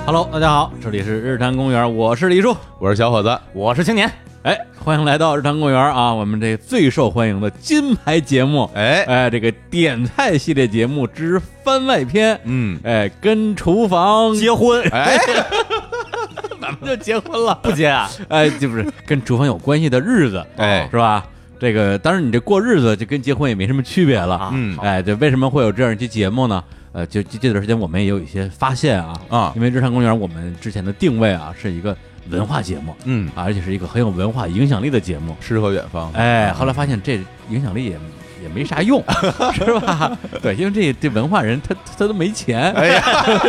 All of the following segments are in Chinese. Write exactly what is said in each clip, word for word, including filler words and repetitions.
Hello， 大家好，这里是日坛公园，我是李叔， 我是小伙子， 我是青年。 哎，欢迎来到日坛公园啊！我们这最受欢迎的金牌节目， 哎哎，这个点菜系列节目之番外篇， 嗯， 哎，跟厨房结婚， 哎， 咱们就结婚了， 不结啊？ 哎，就不是跟厨房有关系的日子， 哎是吧？这个当然，你这过日子就跟结婚也没什么区别了， 嗯哎，这为什么会有这样一期节目呢？呃，就这段时间我们也有一些发现啊， 啊因为日坛公园我们之前的定位啊是一个文化节目， 嗯， 啊，而且是一个很有文化影响力的节目。 诗和远方， 哎，后来发现这影响力也也没啥用，是吧？对，因为这这文化人他他都没钱， 哎呀，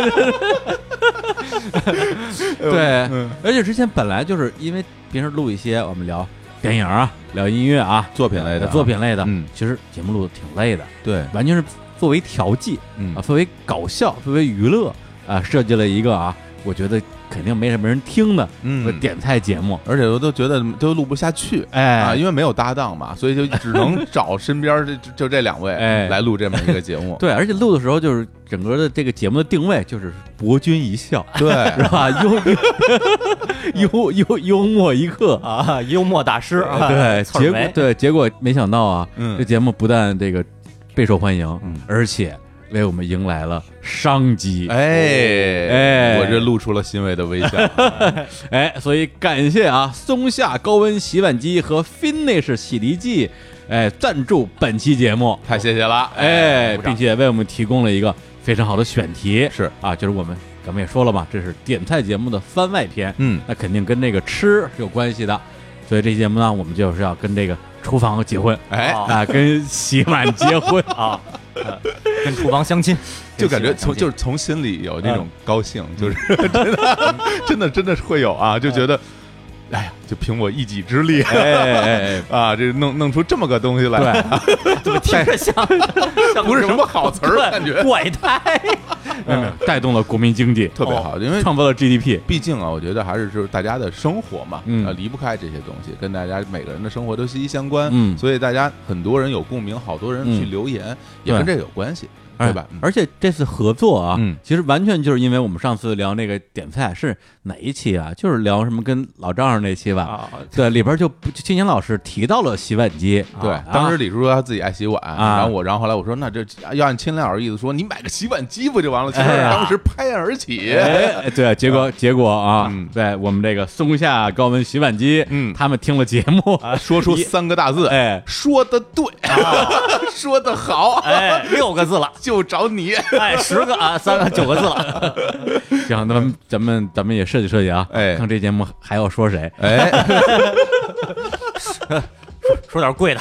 对， 嗯而且之前本来就是因为平时录一些我们聊电影啊，聊音乐啊， 作品类的啊作品类的， 嗯， 其实节目录的挺累的， 对， 完全是作为调剂嗯啊，作为搞笑，作为娱乐啊，设计了一个啊，我觉得肯定没什么人听的嗯个点菜节目， 而且我都觉得都录不下去。 哎啊，因为没有搭档嘛，所以就只能找身边这就这两位哎来录这么一个节目。 对，而且录的时候就是整个的这个节目的定位就是博君一笑， 对， 是吧？幽幽幽幽幽默一刻。 啊，幽默大师啊， 对，结果刺儿眉对结果没想到啊， 嗯这节目不但这个备受欢迎， 嗯而且为我们迎来了商机。 哎哎我这露出了欣慰的微笑。 哎，所以感谢啊，松下高温洗碗机和 Finish 洗涤剂，哎，赞助本期节目， 太谢谢了， 哎， 鼓掌并且为我们提供了一个非常好的选题， 是啊，就是我们咱们也说了嘛，这是点菜节目的番外篇， 嗯， 那肯定跟这个吃是有关系的，所以这期节目呢，我们就是要跟这个厨房结婚， 哎， 啊啊，跟洗碗结婚， 啊，呃跟厨房相亲， 就感觉跟洗碗相亲从就是从心里有那种高兴，就是真的真的真的是会有啊，就觉得。哎呀，就凭我一己之力， 哎哎哎， 啊，这弄弄出这么个东西来， 对， 怎么听着像像不是什么好词儿，感觉怪胎？ 没有没有带动了国民经济， 特别好，因为创造了 G D P， 毕竟啊，我觉得还是就是大家的生活嘛， 嗯呃，离不开这些东西，跟大家每个人的生活都息息相关， 嗯所以大家很多人有共鸣，好多人去嗯留言，也跟这个有关系，对吧？嗯而且这次合作啊， 嗯其实完全就是因为我们上次聊那个点菜是哪一期啊？就是聊什么跟老丈人那期吧。 啊， 对，里边就不就青年老师提到了洗碗机， 对啊， 当时李叔说他自己爱洗碗， 啊然后我，然后后来我说，那这要按青莲老师意思说，你买个洗碗机不就完了？其实哎呀当时拍案而起， 哎，对，结果结果啊， 嗯对我们这个松下高温洗碗机， 嗯他们听了节目， 说出三个大字， 哎说的对，说的好， 哎，六个字了， 就找你， 哎，十个啊，三个九个字了， 行，那么咱们咱们也设计设计啊， 哎看这节目还要说谁？ 哎， 说点贵的，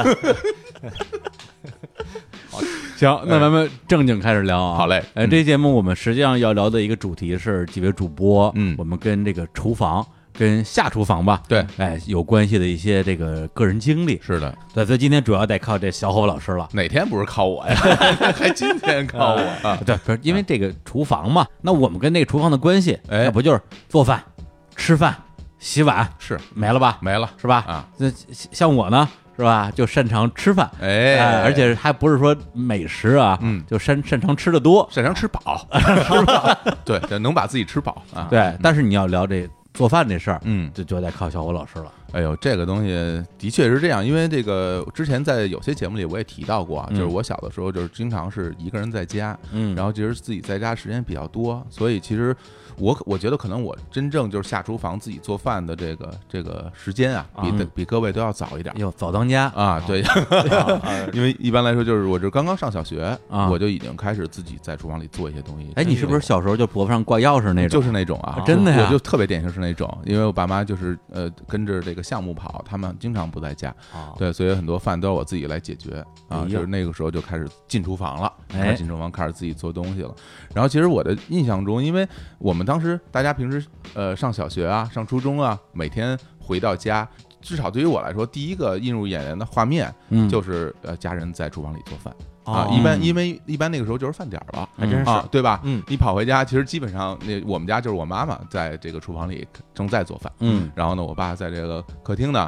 行，那咱们正经开始聊啊。 好嘞呃， 嗯这期节目我们实际上要聊的一个主题是几位主播， 嗯我们跟这个厨房。跟下厨房吧， 对， 哎，有关系的一些这个个人经历， 是的， 对，所以今天主要得靠这小伙老师了。 哪天不是靠我呀？还今天靠我啊？ 对，不是因为这个厨房嘛，那我们跟那个厨房的关系， 哎那不就是做饭、吃饭、洗碗是没了吧？ 没了是吧？ 啊， 那像我呢，是吧？就擅长吃饭， 哎哎，而且还不是说美食啊， 嗯就擅擅长吃的多， 擅长吃饱，吃饱，对，对能把自己吃饱啊。 对。但是你要聊这做饭这事儿， 嗯， 就就得靠小伙老师了。 哎呦，这个东西的确是这样，因为这个之前在有些节目里我也提到过啊， 嗯就是我小的时候就是经常是一个人在家， 嗯然后其实自己在家时间比较多，所以其实我我觉得可能我真正就是下厨房自己做饭的这个这个时间啊，比嗯比各位都要早一点哟，早当家啊，对，因为一般来说就是我这刚刚上小学啊我就已经开始自己在厨房里做一些东西。 哎，你是不是小时候就脖子上挂钥匙那种？ 就是那种啊， 真的呀我就特别典型是那种，因为我爸妈就是呃跟着这个项目跑，他们经常不在家， 啊， 对，所以很多饭都是我自己来解决啊， 哎呀就是那个时候就开始进厨房了， 哎开始进厨房开始自己做东西了。然后其实我的印象中，因为我们当时大家平时呃上小学啊、上初中啊，每天回到家。至少对于我来说，第一个映入眼帘的画面嗯， 就是呃家人在厨房里做饭哦。 啊一般因为一般那个时候就是饭点儿了， 还真是啊，对吧？ 嗯， 你跑回家，其实基本上那我们家就是我妈妈在这个厨房里正在做饭， 嗯然后呢，我爸在这个客厅呢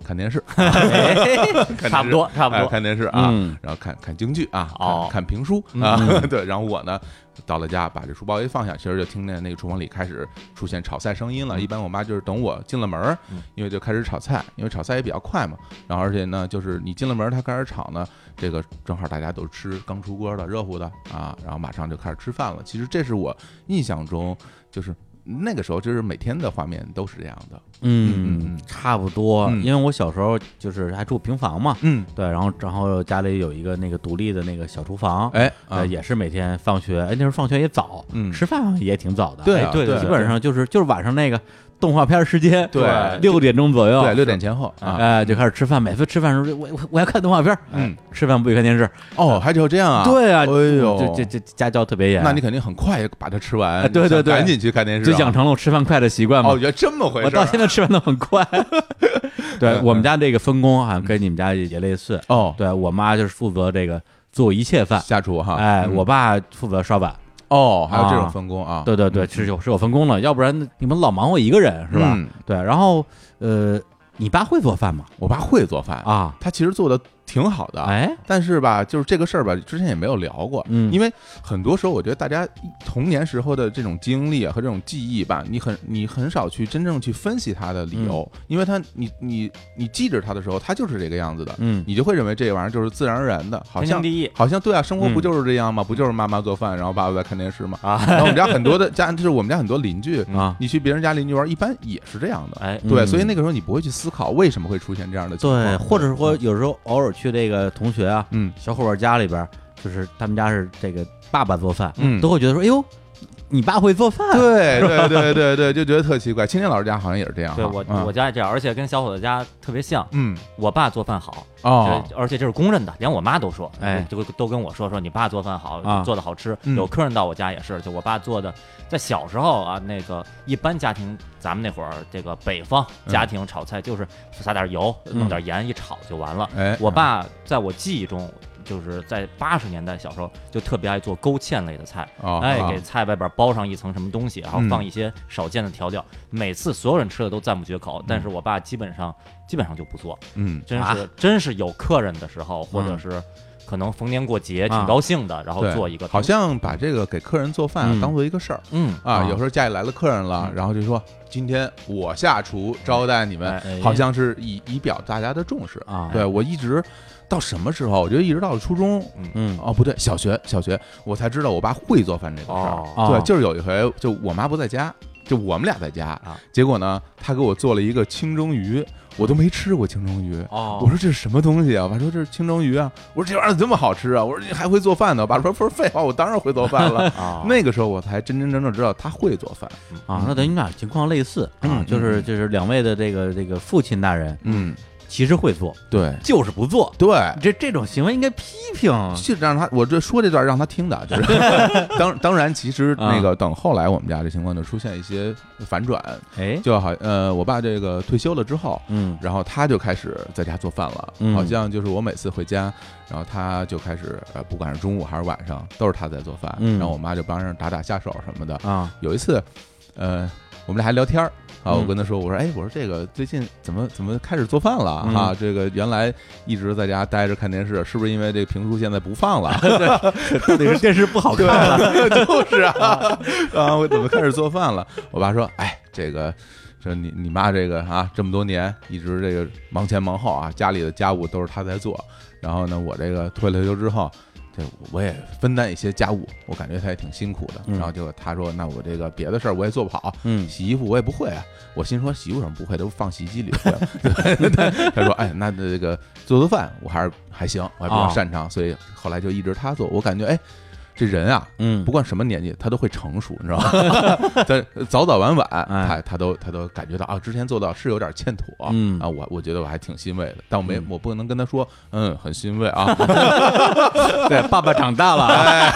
看电视， 哎看电视差不多差不多哎看电视啊， 嗯然后看看京剧啊， 哦看看评书啊，对，然后我呢到了家，把这书包一放下，其实就听见那个厨房里开始出现炒菜声音了。一般我妈就是等我进了门儿，因为就开始炒菜，因为炒菜也比较快嘛。然后而且呢，就是你进了门儿，她开始炒呢，这个正好大家都吃刚出锅的热乎的啊，然后马上就开始吃饭了。其实这是我印象中就是那个时候就是每天的画面都是这样的。 嗯，差不多， 嗯因为我小时候就是还住平房嘛， 嗯， 对，然后然后家里有一个那个独立的那个小厨房， 哎，啊呃，也是每天放学，哎，那时候放学也早， 嗯吃饭也挺早的， 对啊对啊哎对基本上就是就是晚上那个动画片时间， 对六点钟左右， 对，六点前后啊， 哎，就开始吃饭，每次吃饭的时候，我我我要看动画片， 嗯， 吃饭不许看电视， 哦，还就这样啊？ 对啊， 哎呦， 这这这家教特别严， 那你肯定很快把它吃完， 哎对对对赶紧去看电视啊， 就养成了我吃饭快的习惯嘛。 哦，原来这么回事儿， 我到现在吃饭都很快。对嗯我们家这个分工好像跟你们家也也类似。 哦， 对我妈就是负责这个做一切饭， 下厨哈， 哎， 嗯我爸负责刷碗。 哦，还有这啊种分工啊， 对对对，是有是有分工的，要不然你们老忙我一个人是吧嗯？ 对，然后呃，你爸会做饭吗？ 我爸会做饭， 啊， 他其实做的挺好的， 哎， 但是吧，就是这个事儿吧，之前也没有聊过， 嗯因为很多时候我觉得大家童年时候的这种经历啊和这种记忆吧，你很你很少去真正去分析它的理由，因为他你你你记着他的时候，他就是这个样子的， 嗯你就会认为这玩意儿就是自然而然的，好像天经地义好像对啊，生活不嗯就是这样吗？不就是妈妈做饭，然后爸爸在看电视吗？ 啊， 然后我们家很多的家，就是我们家很多邻居啊， 你去别人家邻居玩，一般也是这样的。 哎， 对， 嗯所以那个时候你不会去思考为什么会出现这样的情况， 对，或者是说有时候偶尔去这个同学啊、 嗯小伙伴家里边，就是他们家是这个爸爸做饭， 嗯都会觉得说，哎呦，你爸会做饭， 对对对对对，就觉得特奇怪。青年老师家好像也是这样哈， 对我嗯我家也这样，而且跟小伙子家特别像。 嗯我爸做饭好， 哦这而且这是公认的，连我妈都说， 哎就都跟我说说你爸做饭好啊， 做的好吃。 嗯有客人到我家也是，就我爸做的，在小时候啊，那个一般家庭，咱们那会儿这个北方家庭炒菜就是撒点油， 嗯弄点盐一炒就完了。 哎， 我爸在我记忆中。就是在八十年代小时候就特别爱做勾芡类的菜， 哦哎， 哦给菜外边包上一层什么东西，然后嗯放一些少见的调料，每次所有人吃的都赞不绝口。但是我爸基本上基本上就不做， 嗯真是、 啊真是有客人的时候，或者嗯是可能逢年过节啊挺高兴的，然后对做一个， 好像把这个给客人做饭啊嗯当做一个事儿嗯啊。 啊有时候家里来了客人了， 嗯然后就说今天我下厨招待你们， 哎好像是以以表大家的重视啊对我一直到什么时候？我觉得一直到了初中。 嗯哦，不对，小学，小学我才知道我爸会做饭这个事儿。 哦哦对，就是有一回，就我妈不在家，就我们俩在家， 啊结果呢，他给我做了一个清蒸鱼，我都没吃过清蒸鱼。 哦我说这是什么东西啊？我爸说这是清蒸鱼啊。我说这玩意儿怎么这么好吃啊？我说你还会做饭呢？我爸说不是废话，我当然会做饭了。 啊， 那个时候我才真真正正知道他会做饭。 啊，那等于你俩情况类似啊， 嗯就是嗯就是两位的这个这个父亲大人嗯， 其实会做， 对就是不做， 对。 这这种行为应该批评。 就让他，我这说这段让他听的，就是当当然，其实那个等后来我们家这情况就出现一些反转， 哎， 就好呃，我爸这个退休了之后， 嗯然后他就开始在家做饭了， 嗯好像就是我每次回家，然后他就开始呃，不管是中午还是晚上，都是他在做饭， 嗯然后我妈就帮着打打下手什么的。 啊， 有一次，呃，我们俩还聊天儿啊， 嗯我跟他说，我说，哎，我说这个最近怎么怎么开始做饭了嗯哈？这个原来一直在家待着看电视，是不是因为这个评书现在不放了？ 到底是电视不好看了？ 对，就是啊，啊，我怎么开始做饭了？我爸说，哎，这个。这你你妈这个啊，这么多年一直这个忙前忙后啊，家里的家务都是她在做。然后呢，我这个退了休之后，这我也分担一些家务，我感觉她也挺辛苦的。 嗯然后就她说，那我这个别的事儿我也做不好， 嗯洗衣服我也不会啊。我心说洗衣服怎么不会，都放洗衣机里会了。对他说，哎，那这个做做饭我还是还行，我还比较哦擅长，所以后来就一直她做。我感觉哎。这人啊， 嗯不管什么年纪，他都会成熟，你知道吗？他早早晚晚， 哎他他都他都感觉到啊，之前做到是有点欠妥， 嗯啊，我我觉得我还挺欣慰的，但我没嗯我不能跟他说，嗯，很欣慰啊， 对，爸爸长大了啊， 哎，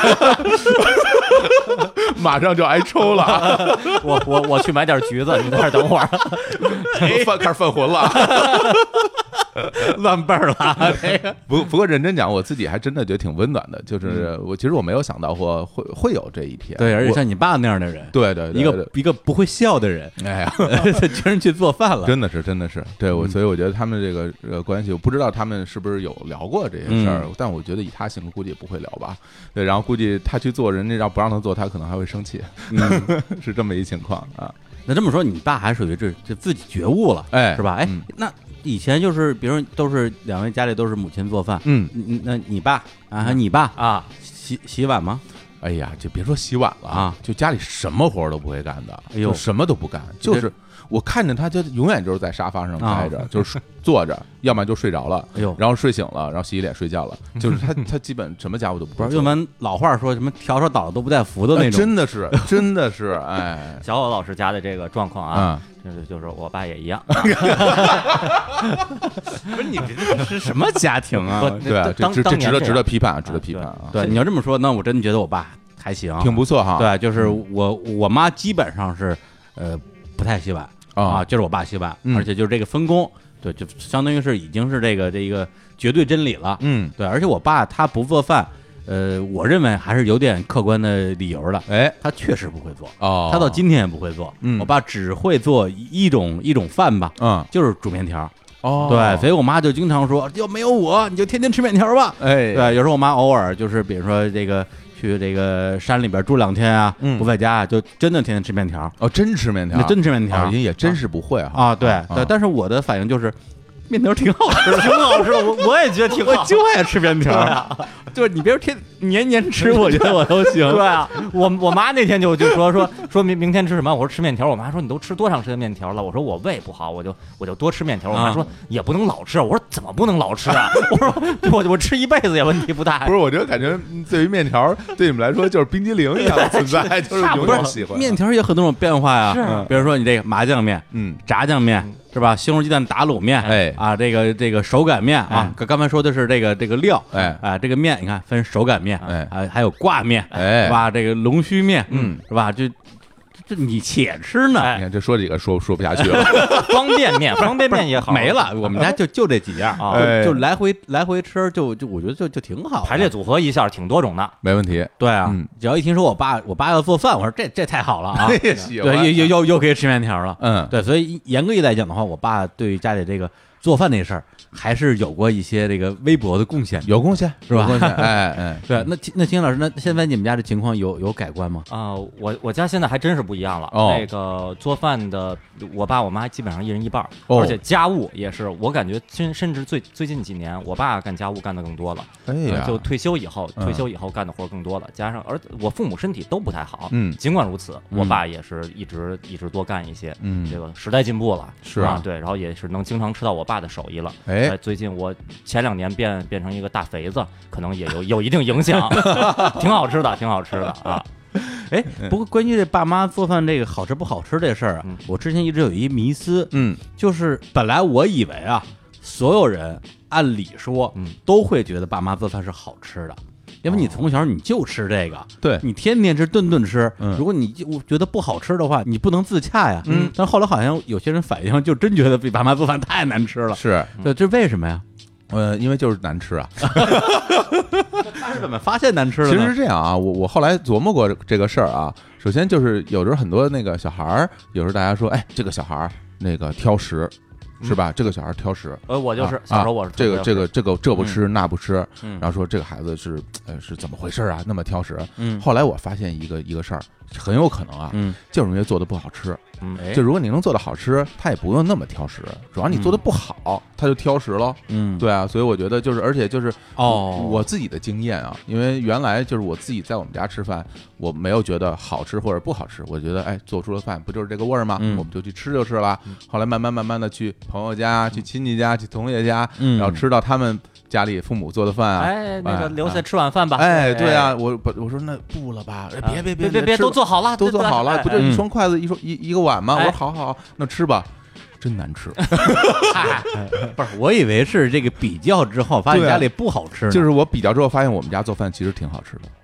马上就挨抽了啊， 我我我去买点橘子，你在这儿等会儿。 犯开始犯浑了。 乱辈儿了。这个不不过认真讲，我自己还真的觉得挺温暖的，就是我其实我没有想到过会会有这一天。 对，而且我像你爸那样的人， 对对对， 一个对一个不会笑的人， 哎呀， 居然去做饭了， 真的是真的是，对我， 嗯所以我觉得他们这个呃关系，我不知道他们是不是有聊过这些事儿， 嗯但我觉得以他性格估计也不会聊吧。对，然后估计他去做，人家要不让他做，他可能还会生气， 嗯， 是这么一情况啊。 那这么说，你爸还属于这这自己觉悟了， 哎， 是吧？哎， 嗯那以前就是，比如都是两位家里都是母亲做饭， 嗯， 你那你爸啊，还有你爸啊， 洗洗碗吗？ 哎呀，就别说洗碗了啊， 就家里什么活儿都不会干的， 哎呦就什么都不干，就是我看着他就永远就是在沙发上待着， 啊就是坐着，要么就睡着了， 哎呦， 然后睡醒了，然后洗洗脸睡觉了，就是他他基本什么家务都不做不是用咱老话说什么笤帚倒了都不带扶的那哎种， 真的是真的是，哎， 小欧老师家的这个状况啊，就是就是我爸也一样， 不是你这是什么家庭啊？ 不对啊，这当这这值得当年这样值得批判，值得批判啊， 对，你要这么说，那我真觉得我爸还行， 挺不错哈， 对，就是我我妈基本上是呃不太洗碗啊， 啊， 就是我爸洗碗， 嗯而且就是这个分工，对，就相当于是已经是这个这个绝对真理了， 嗯， 对，而且我爸他不做饭，呃，我认为还是有点客观的理由的， 哎， 他确实不会做， 哦， 他到今天也不会做， 嗯我爸只会做一种一种饭吧， 嗯， 就是煮面条， 哦， 对，所以我妈就经常说，要没有我，你就天天吃面条吧， 哎， 对，有时候我妈偶尔就是比如说这个去这个山里边住两天啊， 嗯不在家就真的天天吃面条， 哦，真吃面条， 那真吃面条啊人也真是不会哈啊，对对，但是我的反应就是面条挺好吃的， 挺好吃的，我我也觉得挺好我就爱吃面条，就是你别说天年年吃，我觉得我都行。 对啊，我我妈那天就就说说说明明天吃什么？我说吃面条。我妈说你都吃多长时间面条了？我说我胃不好，我就我就多吃面条。我妈说也不能老吃。我说怎么不能老吃啊？我说我我吃一辈子也问题不大。 不是，我就感觉对于面条对你们来说就是冰激凌一样的存在，就是永远喜欢面条也有很多种变化呀， 是啊比如说你这个麻酱面、 嗯炸酱面是吧？西红柿鸡蛋打卤面， 哎啊，这个这个手擀面啊，刚刚才说的是这个这个料， 哎啊，这个面你看分手擀面， 哎啊，还有挂面， 哎是吧？这个龙须面， 嗯， 是吧？这这你且吃呢， 你看这说几个说说不下去了， 方便面，方便面也好， 没了，我们家就就这几样啊哎就就来回来回吃，就就我觉得就就挺好的， 排列组合一下挺多种的。 没问题， 对啊， 嗯只要一听说我爸我爸要做饭，我说这这太好了啊， 也喜欢对，又又又又可以吃面条了， 嗯， 对，所以严格意义来讲的话，我爸对于家里这个做饭这事儿还是有过一些这个微薄的贡献， 有贡献是吧有贡献，哎哎， 对，那那秦老师，那现在你们家的情况有有改观吗？ 啊、我我家现在还真是不一样了。 哦那个做饭的，我爸我妈基本上一人一半儿， 哦而且家务也是，我感觉甚甚至最最近几年，我爸干家务干的更多了。 哎呀， 就退休以后， 嗯退休以后干的活儿更多了，加上而我父母身体都不太好， 嗯尽管如此， 嗯我爸也是一直一直多干一些。 嗯这个时代进步了， 是啊，对，然后也是能经常吃到我爸的手艺了。 哎最近我前两年变变成一个大肥子，可能也有有一定影响，挺好吃的，挺好吃的啊。 哎，不过关于这爸妈做饭这个好吃不好吃这事儿啊， 嗯我之前一直有一迷思， 嗯就是本来我以为啊，所有人按理说嗯都会觉得爸妈做饭是好吃的。因为你从小你就吃这个， 对你天天吃顿顿吃， 嗯如果你就觉得不好吃的话，你不能自洽呀。 嗯， 但后来好像有些人反映，就真觉得比爸妈做饭太难吃了。 是， 对，这为什么呀？ 呃，因为就是难吃啊。 他是怎么发现难吃的呢？ 其实是这样啊，我我后来琢磨过这个事儿啊。首先就是有时候很多那个小孩儿，有时候大家说，哎，这个小孩儿那个挑食，是吧？这个小孩儿挑食。 呃，我就是啊小时候我是啊这个这个这个这不吃那不吃， 嗯然后说这个孩子是呃是怎么回事啊？那么挑食。 嗯后来我发现一个一个事儿，很有可能啊， 嗯， 就是因为做的不好吃。 嗯哎就如果你能做的好吃，他也不用那么挑食。主要你做的不好，他就挑食了。 嗯， 对啊，所以我觉得就是，而且就是哦我自己的经验啊，因为原来就是我自己在我们家吃饭，我没有觉得好吃或者不好吃，我觉得哎，做出了饭不就是这个味儿吗？ 嗯我们就去吃就是了。后来慢慢慢慢的去朋友家、去亲戚家、去同学家， 嗯然后吃到他们家里父母做的饭啊。 哎，那个哎留下吃晚饭吧。 哎，对啊，我不我说那不了吧，哎别别别别别， 吃都做好了， 都做好了， 哎不就嗯一双筷子一双一一个碗吗？我哎说好好好，那吃吧。真难吃， 不是，我以为是这个比较之后发现对啊家里不好吃呢， 就是我比较之后发现我们家做饭其实挺好吃的。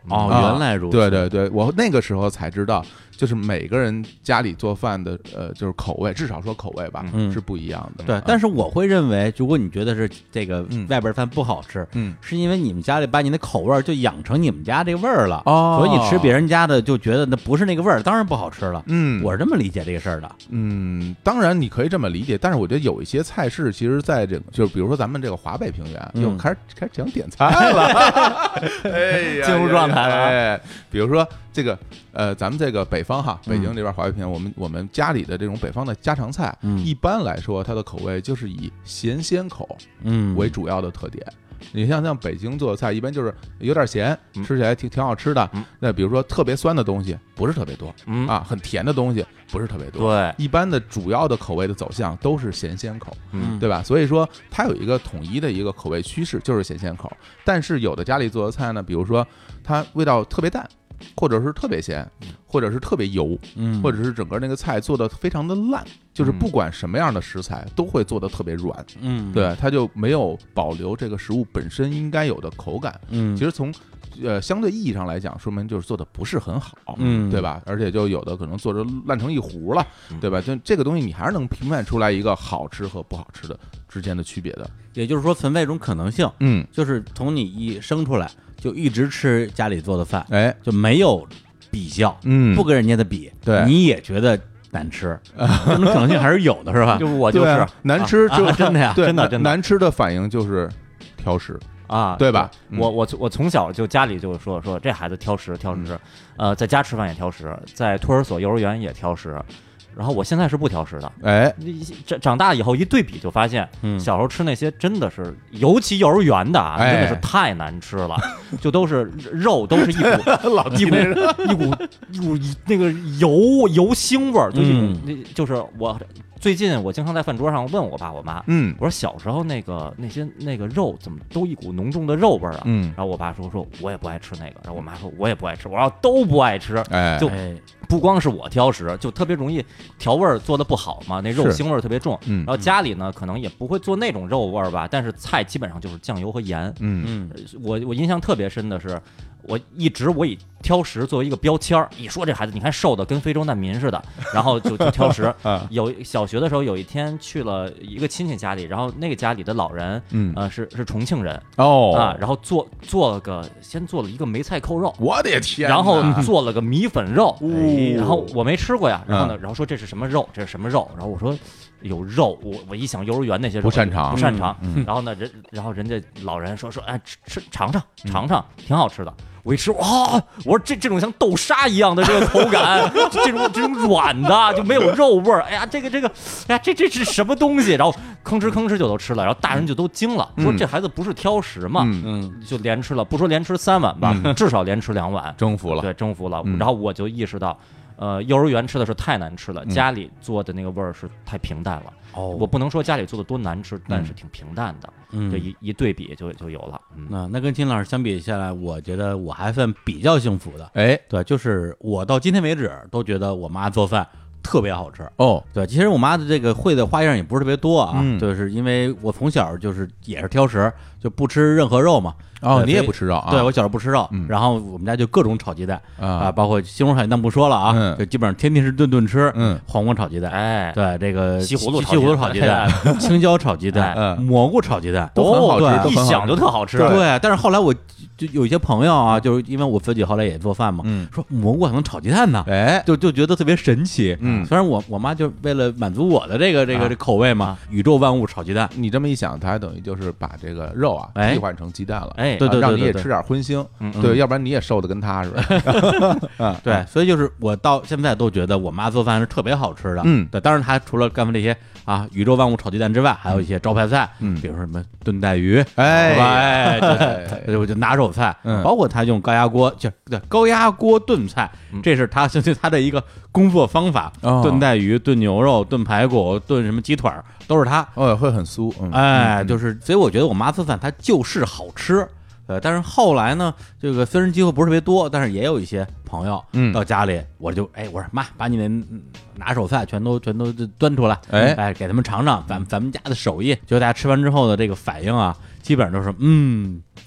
哦， 啊原来如此。 对对对，我那个时候才知道，就是每个人家里做饭的呃，就是口味，至少说口味吧， 嗯是不一样的。 对， 啊但是我会认为，如果你觉得是这个嗯外边饭不好吃， 嗯是因为你们家里把你的口味儿就养成你们家这味儿了， 哦所以你吃别人家的就觉得那不是那个味儿，当然不好吃了。 嗯， 我是这么理解这个事儿的。 嗯，当然你可以这么理解，但是我觉得有一些菜式，其实在这个，就是比如说咱们这个华北平原， 嗯又开始开始讲点菜了，哎呀， 进入状态了啊哎，比如说这个呃，咱们这个北方哈，北京嗯这边华北平原，我们我们家里的这种北方的家常菜， 嗯一般来说它的口味就是以咸鲜口嗯为主要的特点。你像像北京做的菜，一般就是有点咸， 嗯吃起来挺挺好吃的嗯。 那比如说特别酸的东西不是特别多嗯啊，很甜的东西不是特别多。 对， 一般的主要的口味的走向都是咸鲜口， 嗯对吧？所以说它有一个统一的一个口味趋势，就是咸鲜口。但是有的家里做的菜呢，比如说它味道特别淡，或者是特别咸，或者是特别油， 嗯， 或者是整个那个菜做的非常的烂，就是不管什么样的食材都会做的特别软， 嗯， 对，它就没有保留这个食物本身应该有的口感。 嗯， 其实从呃相对意义上来讲，说明就是做的不是很好， 嗯对吧？而且就有的可能做着烂成一糊了， 嗯对吧？就这个东西你还是能评判出来一个好吃和不好吃的之间的区别的。 也就是说存在一种可能性， 嗯， 就是从你一生出来就一直吃家里做的饭， 哎， 就没有比较， 嗯， 不跟人家的比， 对你也觉得难吃，这种可能性还是有的，是吧？ 就我就是对啊难吃就啊真的呀， 对难真的真的难吃的反应就是挑食， 啊， 对吧？嗯我我我从小就家里就说说这孩子挑食挑食，呃，在家吃饭也挑食，在托儿所、幼儿园也挑食，然后我现在是不挑食的。 哎， 你长长大以后一对比，就发现， 嗯小时候吃那些真的是，尤其幼儿园的啊， 哎真的是太难吃了，就都是肉，都是一股老一股一股一股那个油油腥味儿，就一种嗯那就是我最近我经常在饭桌上问我爸我妈， 嗯我说小时候那个那些那个肉怎么都一股浓重的肉味儿啊？ 嗯， 然后我爸说说我也不爱吃那个，然后我妈说我也不爱吃，我说都不爱吃， 哎， 就哎， 不光是我挑食，就特别容易调味儿做的不好嘛，那肉是腥味儿特别重。 嗯然后家里呢可能也不会做那种肉味儿吧，但是菜基本上就是酱油和盐。 嗯嗯我我印象特别深的是，我一直我以挑食作为一个标签儿，一说这孩子你看瘦的跟非洲难民似的，然后就就挑食。 啊有小学的时候有一天去了一个亲戚家里，然后那个家里的老人， 嗯呃是是重庆人哦啊，然后做做了个先做了一个梅菜扣肉。 我的天哪， 然后做了个米粉肉， 哦然后我没吃过呀，然后呢， 嗯然后说这是什么肉？这是什么肉？然后我说有肉，我我一想幼儿园那些肉不擅长不擅长。 嗯然后呢，人然后人家老人说说，哎，吃吃尝尝尝尝，挺好吃的。我一吃，哇！我说这这种像豆沙一样的这个口感，这种这种软的就没有肉味儿。哎呀，这个这个，哎呀，这这是什么东西？然后吭哧吭哧就都吃了，然后大人就都惊了，说嗯这孩子不是挑食吗？ 嗯嗯就连吃了，不说连吃三碗吧， 嗯至少连吃两碗。 征服了， 对，征服了。 嗯然后我就意识到，呃，幼儿园吃的是太难吃了， 嗯家里做的那个味儿是太平淡了。 哦， 我不能说家里做的多难吃，但是挺平淡的。 嗯这一一对比就就有了。嗯， 那那跟金老师相比下来，我觉得我还算比较幸福的。 哎对，就是我到今天为止都觉得我妈做饭特别好吃。 哦， 对，其实我妈的这个会的花样也不是特别多啊， 嗯就是因为我从小就是也是挑食，就不吃任何肉嘛。 哦，你也对所以不吃肉啊？ 对我小时候不吃肉， 嗯然后我们家就各种炒鸡蛋啊， 啊， 包括西红柿炒鸡蛋不说了啊， 嗯就基本上天天是顿顿吃。 嗯黄瓜炒鸡蛋， 哎， 对这个西葫芦炒西葫芦鸡蛋炒鸡蛋，青椒炒鸡蛋， 嗯蘑菇炒鸡蛋都很好吃对一都很好想就特好吃。 对，但是后来我就有一些朋友啊，就是因为我自己后来也做饭嘛， 嗯说蘑菇还能炒鸡蛋呢， 哎， 就就觉得特别神奇。 嗯虽然我我妈就为了满足我的这个这个啊这口味嘛，宇宙万物炒鸡蛋， 你这么一想，它还等于就是把这个肉啊哎替换成鸡蛋了， 哎对对对啊让你对对也吃点荤腥， 嗯对，要不然你也瘦的跟他似的。啊， 对，所以就是我到现在都觉得我妈做饭是特别好吃的。 嗯对，当然她除了干这些啊宇宙万物炒鸡蛋之外，还有一些招牌菜， 嗯比如说什么炖带鱼， 哎哎，对哎对，我就拿手菜， 嗯包括他用高压锅，就对高压锅炖菜，这是他这他的一个工作方法， 哦炖带鱼、炖牛肉、炖排骨、炖什么鸡腿儿都是他。 哦，会很酥，嗯哎， 嗯就是，所以我觉得我妈做饭她就是好吃。呃，但是后来呢，这个虽然机会不是特别多，但是也有一些朋友嗯到家里，我就哎，我说妈，把你的拿手菜全都全都端出来， 哎哎，给他们尝尝咱咱们家的手艺。结果大家吃完之后的这个反应啊，基本上都是嗯。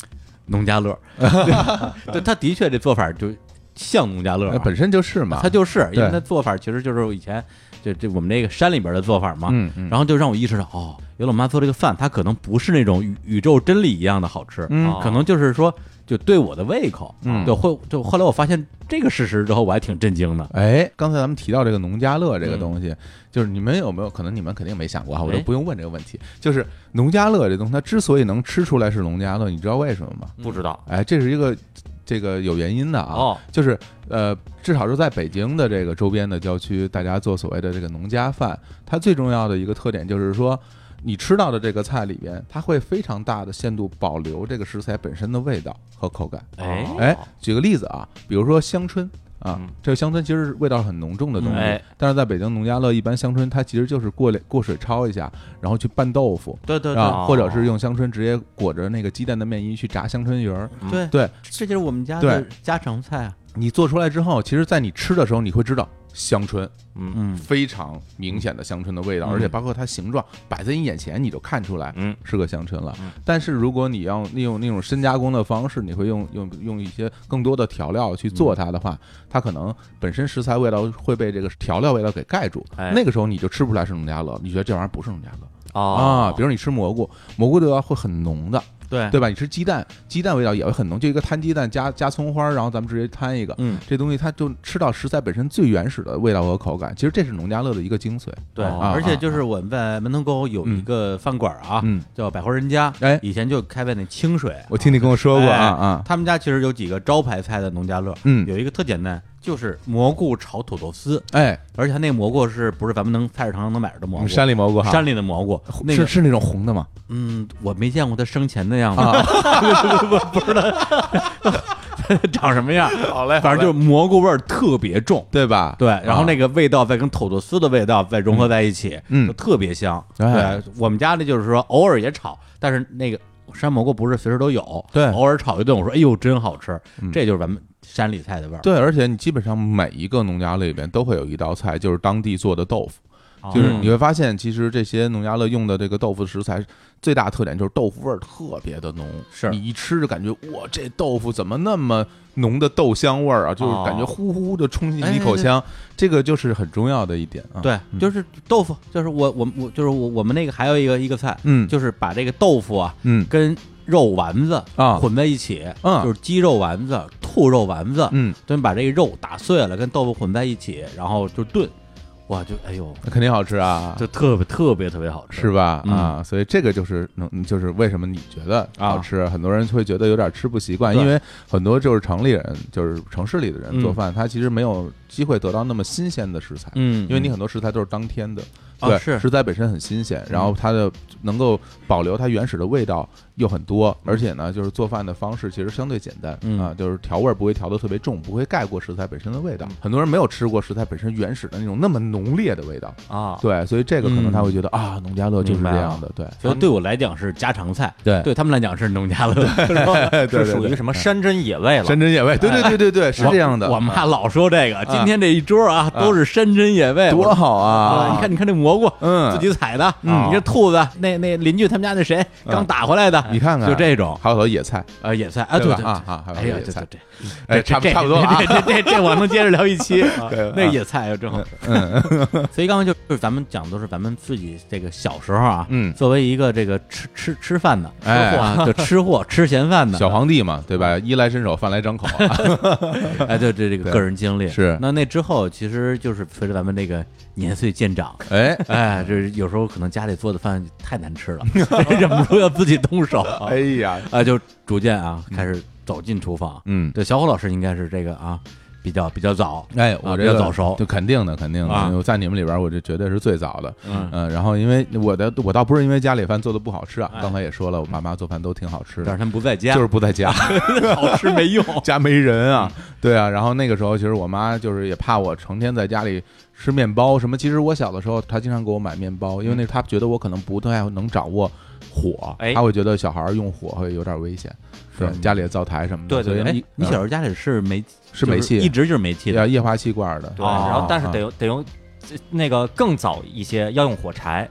农家乐，对，它的确这做法就像农家乐、啊， 本身就是嘛， 它就是因为它做法其实就是以前就就我们那个山里边的做法嘛， 嗯嗯， 然后就让我意识到，哦，原来我妈做这个饭，它可能不是那种宇宇宙真理一样的好吃， 嗯可能就是说就对我的胃口， 嗯， 就会就后来我发现这个事实之后，我还挺震惊的。 哎，刚才咱们提到这个农家乐这个东西，嗯、就是你们有没有可能你们肯定没想过哈，我都不用问这个问题。就是农家乐这东西，它之所以能吃出来是农家乐，你知道为什么吗？ 不知道。 哎，这是一个。这个有原因的啊， 哦， 就是呃，至少是在北京的这个周边的郊区，大家做所谓的这个农家饭，它最重要的一个特点就是说，你吃到的这个菜里边，它会非常大的限度保留这个食材本身的味道和口感。 哎哎，举个例子啊，比如说香椿。啊， 嗯、 这个香椿其实是味道很浓重的东西， 哎、 但是在北京农家乐，一般香椿它其实就是过过水焯一下，然后去拌豆腐， 对对对， 啊，或者是用香椿直接裹着那个鸡蛋的面衣去炸香椿鱼儿， 嗯、对对， 这就是我们家的家常菜啊。 你做出来之后，其实在你吃的时候，你会知道香椿， 嗯嗯， 非常明显的香椿的味道， 嗯、 而且包括它形状摆在你眼前，你就看出来， 嗯， 是个香椿了。 嗯、 但是如果你要利用那种深加工的方式，你会用用用一些更多的调料去做它的话，嗯、它可能本身食材味道会被这个调料味道给盖住， 哎、 那个时候你就吃不出来是农家乐，你觉得这玩意儿不是农家乐。 哦、 啊，比如你吃蘑菇，蘑菇的味道会很浓的， 对对吧？你吃鸡蛋，鸡蛋味道也会很浓，就一个摊鸡蛋加加葱花，然后咱们直接摊一个， 嗯， 这东西它就吃到食材本身最原始的味道和口感，其实这是农家乐的一个精髓。 对， 啊、 而且就是我们在门头沟有一个饭馆啊， 嗯， 叫百花人家， 哎， 以前就开在那清水， 我听你跟我说过啊啊、 哎， 他们家其实有几个招牌菜的农家乐， 嗯， 有一个特简单。就是蘑菇炒土豆丝， 哎， 而且它那个蘑菇是不是咱们能菜市场能买着的蘑菇？ 山里蘑菇哈， 山里的蘑菇，那个是是那种红的吗？ 嗯，我没见过它生前的样子， 啊、 不不知道长什么样。 好嘞， 反正就是蘑菇味儿特别重， 对吧？ 对，然后那个味道再跟土豆丝的味道再融合在一起， 嗯， 就特别香。 嗯、 对，我们家的就是说偶尔也炒，但是那个山蘑菇不是随时都有， 对， 偶尔炒一顿，我说哎呦真好吃， 嗯、 这就是咱们山里菜的味儿。 对，而且你基本上每一个农家乐里边都会有一道菜，就是当地做的豆腐。就是你会发现，其实这些农家乐用的这个豆腐食材，最大特点就是豆腐味儿特别的浓。 是你一吃就感觉哇，这豆腐怎么那么浓的豆香味儿啊？就是感觉呼呼的冲进一口腔，这个就是很重要的一点啊。 对，就是豆腐，就是我我我就是我我们那个还有一个一个菜， 嗯， 就是把这个豆腐啊， 嗯， 跟肉丸子啊混在一起， 嗯， 就是鸡肉丸子、兔肉丸子， 嗯， 等于把这个肉打碎了，跟豆腐混在一起，然后就炖。哇，就哎呦， 那肯定好吃啊， 就特别特别特别好吃， 是吧？ 嗯、 啊，所以这个就是能，就是为什么你觉得好吃，啊、很多人会觉得有点吃不习惯，因为很多就是城里人，就是城市里的人做饭，嗯、他其实没有机会得到那么新鲜的食材， 嗯， 因为你很多食材都是当天的。 对， 对， 是食材本身很新鲜，然后它的能够保留它原始的味道又很多，而且呢，就是做饭的方式其实相对简单、 嗯、 啊，就是调味不会调得特别重，不会盖过食材本身的味道。很多人没有吃过食材本身原始的那种那么浓烈的味道啊， 对，所以这个可能他会觉得、嗯、啊，农家乐就是这样的，对。 所以对我来讲是家常菜， 对， 对他们来讲是农家乐， 是属于什么山珍野味了？ 山珍野味，对对对对对，是这样的。 我妈老说这个，今天这一桌啊都是山珍野味， 多好啊！ 你看，你看这蘑菇， 嗯， 自己采的，嗯，你这兔子，那那邻居他们家那谁刚打回来的， 你看看， 就这种， 还有很多野菜， 呃，野菜啊，对对啊啊，还有野菜， 这哎，差差不多了， 这这这我能接着聊一期，那野菜又正好， 嗯， 所以刚刚就是咱们讲的都是咱们自己这个小时候啊， 嗯， 作为一个这个吃吃吃饭的吃货啊，就吃货吃闲饭的小皇帝嘛，对吧？衣来伸手，饭来张口， 哎，对这这个个人经历是。 那那之后，其实就是随着咱们这个年岁渐长， 哎哎，这有时候可能家里做的饭太难吃了，忍不住要自己动手。 哎呀， 啊，就逐渐啊开始走进厨房。 嗯， 对，小虎老师应该是这个啊。比较比较早， 哎，我这个比较早熟， 就肯定的，肯定的。 啊、 我在你们里边，我这绝对是最早的。 嗯嗯，然后因为我的我倒不是因为家里饭做的不好吃啊， 哎、 刚才也说了，我爸妈做饭都挺好吃的， 但是他们不在家， 就是不在家， 好吃没用， 家没人啊。对啊，然后那个时候其实我妈就是也怕我成天在家里吃面包什么。其实我小的时候，她经常给我买面包，因为那她觉得我可能不太能掌握火， 哎、 她会觉得小孩用火会有点危险。对，家里的灶台什么的。 对对对，你你小时候家里是煤是煤气， 一直就是煤气的， 液化气罐的。 对，然后但是得用得用那个更早一些要用火柴。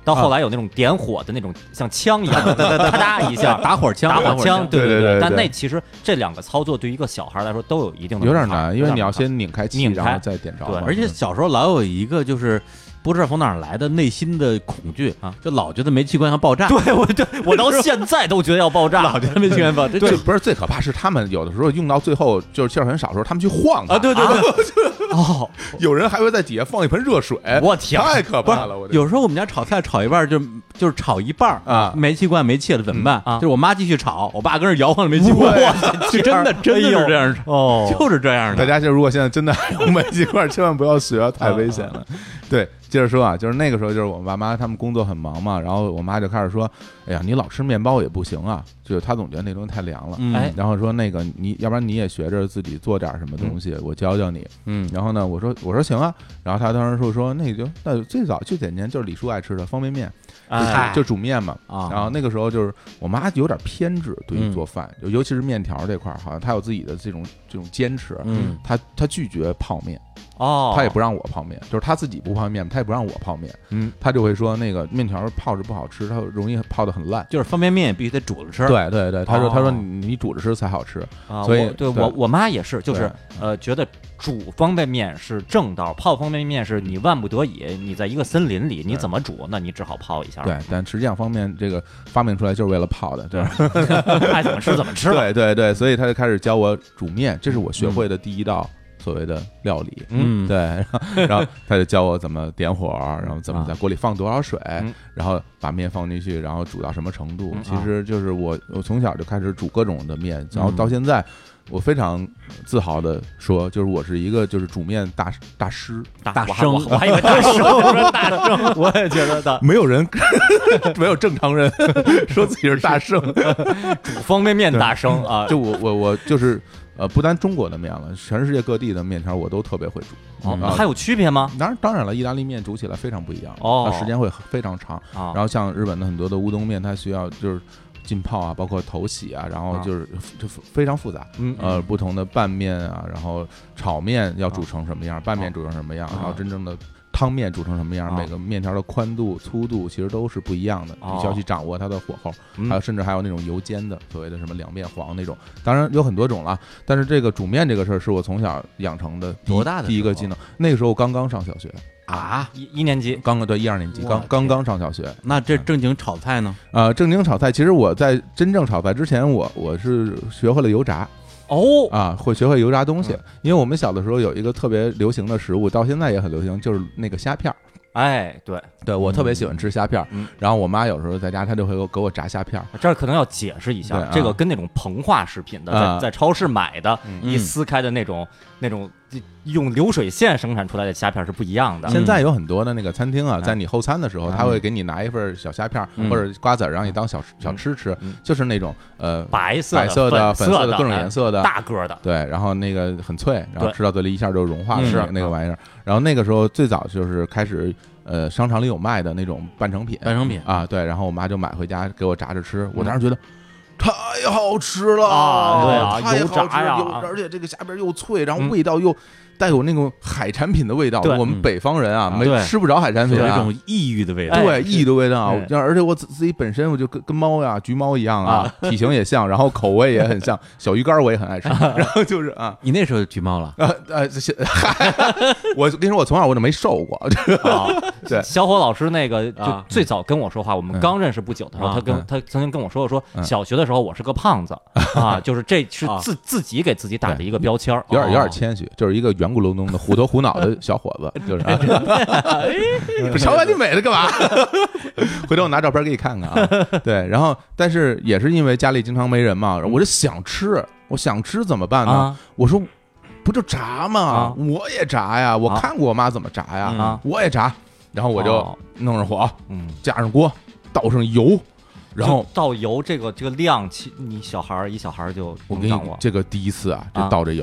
到后来有那种点火的那种像枪一样的，咔嗒一下打火枪， 打火枪，对对对。 但那其实这两个操作对于一个小孩来说都有一定的有点难，因为你要有点先拧开气， 拧开然后再点着。 对而且小时候老有一个就是不知道从哪儿来的内心的恐惧啊， 就老觉得煤气罐要爆炸。 对，我对我到现在都觉得要爆炸， 老觉得煤气罐爆炸。 这不是最可怕，是他们有的时候用到最后就是气儿很少的时候，他们去晃它啊，对对对， 哦， 有人还会在底下放一盆热水， 我天， 太可怕了！我有时候我们家炒菜炒一半就就是炒一半啊， 煤气罐没气了怎么办？ 啊， 就是我妈继续炒，我爸跟着摇晃着煤气罐，真的真的是这样哦， 就是这样的。 大家就如果现在真的用煤气罐，千万不要学，太危险了。对，接着说啊，就是那个时候，就是我爸妈他们工作很忙嘛，然后我妈就开始说：“哎呀，你老吃面包也不行啊，就是她总觉得那东西太凉了。” 哎， 然后说那个你要不然你也学着自己做点什么东西，我教教你。 嗯， 然后呢，我说我说行啊，然后他当时说说那就那最早最简单就是李叔爱吃的方便面， 哎， 就煮面嘛。 啊， 然后那个时候就是我妈有点偏执对于做饭，尤其是面条这块儿，好像她有自己的这种这种坚持。 嗯， 她她拒绝泡面。 哦， 他也不让我泡面，就是他自己不泡面，他也不让我泡面， 嗯， 他就会说那个面条泡着不好吃，它容易泡得很烂， 就是方便面必须得煮着吃。 对对对，他说、 哦、 他说你你煮着吃才好吃， 啊、 所以对我我妈也是，就是呃觉得煮方便面是正道，泡方便面是你万不得已，你在一个森林里你怎么煮，那你只好泡一下。 对，但实际上方便这个发明出来就是为了泡的，对， 爱怎么吃怎么吃。 对对对，所以他就开始教我煮面，这是我学会的第一道。所谓的料理， 嗯， 对，然后, 然后他就教我怎么点火，然后怎么在锅里放多少水， 啊、 然后把面放进去，然后煮到什么程度。 嗯、 其实就是我，我从小就开始煮各种的面，然后到现在，我非常自豪的说，就是我是一个就是煮面大大师、 大生， 我还以为大生，大生，我也觉得大， 没有人，没有正常人说自己是大圣， 煮方便面大生啊！ 就我我我就是。呃，不单中国的面了，全世界各地的面条我都特别会煮。 哦，还有区别吗？ 当然，当然了，意大利面煮起来非常不一样， 哦， 它时间会非常长。 哦、 然后像日本的很多的乌冬面，它需要就是浸泡啊，包括头洗啊，然后就是就非常复杂。 嗯， 呃，不同的拌面啊，然后炒面要煮成什么样，拌面煮成什么样，然后真正的。汤面煮成什么样？每个面条的宽度、粗度其实都是不一样的，你需要去掌握它的火候，还有甚至还有那种油煎的，所谓的什么两面黄那种，当然有很多种了。但是这个煮面这个事儿是我从小养成的多大的第一个技能，那个时候刚刚上小学啊， 一一年级， 刚刚对一二年级，刚刚刚上小学。 那这正经炒菜呢？ 呃，正经炒菜，其实我在真正炒菜之前，我我是学会了油炸。 哦啊，会学会油炸东西，因为我们小的时候有一个特别流行的食物，到现在也很流行，就是那个虾片儿。 哎，对对，我特别喜欢吃虾片儿， 嗯， 然后我妈有时候在家，她就会给我炸虾片儿。 这儿可能要解释一下， 啊、 这个跟那种膨化食品的， 啊、 在在超市买的， 嗯、 一撕开的那种那种用流水线生产出来的虾片是不一样的。 现在有很多的那个餐厅啊， 嗯、 在你后餐的时候，他会给你拿一份小虾片儿、 嗯、 或者瓜子儿，让你当小小吃吃， 嗯、 就是那种呃白色白色的、粉色的各种颜色的大个的， 对，然后那个很脆，然后吃到嘴里一下就融化了是那个玩意儿。然后那个时候最早就是开始。呃，商场里有卖的那种半成品， 半成品啊，对，然后我妈就买回家给我炸着吃，我当时觉得太好吃了啊，对啊， 太油炸呀， 而且这个虾片又脆，然后味道又带有那种海产品的味道。我们北方人啊，没吃不着海产品， 有一种异域的味道， 对，异域的味道。而且我自自己本身我就跟跟猫呀、橘猫一样啊，体型也像，然后口味也很像，小鱼干我也很爱吃。然后就是啊， 你那时候橘猫了？ 呃呃，我跟你说，我从小我就没瘦过。对， 小伙老师那个就最早跟我说话，我们刚认识不久的时候，他跟他曾经跟我说说，小学的时候我是个胖子啊，就是这是自自己给自己打的一个标签， 有点有点谦虚，就是一个圆咕隆咚的虎头虎脑的小伙子，就是。不瞧完你美的干嘛？回头我拿照片给你看看啊。对，然后但是也是因为家里经常没人嘛，我就想吃，我想吃怎么办呢？我说不就炸吗？我也炸呀，我看过我妈怎么炸呀，我也炸。然后我就弄上火，嗯，加上锅，倒上油，然后倒油这个这个量，其你小孩一小孩就我跟你这个第一次啊，就倒这油啊，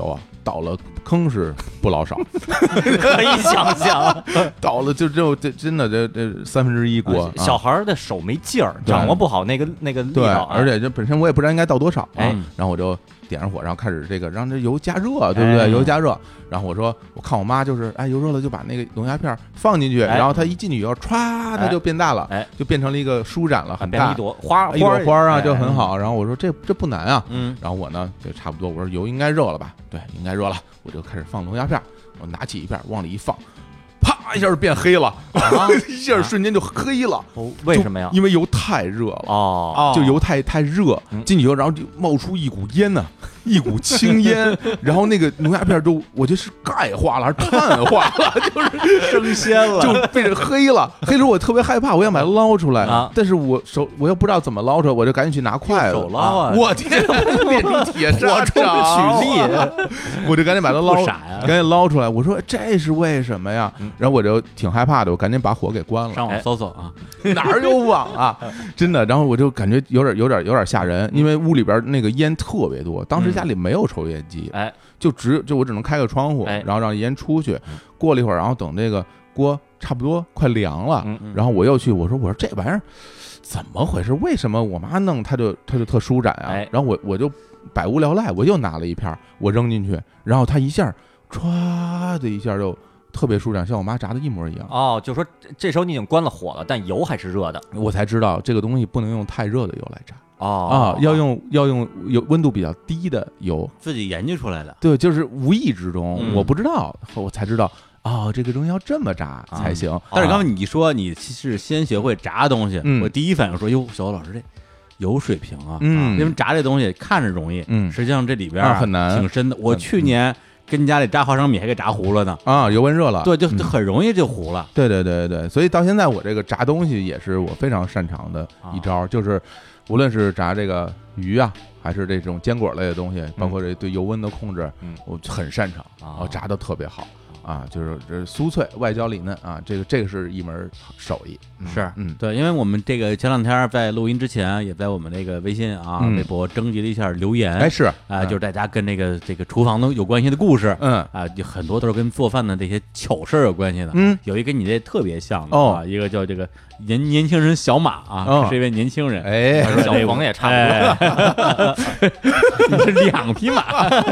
倒了坑是不老少， 可以想象， 倒了就就这真的这这三分之一锅。啊、 小孩的手没劲儿，掌握不好那个那个力对， 道， 而且这本身我也不知道应该倒多少， 哎， 然后我就点上火，然后开始这个让这油加热，对不对？ 哎、 油加热，然后我说我看我妈就是哎油热了就把那个龙虾片放进去， 哎、 然后它一进去以后歘它就变大了， 哎， 就变成了一个舒展了，很大一朵花一朵花啊，就很好。 哎、 然后我说这这不难啊， 嗯， 然后我呢就差不多，我说油应该热了吧？对，应该热了，我就开始放龙虾片，我拿起一片往里一放。啪一下就变黑了，啊、一下瞬间就黑了。 哦，为什么呀？ 因为油太热了哦， 就油太太热，进去以后，然后就冒出一股烟呢、啊，一股青烟，然后那个龙虾片都，我觉得是钙化了还是碳化了，就是升鲜了， 就变成黑了。黑时候我特别害怕，我想把它捞出来， 啊、 但是我手我又不知道怎么捞出来，我就赶紧去拿筷子， 手捞啊！ 我天，变成铁砂掌，取力， 我就赶紧把它捞， 傻呀， 赶紧捞出来。我说这是为什么呀？然后我就挺害怕的，我赶紧把火给关了， 上网搜搜啊， 哪儿有网啊？真的，然后我就感觉有点有点有点吓人，因为屋里边那个烟特别多，当时家里没有抽烟机， 哎， 就只就我只能开个窗户，然后让烟出去。过了一会儿，然后等这个锅差不多快凉了，然后我又去，我说我说这玩意儿怎么回事？为什么我妈弄它就它就特舒展啊？然后我我就百无聊赖，我又拿了一片，我扔进去，然后它一下歘的一下就。特别舒展，像我妈炸的一模一样。 哦，就说这时候你已经关了火了，但油还是热的。 我才知道这个东西不能用太热的油来炸。 哦啊，要用要用有温度比较低的油， 自己研究出来的。 对，就是无意之中， 嗯、 我不知道，我才知道。哦，这个东西要这么炸才行。 嗯、但是刚才你说你是先学会炸东西， 嗯、 我第一反应说，哟，小欧老师这有水平啊。 嗯， 因为炸这东西看着容易， 嗯， 实际上这里边、 啊、很难， 挺深的。我去年。跟家里炸花生米还给炸糊了呢啊！油温热了， 对，就就很容易就糊了。 嗯、对对对对，所以到现在我这个炸东西也是我非常擅长的一招，啊、就是无论是炸这个鱼啊，还是这种坚果类的东西，包括这对油温的控制， 嗯， 我很擅长， 啊， 我炸的特别好。啊，就是这酥脆外焦里嫩啊，这个这个是一门手艺， 是， 嗯， 对，因为我们这个前两天在录音之前，也在我们那个微信啊、 嗯、 微博征集了一下留言， 哎，是啊、呃，就是大家跟这个这个厨房都有关系的故事， 嗯啊，有很多都是跟做饭的这些糗事儿有关系的， 嗯， 有一个你这特别像的哦啊，一个叫这个年年轻人小马啊， 哦、 是一位年轻人， 哎， 小黄也差不多， 你是两匹马，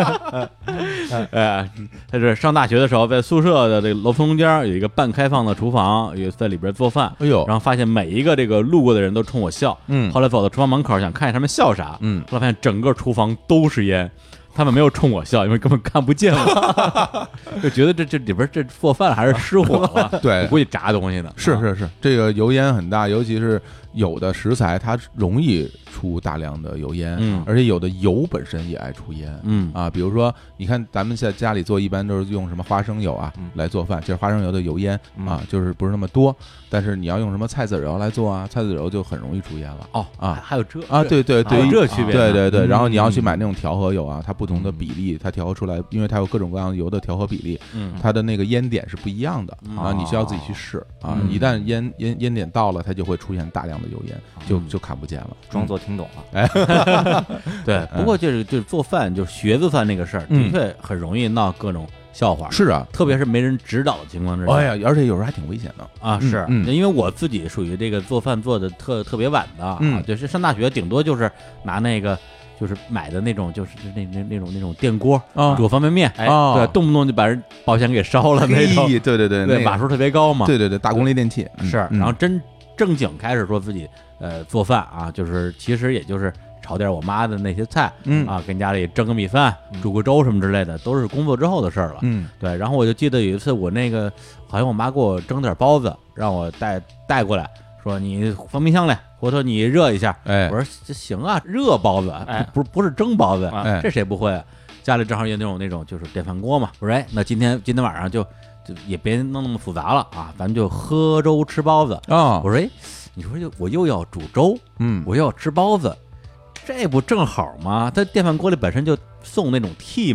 哎，他是上大学的时候在宿舍的这个楼层中间有一个半开放的厨房，有在里边做饭。 哎呦， 然后发现每一个这个路过的人都冲我笑。 嗯， 后来走到厨房门口想看见他们笑啥。 嗯， 后来发现整个厨房都是烟，他们没有冲我笑，因为根本看不见我，就觉得这这里边这做饭还是失火了。 对， 我估计炸东西呢。 是是是，这个油烟很大，尤其是有的食材它容易出大量的油烟， 嗯， 而且有的油本身也爱出烟， 嗯啊，比如说你看咱们在家里做，一般都是用什么花生油啊、 嗯、 来做饭，其实花生油的油烟、 嗯、 啊，就是不是那么多，但是你要用什么菜籽油来做啊，菜籽油就很容易出烟了。 哦啊， 还有这啊，对对对， 有这区别， 对对对，然后你要去买嗯那种调和油啊，它不同的比例，它调和出来，因为它有各种各样的油的调和比例， 嗯， 它的那个烟点是不一样的嗯啊，你需要自己去试啊， 嗯一旦烟烟烟点到了，它就会出现大量的油烟，就嗯就看不见了， 装作听懂了， 哎， 对，不过就是就是做饭，就是学做饭那个事儿，的嗯确很容易闹各种笑话。 是啊， 特别是没人指导的情况之下。 哎呀，而且有时候还挺危险的啊！是， 嗯， 因为我自己属于这个做饭做的特特别晚的啊， 嗯， 就是上大学顶多就是拿那个就是买的那种就是那那那种那种电锅煮方便面，哎，对，动不动就把人保险给烧了那种。 对对对对，瓦数特别高嘛。 对对对，大功率电器是，然后真正经开始说自己呃做饭啊，就是其实也就是炒点我妈的那些菜， 嗯啊，跟家里蒸个米饭、煮个粥什么之类的，都是工作之后的事儿了。 嗯， 对。然后我就记得有一次，我那个好像我妈给我蒸点包子，让我带带过来，说你放冰箱里，回头你热一下。 哎， 我说这行啊，热包子， 哎， 不不是蒸包子， 哎， 这谁不会啊？家里正好有那种那种就是电饭锅嘛。我说哎，那今天今天晚上就就也别弄那么复杂了啊，咱们就喝粥吃包子啊。 我说哎，你说就我又要煮粥， 嗯， 我又要吃包子。这不正好吗？它电饭锅里本身就送那种屉嘛，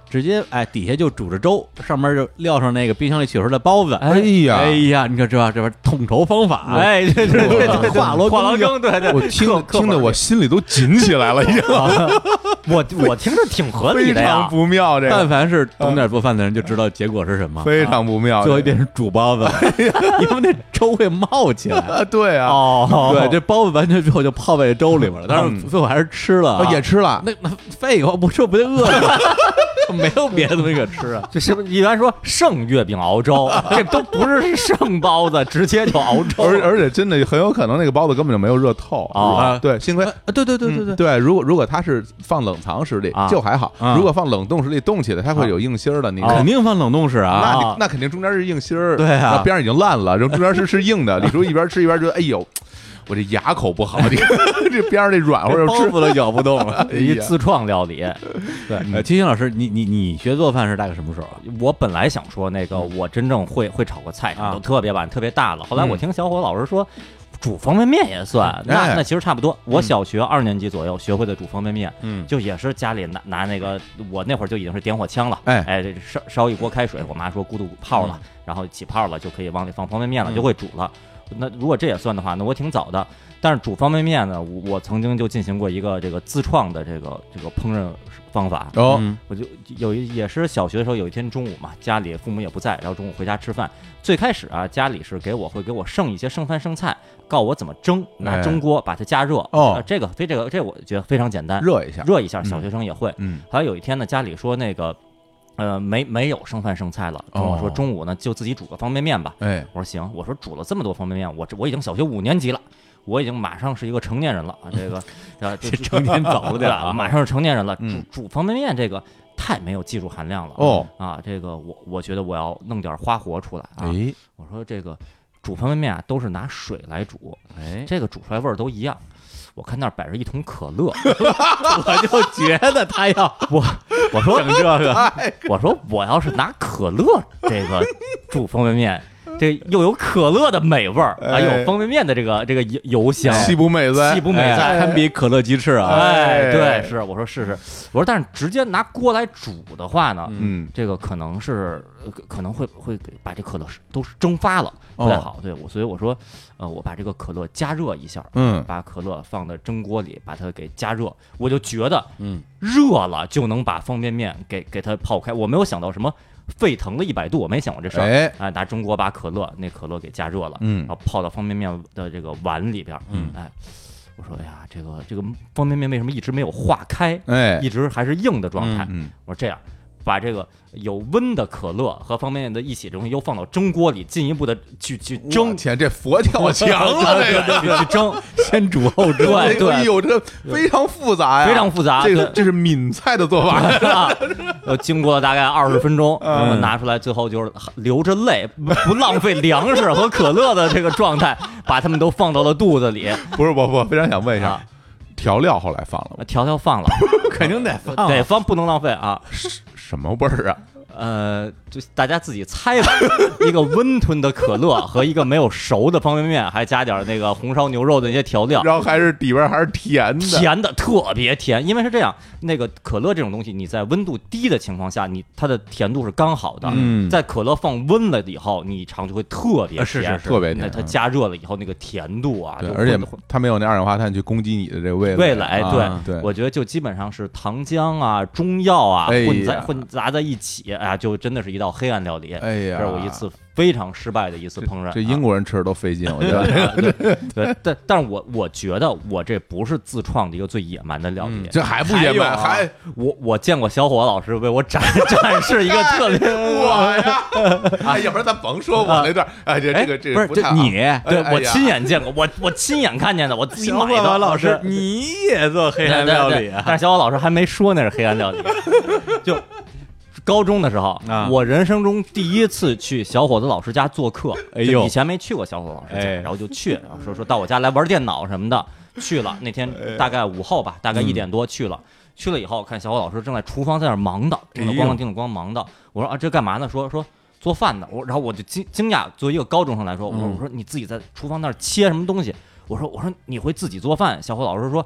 直接哎底下就煮着粥，上面就撂上那个冰箱里取出来的包子。 哎呀， 哎呀，你看这这边统筹方法， 哎，对对对对， 华罗华罗庚，对对， 我听听得我心里都紧起来了，已经。 我我听着挺合理的呀， 非常不妙。这但凡是懂点做饭的人就知道结果是什么， 非常不妙。 最后变成煮包子，因为那粥会冒起来。 啊，对啊， 哦， 对，这包子完全之后就泡在粥里面了，但是最后还是吃了， 也吃了。 那那废话，不说不得饿吗？没有别的东西可吃啊。 这是不是一般说剩月饼熬粥，这都不是剩包子，直接就熬粥。 而而且真的很有可能那个包子根本就没有热透啊。 对，幸亏啊，对对对对对对，如果如果它是放冷藏室里就还好，如果放冷冻室里冻起来，它会有硬芯儿的。你肯定放冷冻室啊， 那你那肯定中间是硬芯儿， 对啊， 边上已经烂了，然后中间是是硬的。李叔一边吃一边觉得，哎呦。我这牙口不好，这这边上这软和包子都咬不动了， 一自创料理。对， 呃，金星老师，你你你学做饭是大概什么时候？ 我本来想说那个，我真正会会炒个菜，都特别晚，特别大了。后来我听小伙老师说，煮方便面也算，那那其实差不多。我小学二年级左右学会的煮方便面，嗯，就也是家里拿拿那个，我那会儿就已经是点火枪了，哎哎，这烧烧一锅开水，我妈说咕嘟泡了，然后起泡了就可以往里放方便面了，就会煮了。那如果这也算的话，那我挺早的。但是煮方便面呢，我我曾经就进行过一个这个自创的这个这个烹饪方法。 哦， 我就有一也是小学的时候，有一天中午嘛，家里父母也不在，然后中午回家吃饭。最开始啊，家里是给我会给我剩一些剩饭剩菜，告我怎么蒸，拿蒸锅把它加热。 哦、 呃，这个非这个这我觉得非常简单， 热一下， 热一下，小学生也会。 嗯。 后来有一天呢，家里说那个。呃，没没有剩饭剩菜了，跟我说中午呢就自己煮个方便面吧。 哎， 我说行，我说煮了这么多方便面，我这我已经小学五年级了，我已经马上是一个成年人了啊，这个啊，这成年早了点啊， 马上是成年人了。 嗯、 煮煮方便面这个太没有技术含量了哦啊，这个我我觉得我要弄点花活出来啊。 哎， 我说这个煮方便面啊都是拿水来煮，哎，这个煮出来味儿都一样。我看那儿摆着一桶可乐， 我就觉得他要我我说整这个， 我说我要是拿可乐这个煮方便面，这又有可乐的美味儿，还有方便面的这个这个油油香， 细不美哉， 细不美哉， 堪比可乐鸡翅啊！ 哎，对，是我说试试，我说但是直接拿锅来煮的话呢， 嗯， 这个可能是可能会会把这可乐都是蒸发了，不太好。对我，所以我说。呃，我把这个可乐加热一下， 嗯， 把可乐放到蒸锅里，把它给加热，我就觉得， 嗯， 热了就能把方便面给给它泡开。我没有想到什么沸腾的一百度，我没想过这事儿。 哎， 啊，拿中锅把可乐那可乐给加热了， 嗯， 然后泡到方便面的这个碗里边， 嗯， 哎，我说，哎呀，这个这个方便面为什么一直没有化开？ 哎， 一直还是硬的状态。 嗯， 我说这样。把这个有温的可乐和方便面的一起东西又放到蒸锅里，进一步的去去蒸。 天，这佛跳墙了，这个去蒸， 先煮后蒸。 对对， 哎呦，这非常复杂呀， 非常复杂。 这个这是闽菜的做法。 呃，经过了大概二十分钟，我们拿出来，最后就是流着泪，不浪费粮食和可乐的这个状态，把它们都放到了肚子里。 不是，我我非常想问一下。调料后来放了吗？ 调料放了， 肯定得放， 得放，不能浪费啊！ 什么味儿啊？ 呃，就大家自己猜吧。一个温吞的可乐和一个没有熟的方便面，还加点那个红烧牛肉的那些调料， 然后还是底边还是甜的， 甜的特别甜。因为是这样，那个可乐这种东西，你在温度低的情况下，你它的甜度是刚好的。 嗯， 在可乐放温了以后，你尝就会特别甜， 是是特别甜。 它加热了以后，那个甜度啊， 对，而且它没有那二氧化碳去攻击你的这个味味蕾。对对， 我觉得就基本上是糖浆啊、中药啊混在混杂在一起，哎呀，就真的是一道黑暗料理。 哎呀， 这是我一次非常失败的一次烹饪。 这英国人吃的都费劲，我觉得。 对，但但是我我觉得我这不是自创的一个最野蛮的料理， 这还不野蛮，还我我见过小伙老师为我展展示一个特别我呀，哎，要不然咱甭说我那段，哎，这这个这不是这你， 对我亲眼见过，我我亲眼看见的，我自己买的。 老师，你也做黑暗料理啊？ 但是小伙老师还没说那是黑暗料理，就。高中的时候， 啊、 我人生中第一次去小伙子老师家做客。 哎呦， 以前没去过小伙子老师家， 哎、 然后就去，然后说说到我家来玩电脑什么的。去了那天大概午后吧，大概一点多去了。嗯、去了以后，看小伙老师正在厨房在那忙的，叮了咣啷叮了咣忙的。我说啊，这干嘛呢？说说做饭的。我然后我就惊惊讶，作为一个高中生来说，我说我说你自己在厨房那儿切什么东西？我说我说你会自己做饭？小伙老师说。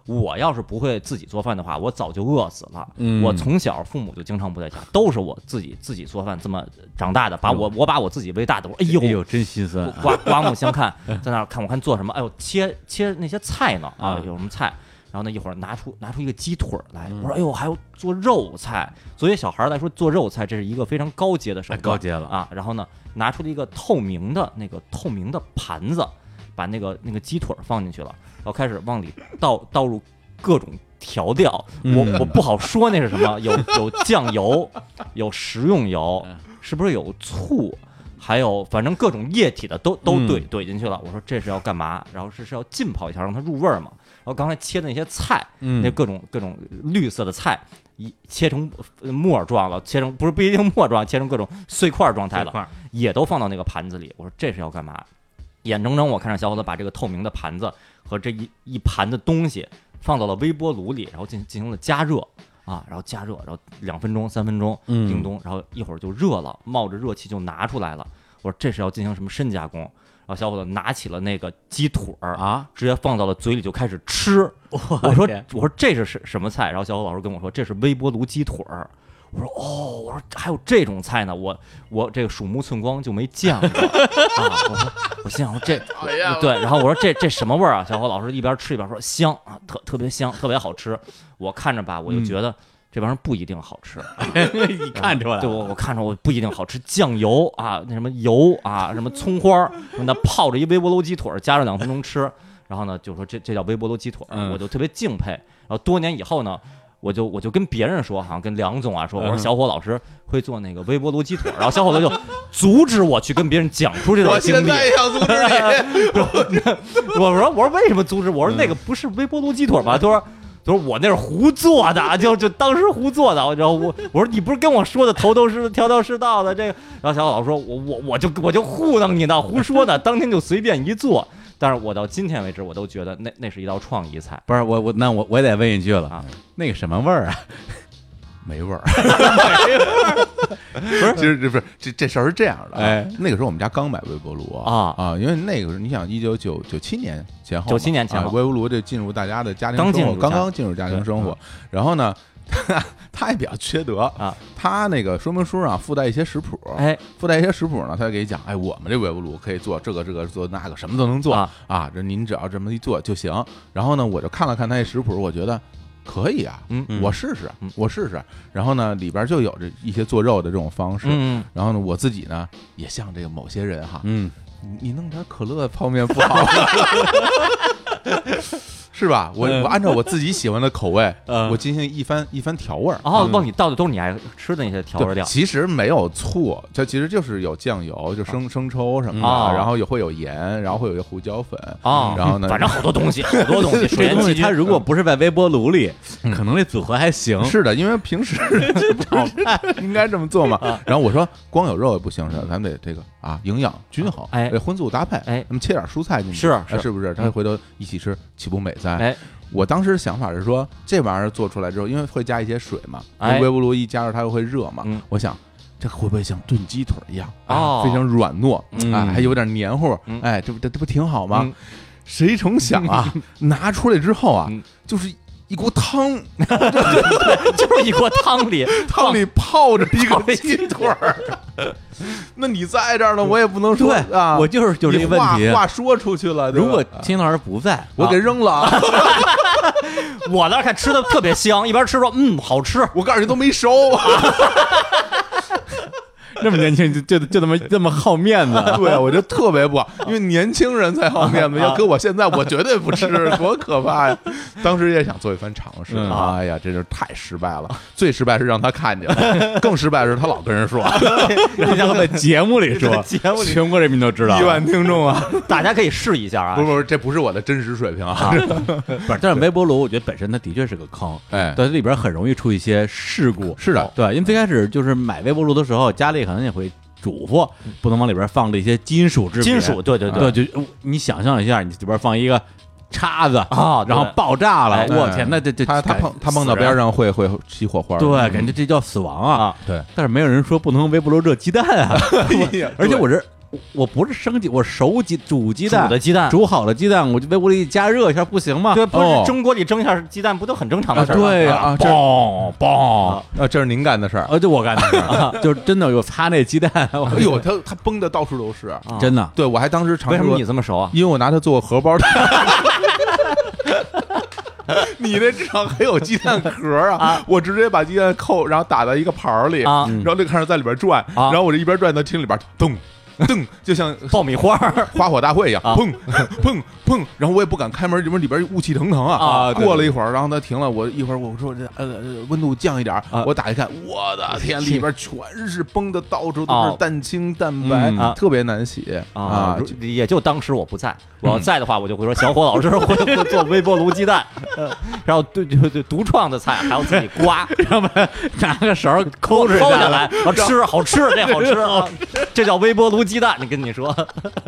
我要是不会自己做饭的话，我早就饿死了。 嗯， 我从小父母就经常不在家，都是我自己自己做饭这么长大的，把我我把我自己喂大的。哎呦， 哎呦，真心酸！ 刮刮目相看，在那儿看我看做什么？哎呦，切切那些菜呢啊，有什么菜？然后呢，一会儿拿出拿出一个鸡腿来，我说哎呦，还有做肉菜。作为小孩来说，做肉菜这是一个非常高阶的手段， 高阶了啊。然后呢，拿出了一个透明的那个透明的盘子，把那个那个鸡腿放进去了，然后开始往里倒倒入各种调料。我我不好说那是什么，有有酱油，有食用油，是不是有醋？还有反正各种液体的都都怼怼进去了。我说这是要干嘛？然后是是要浸泡一下让它入味儿嘛。然后刚才切的那些菜， 嗯， 那各种各种绿色的菜，一切成沫状了，切成不是不一定沫状，切成各种碎块状态了，也都放到那个盘子里。我说这是要干嘛？眼睁睁我看着小伙子把这个透明的盘子和这一一盘的东西放到了微波炉里，然后进进行了加热。啊，然后加热，然后两分钟、三分钟，叮咚，然后一会儿就热了，冒着热气就拿出来了。我说这是要进行什么深加工？然后小伙子拿起了那个鸡腿儿啊， 直接放到了嘴里就开始吃。我说我说这是什什么菜？然后小伙老师跟我说这是微波炉鸡腿儿。我说哦，我说还有这种菜呢，我我这个鼠目寸光就没见过啊！我说我心想说这对，然后我说这这什么味儿啊？小伙老师一边吃一边说香啊，特特别香，特别好吃。我看着吧，我就觉得这玩意儿不一定好吃。 你看出来了？ 对，我我看着我不一定好吃，酱油啊，那什么油啊，什么葱花，那泡着一微波炉鸡腿，加热两分钟吃。然后呢，就说这这叫微波炉鸡腿，我就特别敬佩。然后多年以后呢。我就我就跟别人说，好像跟梁总啊说，我说小伙老师会做那个微波炉鸡腿，然后小伙子就阻止我去跟别人讲出这段经历。 我现在也想阻止你。我说我说为什么阻止？我说那个不是微波炉鸡腿吧？他说他说我那是胡做的，就就当时胡做的。然后我我说你不是跟我说的头头是条条是道的这个？然后小伙老师说我我我就我就糊弄你呢，胡说的，当天就随便一做。但是我到今天为止，我都觉得那那是一道创意菜。 不是我我那我我也得问一句了啊， 那个什么味儿啊？ 没味儿，没味儿。不是，其实这不是这这事儿是这样的。 哎， 那个时候我们家刚买微波炉啊啊，因为那个时候你想，一九九九七年前后， 九七年前后， 微波炉这进入大家的家庭生活，刚刚进入家庭生活。然后呢，他他也比较缺德啊， 他那个说明书上附带一些食谱， 哎， 附带一些食谱呢，他就给你讲，哎，我们这微波炉可以做这个这个做那个，什么都能做啊啊，这您只要这么一做就行。然后呢，我就看了看他那食谱，我觉得。可以啊， 嗯， 我试试，我试试。然后呢，里边就有这一些做肉的这种方式。 嗯， 然后呢，我自己呢也像这个某些人哈， 嗯， 你弄点可乐泡面不好，是吧？我我按照我自己喜欢的口味，我进行一番一番调味儿。 然后往你倒的都是你爱吃的那些调味料。 其实没有醋，它其实就是有酱油，就生生抽什么的，然后也会有盐，然后会有一胡椒粉啊， 然后呢， 反正好多东西，好多东西。 这东西它如果不是在微波炉里，可能这组合还行。 是的，因为平时不好看，应该这么做嘛。然后我说光有肉也不行，咱们得这个啊，营养均衡， 哎， 荤素搭配， 哎， 那么切点蔬菜进去， 是是不是？他回头一起吃，岂不美哉？ 哎， 我当时想法是说，这玩意儿做出来之后，因为会加一些水嘛， 哎， 微波炉一加热它又会热嘛， 嗯， 我想这会不会像炖鸡腿一样啊， 非常软糯，哎，还有点黏糊， 嗯， 哎，这不这这不挺好吗？ 嗯， 谁成想啊，拿出来之后啊，就是一锅汤， 对，就是一锅汤里， 汤里泡着一个鸡腿儿。那你在这儿呢，我也不能说啊， 我就是就这个问题， 话说出去了。 如果秦老师不在， 我给扔了。 我那看吃的特别香，一边吃说嗯好吃， 我告诉你都没熟。 那么年轻就就就这么这么好面子， 对，我就特别不好，因为年轻人才好面子，要搁我现在，我绝对不吃，多可怕呀！当时也想做一番尝试，哎呀，这就太失败了。最失败是让他看见了，更失败是他老跟人说， 让他在节目里说， 节目里全国人民都知道， 亿万听众啊， 大家可以试一下啊。 不不，这不是我的真实水平啊， 不是。但是微波炉，我觉得本身它的确是个坑， 哎， 对，里边很容易出一些事故。 是的， 对，因为最开始就是买微波炉的时候，家里可能也会嘱咐不能往里边放这些金属制品， 金属，对对对，就你想象一下，你里边放一个叉子啊， 然后爆炸了，我天，那这这他他碰他碰到边上会会起火花， 对，感觉这叫死亡啊。 对， 但是没有人说不能微波炉热鸡蛋啊，而且我这我不是生鸡，我熟鸡煮鸡蛋， 煮的鸡蛋， 煮好了鸡蛋，我就微波炉里加热一下，不行吗？ 对，不是蒸锅里蒸一下鸡蛋，不都很正常的事儿吗？ 对啊， 嘣嘣啊，这是您干的事儿啊，就我干的事儿，就是真的有擦那鸡蛋， 哎呦，它它崩的到处都是， 真的。 对我还当时尝试过， 为什么你这么熟啊？ 因为我拿它做过荷包蛋。你那至少还有鸡蛋壳啊！我直接把鸡蛋扣，然后打到一个盘儿里，然后就开始在里边转，然后我这一边转呢，听里边咚咚，就像爆米花花火大会一样，砰砰砰，然后我也不敢开门，因为里边雾气腾腾啊！ 啊， 过了一会儿，然后它停了，我一会儿我说这呃温度降一点，我打开看，我的天，里边全是崩的，到处都是蛋清蛋白，特别难洗啊！ 也就当时我不在，我要在的话，我就会说小伙老师会会做微波炉鸡蛋，然后对对对，独创的菜还要自己刮， 然后拿个勺抠着抠下来，吃好吃，这好吃啊，这叫微波炉鸡蛋，你跟你说。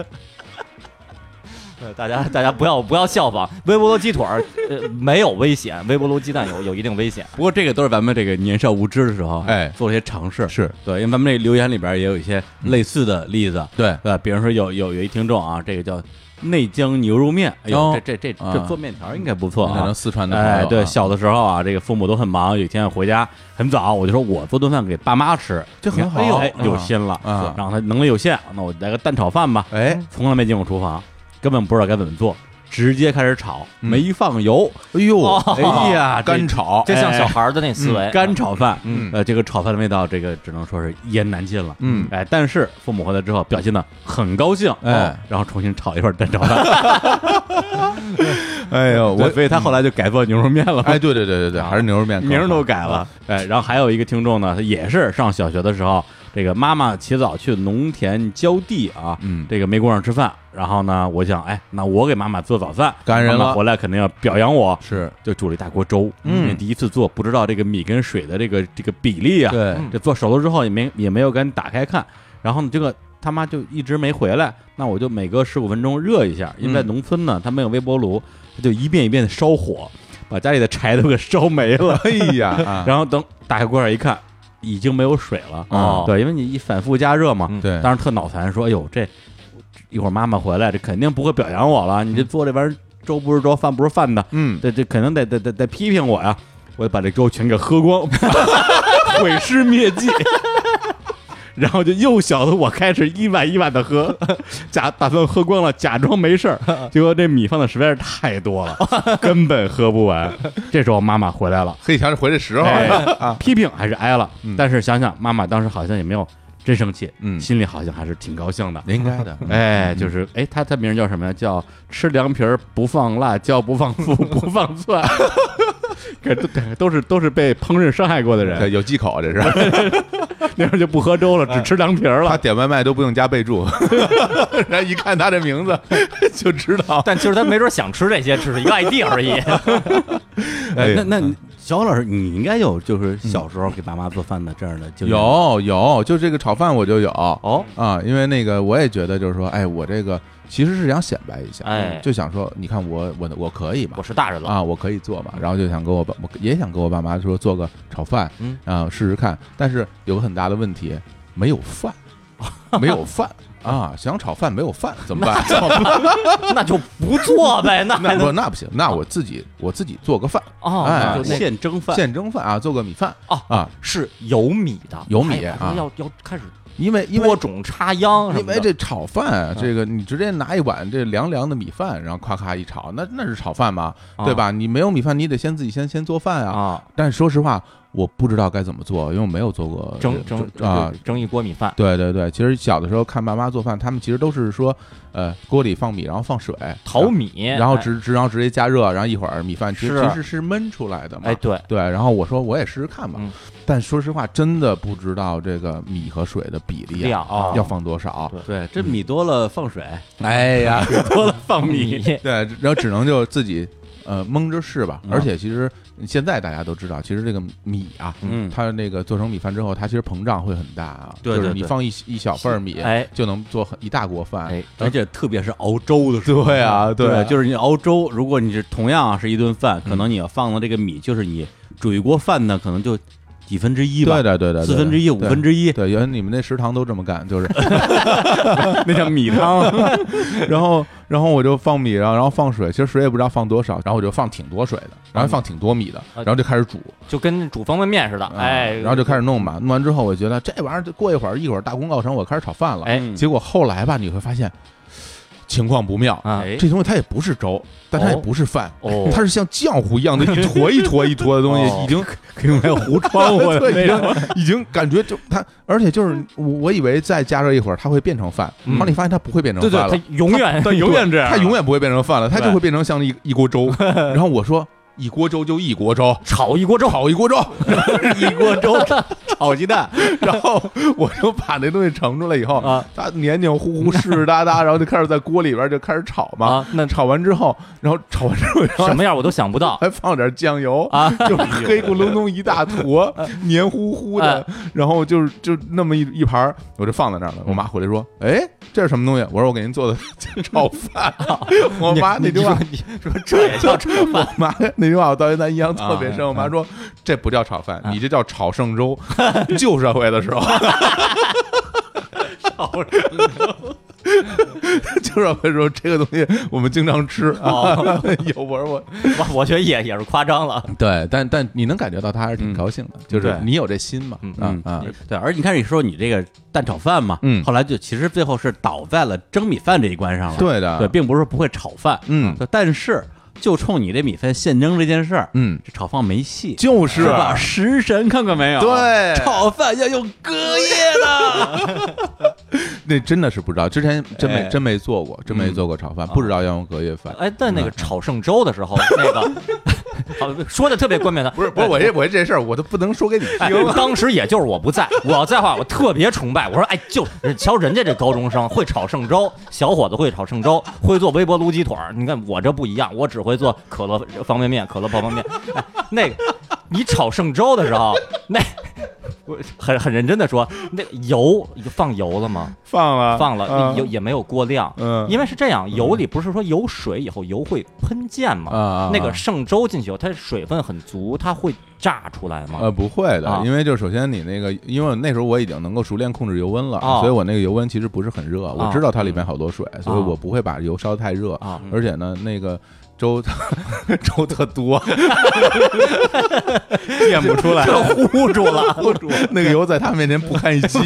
呃，大家大家不要不要效仿微波炉鸡腿儿，呃，没有危险，微波炉鸡蛋有有一定危险。 不过这个都是咱们这个年少无知的时候， 哎， 做了一些尝试， 是对，因为咱们这留言里边也有一些类似的例子， 对对，比如说有有有一听众啊，这个叫内江牛肉面，哎呦，这这这这做面条应该不错啊， 可能四川的， 哎，对，小的时候啊，这个父母都很忙，有一天回家很早，我就说我做顿饭给爸妈吃， 这很好， 哎，有心了啊，然后他能力有限，那我来个蛋炒饭吧， 哎， 从来没进过厨房，根本不知道该怎么做。直接开始炒，没放油。 哎呦， 哎呀， 干炒， 这像小孩的那思维。 干炒饭，嗯，呃，这个炒饭的味道，这个只能说是一言难尽了。 嗯， 哎，但是父母回来之后表现的很高兴， 哎， 然后重新炒一份蛋炒饭。 哎呦，我所以他后来就改做牛肉面了。 哎，对对对对对，还是牛肉面， 名都改了。哎，然后还有一个听众呢，他也是上小学的时候。这个妈妈起早去农田浇地啊， 嗯， 这个没顾上吃饭，然后呢，我想，哎，那我给妈妈做早饭， 感人了， 回来肯定要表扬我， 是， 就煮了一大锅粥， 嗯， 第一次做，不知道这个米跟水的这个这个比例啊， 对， 这做熟了之后也没也没有敢打开看，然后呢，这个他妈就一直没回来，那我就每隔十五分钟热一下，因为在农村呢，他没有微波炉，他就一遍一遍的烧火，把家里的柴都给烧没了， 哎呀， 然后等打开锅上一看。已经没有水了哦， 对，因为你一反复加热嘛， 对， 当时特脑残，说，哎呦，这一会儿妈妈回来，这肯定不会表扬我了，你这做这玩意儿粥不是粥，饭不是饭的， 嗯， 这这肯定得得得得批评我呀，我就把这粥全给喝光，毁尸灭迹。然后就幼小的我开始一碗一碗的喝，假打算喝光了，假装没事儿。结果这米放的实在是太多了，根本喝不完。这时候妈妈回来了， 嘿，想是回这时候、哎啊，批评还是挨了、嗯，但是想想妈妈当时好像也没有真生气， 嗯， 心里好像还是挺高兴的， 应该的。 哎，就是哎，他他名叫什么呀？叫吃凉皮儿不放辣椒，不放醋，不放蒜。可都都是都是被烹饪伤害过的人， 有忌口，这是。 那会儿就不喝粥了，只吃凉皮儿了。 他点外卖都不用加备注，然后一看他这名字就知道。 但其实他没准想吃这些，只是一个 idea 而已。 哎，那那小虎老师，你应该有就是小时候给爸妈做饭的这样的经历。 有有，就这个炒饭我就有哦啊，因为那个我也觉得就是说，哎，我这个。其实是想显摆一下， 哎， 就想说，你看我我我可以嘛， 我是大人了啊，我可以做嘛，然后就想跟我爸，我也想跟我爸妈说做个炒饭， 嗯啊试试看，但是有个很大的问题，没有饭，没有饭啊，想炒饭没有饭怎么办？ 那就不做呗，那那不那不行，那我自己我自己做个饭哦， 哎， 就现蒸饭， 现蒸饭啊，做个米饭啊啊， 是有米的， 有米啊， 要要开始。 因为播种插秧， 因为这炒饭，这个你直接拿一碗这凉凉的米饭，然后咔咔一炒，那那是炒饭吗？对吧？你没有米饭，你得先自己先先做饭啊。但是说实话，我不知道该怎么做，因为我没有做过蒸蒸啊蒸一锅米饭。 对对对，其实小的时候看爸妈做饭，他们其实都是说，呃，锅里放米，然后放水， 淘米， 然后直直然后直接加热，然后一会儿米饭其实其实是焖出来的嘛。 哎，对对，然后我说我也试试看吧。但说实话，真的不知道这个米和水的比例啊， 哦、要放多少。 对，这米多了放水， 哎呀， 水多了放米。 对，然后只能就自己呃蒙着试吧。而且其实现在大家都知道，其实这个米啊， 嗯， 它那个做成米饭之后，它其实膨胀会很大啊。 对对对， 就是你放一一小份米， 哎， 就能做很一大锅饭。 哎，而且特别是熬粥的时候， 对啊， 对，就是你熬粥，如果你是同样是一顿饭，可能你要放的这个米，就是你煮一锅饭呢，可能就。 几分之一吧？ 对对对对， 四分之一、五分之一。 对，原来你们那食堂都这么干，就是那叫米汤。 然后然后我就放米，然后然后放水，其实水也不知道放多少，然后我就放挺多水的，然后放挺多米的，然后就开始煮， 就跟煮方便面似的，哎， 然后就开始弄嘛。弄完之后，我觉得这玩意儿过一会儿一会儿大功告成，我开始炒饭了。 哎， 结果后来吧，你会发现情况不妙啊！ 这东西它也不是粥，但它也不是饭， 哦， 它是像浆糊一样的一坨一坨一坨的东西，已经可以用来糊窗户的那种， 已经感觉就它，而且就是我我以为再加热一会儿它会变成饭，后来你发现它不会变成饭了， 对对，它永远它永远这样， 它永远不会变成饭了，它就会变成像一一锅粥。然后我说。一锅粥就一锅粥， 炒一锅粥， 炒一锅粥， 一锅粥炒鸡蛋， 然后我就把那东西盛出来以后啊， 它黏黏糊糊、湿湿哒哒，然后就开始在锅里边就开始炒嘛。 啊，那炒完之后，然后炒完之后什么样我都想不到， 还放点酱油啊， 就是黑咕隆咚一大坨，黏糊糊的，然后就是就那么一一盘，我就放在那儿了。我妈回来说：“哎，这是什么东西？”我说：“我给您做的炒饭。”我妈那句话说这也叫炒饭， 我妈那句话我到现在印象特别深。我妈说：“这不叫炒饭，你这叫炒剩粥。”旧社会的时候， 炒剩粥。 旧社会的时候，这个东西我们经常吃啊。有我我我我觉得也也是夸张了。 对，但但你能感觉到他还是挺高兴的，就是你有这心嘛。 嗯啊， 对。而你看你说你这个蛋炒饭嘛， 嗯， 后来就其实最后是倒在了蒸米饭这一关上了。 对的， 对，并不是说不会炒饭， 嗯， 但是。就冲你这米饭现蒸这件事儿， 嗯， 这炒饭没戏， 就是吧？食神看过没有？ 对， 炒饭要用隔夜的， 那真的是不知道，之前真没、 哎、 真没做过，真没做过炒饭，嗯、不知道要用隔夜饭。 哎，但那个炒剩粥的时候，那个好说的特别冠冕的， 不是不是，我这我这事儿我都不能说给你听、 哎。当时也就是我不在，我要在的话，我特别崇拜。我说，哎，就是瞧人家这高中生会炒剩粥，小伙子会炒剩粥，会做微波炉鸡腿儿。你看我这不一样，我只会做可乐方便面、可乐泡方便面。哎、那个你炒剩粥的时候，那我很很认真的说，那油放油了吗？ 放了， 放了， 嗯、 油也没有过量。 嗯， 因为是这样，油里不是说有水以后油会喷溅吗？ 啊、 那个剩粥进去后，它水分很足，它会炸出来吗？ 呃，不会的， 啊、 因为就首先你那个，因为那时候我已经能够熟练控制油温了， 啊、 所以我那个油温其实不是很热， 啊、 我知道它里面好多水， 啊、 所以我不会把油烧太热。 啊、 而且呢，那个。粥粥特多， 咽不出来， 糊住了， 糊住。那个油在他面前不堪一击，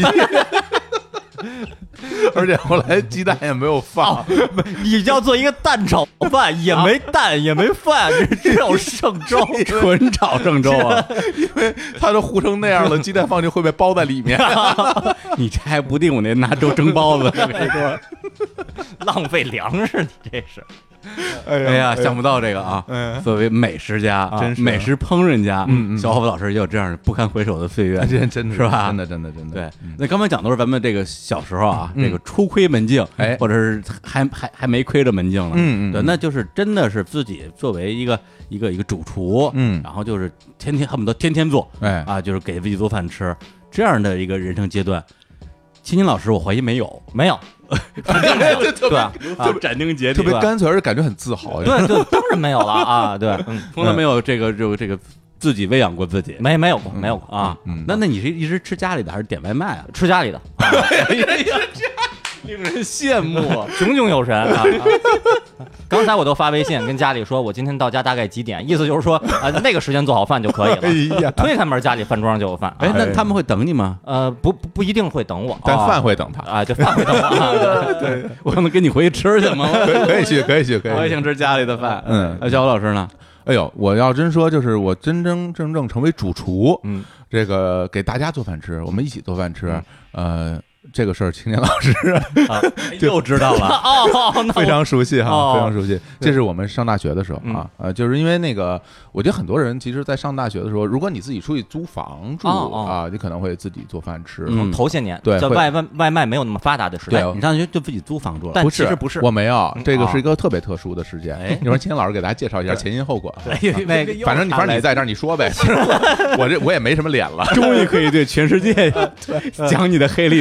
而且后来鸡蛋也没有放。 哦、你要做一个蛋炒饭，也没蛋，也没饭，只有剩粥， 纯炒剩粥啊！ 因为它都糊成那样了，鸡蛋放进会被包在里面。 你这还不定我那拿粥蒸包子，我跟你说， 浪费粮食，你这是。 哎呀， 哎呀，想不到这个啊！ 嗯、 作为美食家， 真是美食烹饪家， 嗯嗯， 小伙子老师也有这样不堪回首的岁月， 真真的是吧？ 真的真的真的。 对，那刚才讲都是咱们这个小时候啊， 嗯、 这个初窥门径， 哎， 或者是还还还没窥着门径呢， 嗯嗯， 对，那就是真的是自己作为一个一个一个主厨， 嗯， 然后就是天天恨不得天天做， 哎啊，就是给自己做饭吃，这样的一个人生阶段。青青老师，我怀疑没有， 没有，肯定没有，对吧？ 啊，斩钉截铁，特别干脆，而且感觉很自豪。 对，就当然没有了啊！对，嗯， 从来没有这个这个这个自己喂养过自己， 没没有过，没有过啊。那那你是一直吃家里的还是点外卖啊？ 吃家里的， 令人羡慕， 炯炯有神啊！刚才我都发微信跟家里说，我今天到家大概几点，意思就是说啊，那个时间做好饭就可以了。 哎呀， 推开门，家里饭桌上就有饭。 哎，那他们会等你吗？ 呃，不不不一定会等我， 但饭会等他啊，就饭会等我。 对， 我能跟你回去吃去吗？ 可以去，可以去，可以。 我也想吃家里的饭。 嗯， 那小虎老师呢？ 哎呦，我要真说，就是我真真正正成为主厨， 嗯， 这个给大家做饭吃，我们一起做饭吃，呃。这个事儿，青年老师啊又知道了哦， 非常熟悉哈， 哦、 非常熟悉。这是我们上大学的时候啊，呃，就是因为那个，我觉得很多人其实，在上大学的时候，如果你自己出去租房住哦哦啊，你可能会自己做饭吃。 嗯，头些年对， 在外外外卖没有那么发达的时代， 你上学就自己租房住了。 但不其实不是， 我没有，这个是一个特别特殊的事件。 哎， 一会儿青年老师给大家介绍一下前因后果。 对， 反正你反正你在这儿，你说呗。我这我也没什么脸了， 终于可以对全世界讲你的黑历史了。 没什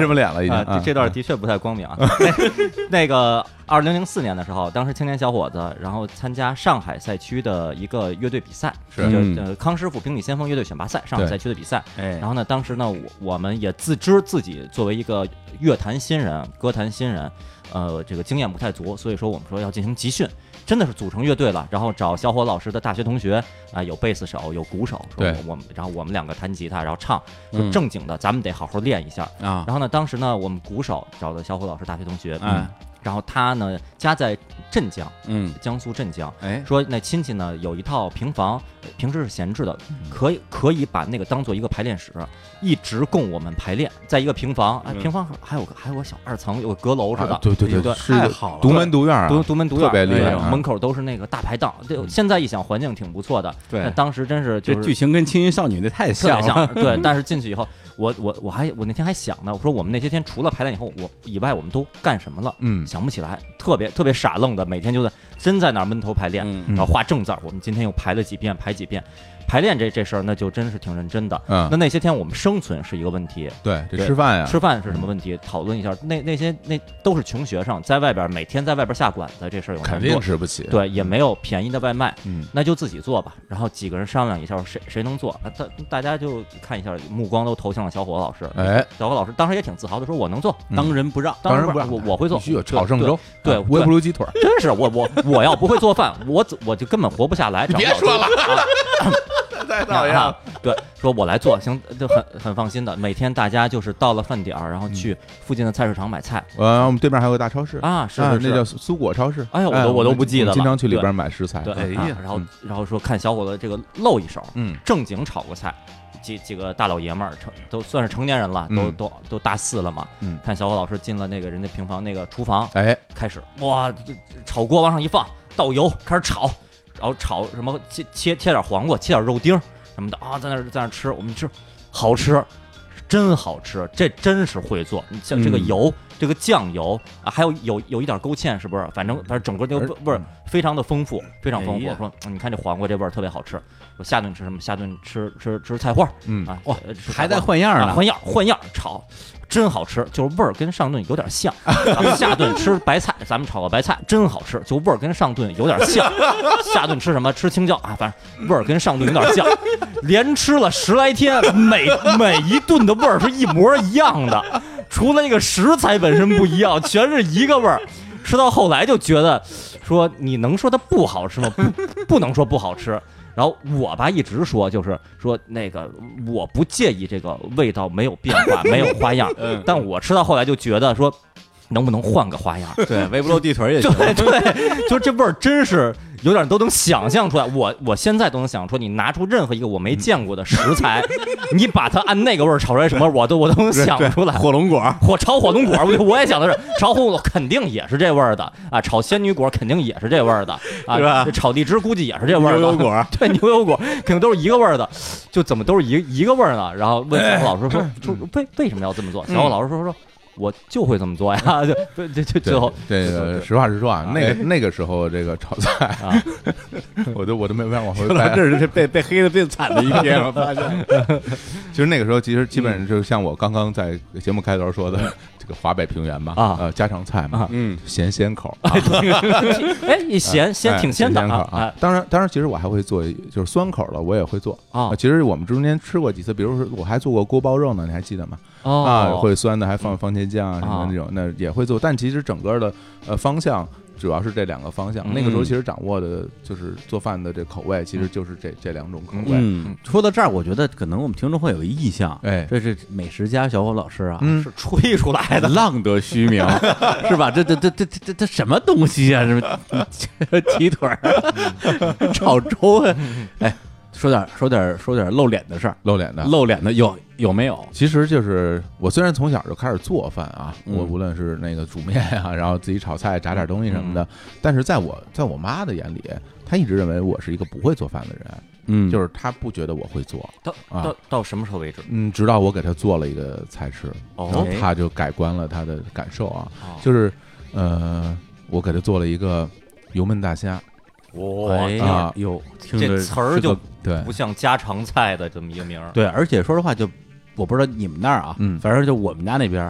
什么脸了已经。 啊，这这段的确不太光明啊。那那个二零零四年的时候，当时青年小伙子，然后参加上海赛区的一个乐队比赛， 是就嗯呃康师傅平底先锋乐队选拔赛，上海赛区的比赛。 哎然后呢，当时呢，我我们也自知自己作为一个乐坛新人、歌坛新人，呃，这个经验不太足，所以说我们说要进行集训。真的是组成乐队了，然后找小伙老师的大学同学啊、呃，有贝斯手，有鼓手，说对我们，然后我们两个弹吉他，然后唱， 嗯就正经的，咱们得好好练一下。 啊， 然后呢，当时呢，我们鼓手找的小伙老师大学同学， 哎， 然后他呢家在镇江， 嗯， 江苏镇江， 哎， 说那亲戚呢有一套平房，平时是闲置的，可以可以把那个当做一个排练室，一直供我们排练，在一个平房，哎， 嗯平房还有个还有个小二层，有个阁楼似的， 啊对对对对，是太好了独门独院啊， 独独门独院， 特别厉害哎呦啊门口都是那个大排档。对，现在一想环境挺不错的， 对那当时真是就是这剧情跟《青云少女》那太特别像了， 像，对。但是进去以后，我我我还我那天还想呢，我说我们那些天除了排练以后，我以外我们都干什么了？ 嗯想不起来，特别特别傻愣的，每天就在真在那儿闷头排练， 嗯然后画正字儿。我们今天又排了几遍，排几遍。排练这这事儿，那就真是挺认真的。 嗯那那些天我们生存是一个问题， 对，这对吃饭呀， 吃饭是什么问题？讨论一下。那那些那都是穷学生，在外边每天在外边下馆子，这事儿有肯难度定吃不起。 对，也没有便宜的外卖， 嗯， 那就自己做吧。然后几个人商量一下，谁谁能做，啊大大家就看一下，目光都投向了小伙老师。 哎， 小伙老师当时也挺自豪的说：“我能做， 嗯当仁不让， 当然然不让我我会做， 必须有炒郑州， 对对啊微波炉鸡腿儿。 真是我我我要不会做饭，我怎我就根本活不下来。 你别说了啊， 太讨厌了。 啊对，说我来做，行，就很很放心的。每天大家就是到了饭点儿，然后去附近的菜市场买菜呃，我们对面还有个大超市啊，是啊是是那叫苏果超市。 哎呀我都我都不记得了经常去里边买食材。 对， 哎呀啊然后嗯然后说看小伙子这个露一手， 嗯， 正经炒个菜，几几个大老爷们儿，成都算是成年人了，都嗯都都大四了嘛。 嗯看小伙老师进了那个人家平房那个厨房， 哎， 开始哇，这炒锅往上一放，倒油开始炒，然后炒什么切切切点黄瓜，切点肉丁儿什么的啊，在那儿在那儿吃，我们吃好吃，真好吃，这真是会做。你像这个嗯油，这个酱油啊，还有有有一点勾芡，是不是？反正反正整个这个味味儿非常的丰富，非常丰富。 哎呀说嗯你看这黄瓜这味儿特别好吃。说下顿吃什么？下顿吃吃吃菜花， 嗯啊， 哇呃吃还在菜花换样呢， 啊换样换样炒，真好吃，就是味儿跟上顿有点像。咱们下顿吃白菜，咱们炒个白菜真好吃，就味儿跟上顿有点像。下顿吃什么？吃青椒啊，反正味儿跟上顿有点像。连吃了十来天，每每一顿的味儿是一模一样的，除了那个食材本身不一样，全是一个味儿。吃到后来就觉得，说你能说它不好吃吗？不，不能说不好吃。然后我吧一直说，就是说那个我不介意这个味道没有变化，没有花样， 嗯但我吃到后来就觉得说，能不能换个花样？ 对，微波炉地腿也行， 对对，就这味儿真是有点都能想象出来。我我现在都能想出，你拿出任何一个我没见过的食材，你把它按那个味儿炒出来什么，我都我都能想出来。 火龙果， 火炒火龙果，我我也想的是炒火龙果肯定也是这味儿的啊，炒仙女果肯定也是这味儿的啊， 是吧这炒荔枝估计也是这味儿的， 牛油果对牛油果肯定都是一个味儿的，就怎么都是一一个味儿呢？然后问小伙老师说，说为为什么要这么做？小伙老师说说。我就会这么做呀，就就就就最后这个实话实说啊，那个那个时候这个炒菜啊， 我都我都没法往回说到掰。 这是被被黑的最惨的一天，我发现。 其实那个时候，其实基本上就像我刚刚在节目开头说的，这个华北平原嘛， 啊呃，家常菜嘛， 嗯， 咸鲜口啊， 哎，一咸咸挺鲜的咸口啊啊。当然，当然，其实我还会做，就是酸口的，我也会做啊其实我们中间吃过几次，比如说我还做过锅包肉呢，你还记得吗？啊， 哦， 会酸的，还放番茄酱啊什么啊那种，那也会做。但其实整个的呃方向主要是这两个方向。 嗯那个时候其实掌握的就是做饭的这口味，其实就是这这两种口味。 嗯，说到这儿，我觉得可能我们听众会有一印象， 哎这是美食家小伙老师啊， 嗯是吹出来的。 浪得虚名，是吧？这这这这这这这什么东西啊？什么鸡腿儿、炒粥啊？哎，说点说点说点露脸的事儿， 露脸的。 露脸的有有没有？ 其实就是我虽然从小就开始做饭啊， 嗯我无论是那个煮面啊，然后自己炒菜、炸点东西什么的，但是在我在我妈的眼里，她一直认为我是一个不会做饭的人， 嗯， 就是她不觉得我会做。 到啊到到什么时候为止？ 嗯，直到我给她做了一个菜吃， 哦然后她就改观了她的感受啊， 哦就是呃，我给她做了一个油焖大虾， 哇哎啊有听这着词儿就对不像家常菜的这么一个名儿。 对，而且说实话，就我不知道你们那儿啊， 嗯反正就我们家那边，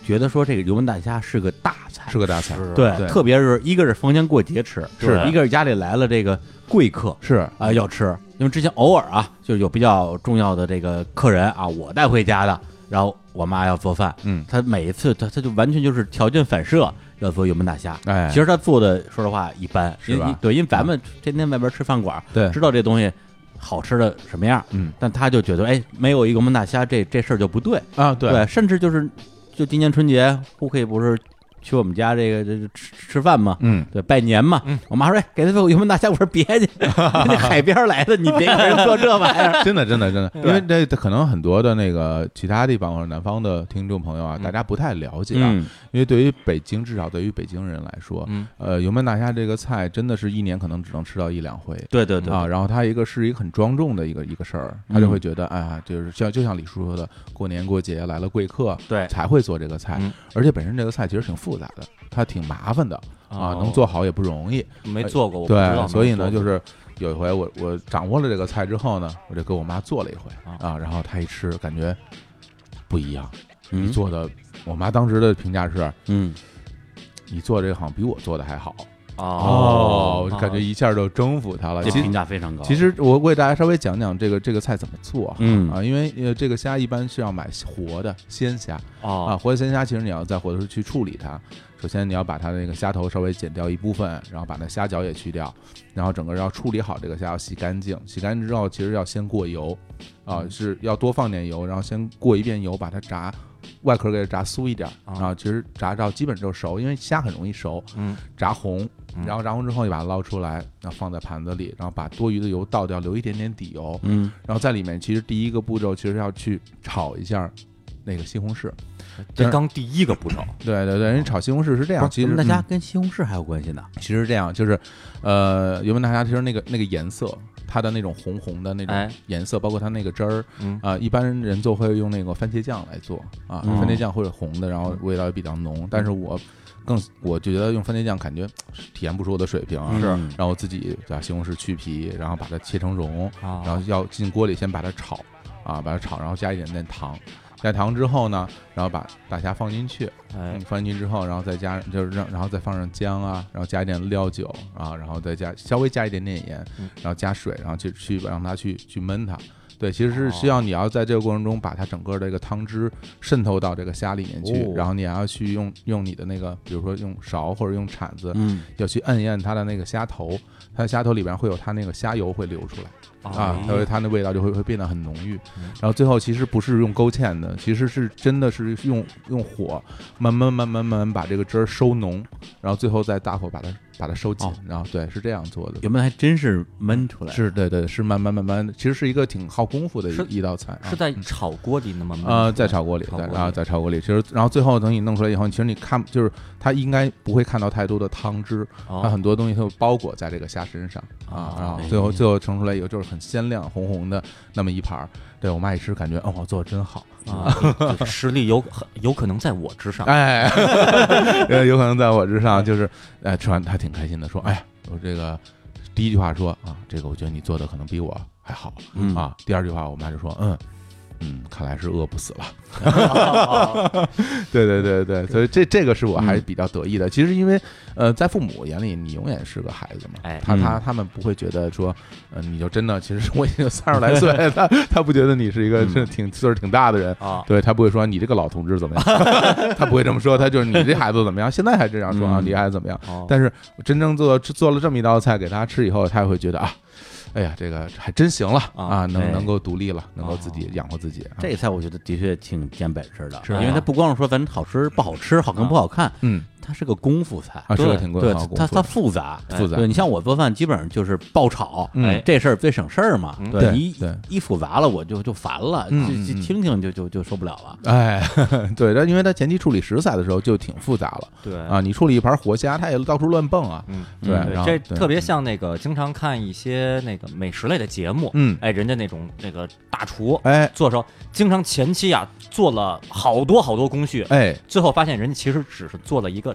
觉得说这个油焖大虾是个大菜， 是个大菜， 是对， 对特别是一个是逢年过节吃， 是一个是家里来了这个贵客是啊、要吃，因为之前偶尔啊，就是有比较重要的这个客人啊，我带回家的，然后我妈要做饭， 嗯， 她每一次她她就完全就是条件反射要做油焖大虾， 哎， 其实她做的说实话一般， 是吧因为对，因为咱们天天外边吃饭馆， 对知道这东西好吃的什么样， 嗯但她就觉得哎，没有一个油焖大虾这这事儿就不对， 啊，对对，甚至就是就今年春节，胡可以不是去我们家这个这个吃吃饭嘛， 嗯， 对，拜年嘛。 嗯我妈说：“哎，给他做油焖大虾。”我说：“别去，那海边来的，你别给人做这玩意儿。 真的，真的，真的， 对因为这这可能很多的那个其他地方或者南方的听众朋友啊， 嗯大家不太了解啊， 嗯因为对于北京，至少对于北京人来说， 嗯呃，油焖大虾这个菜真的是一年可能只能吃到一两回。 对对对啊，然后它一个是一个很庄重的一个一个事儿，他就会觉得，哎呀，就是像就像李叔说的，过年过节来了贵客， 对才会做这个菜， 嗯而且本身这个菜其实挺复杂的，它挺麻烦的啊， 哦能做好也不容易。 没做过，我不知道对，所以呢， 没做过就是有一回我我掌握了这个菜之后呢，我就给我妈做了一回啊啊，然后她一吃感觉不一样，你嗯做的，我妈当时的评价是， 嗯你做这个好像比我做的还好哦， 我就感觉一下就征服她了。其实这评价非常高。 其实我为大家稍微讲讲这个这个菜怎么做哈， 嗯啊，因为呃这个虾一般是要买活的鲜虾啊， 哦活的鲜虾其实你要在火的时候去处理它，首先你要把它那个虾头稍微剪掉一部分，然后把那虾脚也去掉，然后整个要处理好这个虾，要洗干净，洗干净之后其实要先过油啊，是要多放点油，然后先过一遍油，把它炸。外壳给它炸酥一点， 啊然后其实炸到基本就熟，因为虾很容易熟， 嗯炸红， 嗯然后炸红之后你把它捞出来，然后放在盘子里，然后把多余的油倒掉，留一点点底油， 嗯， 然后在里面其实第一个步骤其实要去炒一下那个西红柿， 这刚第一个步骤， 对对对，人炒西红柿是这样， 不是油焖其实嗯大虾跟西红柿还有关系呢。 其实是这样，就是呃油焖大虾其实那个那个颜色，它的那种红红的那种哎颜色，包括它那个汁儿嗯啊、一般人做会用那个番茄酱来做啊， 嗯番茄酱会是红的，然后味道也比较浓，但是我更我就觉得用番茄酱感觉体验不出我的水平啊， 是然后我自己把西红柿去皮，然后把它切成蓉， 啊然后要进锅里先把它炒啊，把它炒，然后加一点点糖，加糖之后呢，然后把大虾放进去， 哎嗯，放进去之后，然后再加就是让然后再放上姜啊，然后加一点料酒啊，然后再加稍微加一点点盐， 嗯然后加水，然后去去让它去去焖它。对，其实是哦需要你要在这个过程中把它整个这个汤汁渗透到这个虾里面去， 哦然后你还要去用用你的那个，比如说用勺或者用铲子， 嗯要去摁一摁它的那个虾头，它的虾头里边会有它那个虾油会流出来。啊，它会它那味道就会会变得很浓郁， 嗯然后最后其实不是用勾芡的，其实是真的是用用火慢慢慢慢慢慢把这个汁儿收浓，然后最后再大火把它把它收紧， 哦然后对是这样做的。 油焖还真是焖出来的， 是对对是慢慢慢慢，其实是一个挺耗功夫的是一一道菜啊， 是在嗯炒锅里那么焖呃， 出来在炒锅里， 炒锅里在然后在炒锅里，其实然后最后等你弄出来以后，其实你看就是它应该不会看到太多的汤汁，它哦很多东西都包裹在这个虾身上啊哦， 然后哎最后最后盛出来以后就是很鲜亮红红的那么一盘儿，对我妈一吃感觉哦，我做的真好， 啊，这实力有很有可能在我之上。 哎，呃有可能在我之上，就是哎吃完还挺开心的，说哎呀，我这个第一句话说啊，这个我觉得你做的可能比我还好嗯啊，第二句话我妈就说嗯。嗯，看来是饿不死了。对对对对，所以这这个是我还是比较得意的。其实因为呃，在父母眼里，你永远是个孩子嘛。 哎嗯他他他们不会觉得说，呃，你就真的，其实我已经三十来岁，他他不觉得你是一个嗯是挺岁数挺大的人。 啊， 对他不会说你这个老同志怎么样，他不会这么说，他就是你这孩子怎么样，现在还这样说啊， 嗯你孩子怎么样？ 哦但是我真正做做了这么一道菜给他吃以后，他也会觉得啊，哎呀，这个还真行了啊啊，能哎能够独立了，能够哦自己养活自己。啊这菜我觉得的确挺见本事的， 是啊因为它不光是说咱好吃不好吃，好看不好看， 嗯它是个功夫菜。 啊，是个对挺贵对它它好功夫的复杂， 复杂对你像我做饭，基本上就是爆炒， 嗯哎这事儿最省事儿嘛。 嗯对对你一对一复杂了，我就就烦了， 嗯就嗯嗯就听听就就就受不了了。 哎，对，但因为它前期处理食材的时候就挺复杂了对啊，你处理一盘活虾，它也到处乱蹦啊， 嗯， 对， 嗯然后对这特别像那个经常看一些那个美食类的节目， 嗯， 哎，人家那种那个大厨哎做的时候，经常前期啊做了好多好多工序， 哎， 最后发现人家其实只是做了一个